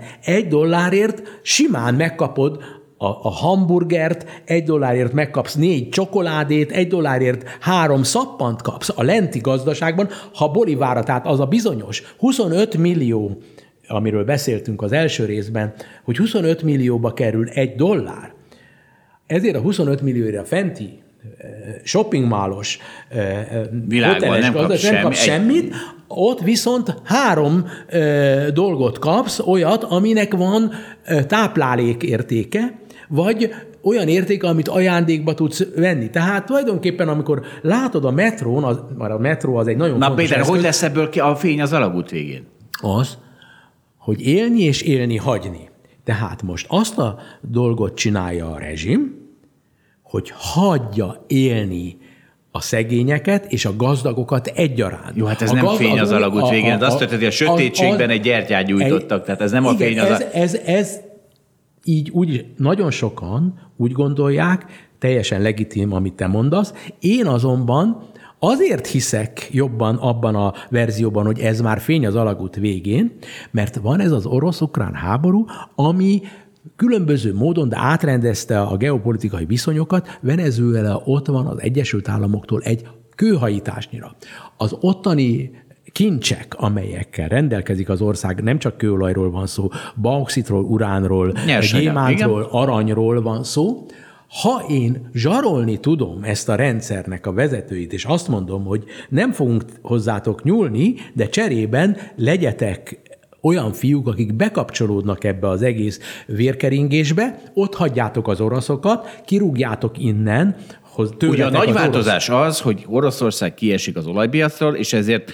$1 simán megkapod a hamburgert, $1 megkapsz 4 csokoládét, $1 3 szappant kapsz a lenti gazdaságban, ha bolivárra, tehát az a bizonyos 25 millió, amiről beszéltünk az első részben, hogy 25 millióba kerül $1. Ezért a 25 millióra fenti shoppingmálos világban nem kapsz semmit, ott viszont 3 dolgot kapsz, olyat, aminek van táplálék értéke, vagy olyan értéke, amit ajándékba tudsz venni. Tehát tulajdonképpen, amikor látod a metrón, már a metró az egy nagyon fontos Péter, hogy lesz ebből a fény az alagút végén? Az, hogy élni és élni hagyni. Tehát most azt a dolgot csinálja a rezsim, hogy hagyja élni a szegényeket és a gazdagokat egyaránt. Jó, hát ez nem fény az alagút végén, de azt történt, hogy a sötétségben egy gyertyát gyújtottak, tehát ez nem igen, a fény az ez így úgy nagyon sokan úgy gondolják, teljesen legitim, amit te mondasz. Én azonban azért hiszek jobban abban a verzióban, hogy ez már fény az alagút végén, mert van ez az orosz-ukrán háború, ami különböző módon, de átrendezte a geopolitikai viszonyokat. Venezuela ott van az Egyesült Államoktól egy kőhajításnyira. Az ottani kincsek, amelyekkel rendelkezik az ország, nem csak kőolajról van szó, bauxitról, uránról, gyémántról, aranyról van szó. Ha én zsarolni tudom ezt a rendszernek a vezetőit, és azt mondom, hogy nem fogunk hozzátok nyúlni, de cserében legyetek olyan fiúk, akik bekapcsolódnak ebbe az egész vérkeringésbe, ott hagyjátok az oroszokat, kirúgjátok innen. Ugye a nagy változás az, hogy Oroszország kiesik az olajpiacról, és ezért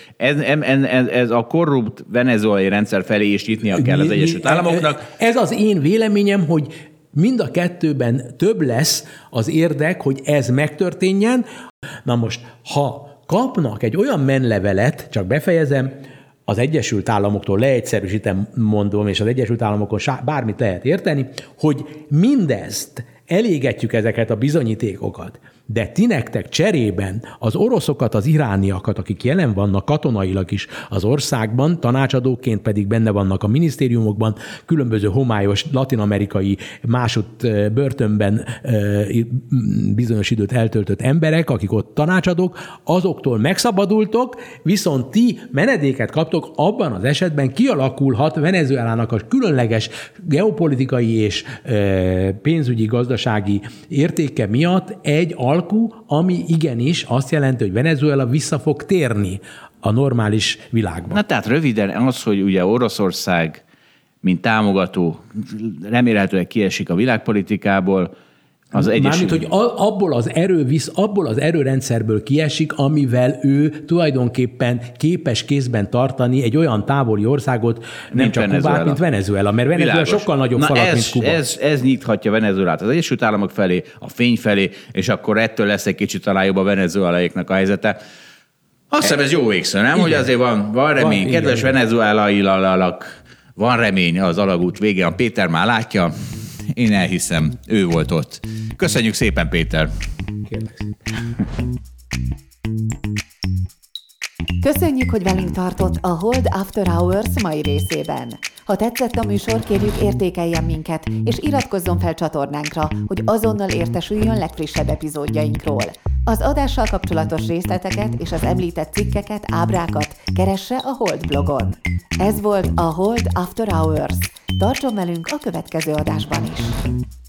ez a korrupt venezuelai rendszer felé is nyitnia kell az Egyesült Államoknak. Ez az én véleményem, hogy mind a kettőben több lesz az érdek, hogy ez megtörténjen. Na most, ha kapnak egy olyan menlevelet, csak befejezem, az Egyesült Államoktól leegyszerűsítem mondom, és az Egyesült Államokon bármit lehet érteni, hogy mindezt elégetjük ezeket a bizonyítékokat, de ti nektek cserében az oroszokat, az irániakat, akik jelen vannak katonailag is az országban, tanácsadóként pedig benne vannak a minisztériumokban, különböző homályos latin-amerikai másodt börtönben bizonyos időt eltöltött emberek, akik ott tanácsadók, azoktól megszabadultok, viszont ti menedéket kaptok, abban az esetben kialakulhat Venezuelának a különleges geopolitikai és pénzügyi gazdasági értéke miatt egy alkú, ami igenis azt jelenti, hogy Venezuela vissza fog térni a normális világba. Na tehát röviden az, hogy ugye Oroszország, mint támogató, remélhetőleg kiesik a világpolitikából, az Mármint, hogy abból az erőrendszerből kiesik, amivel ő tulajdonképpen képes kézben tartani egy olyan távoli országot, nem csak Kubát, mint Venezuela, mert Venezuela sokkal nagyobb falat, mint Kuba. Ez nyithatja Venezuelát az Egyesült Államok felé, a fény felé, és akkor ettől lesz egy kicsit talán jobb a venezuelaiaknak a helyzete. Azt hiszem, ez jó végszó, nem? Igen. Hogy azért van remény. Kedves venezuelaiak, van remény az alagút végén. A Péter már látja. Én elhiszem, ő volt ott. Köszönjük szépen, Péter! Kérlek szépen. Köszönjük, hogy velünk tartott a Hold After Hours mai részében. Ha tetszett a műsor, kérjük értékeljen minket, és iratkozzon fel csatornánkra, hogy azonnal értesüljön legfrissebb epizódjainkról. Az adással kapcsolatos részleteket és az említett cikkeket, ábrákat keresse a Hold blogon. Ez volt a Hold After Hours. Tartson velünk a következő adásban is!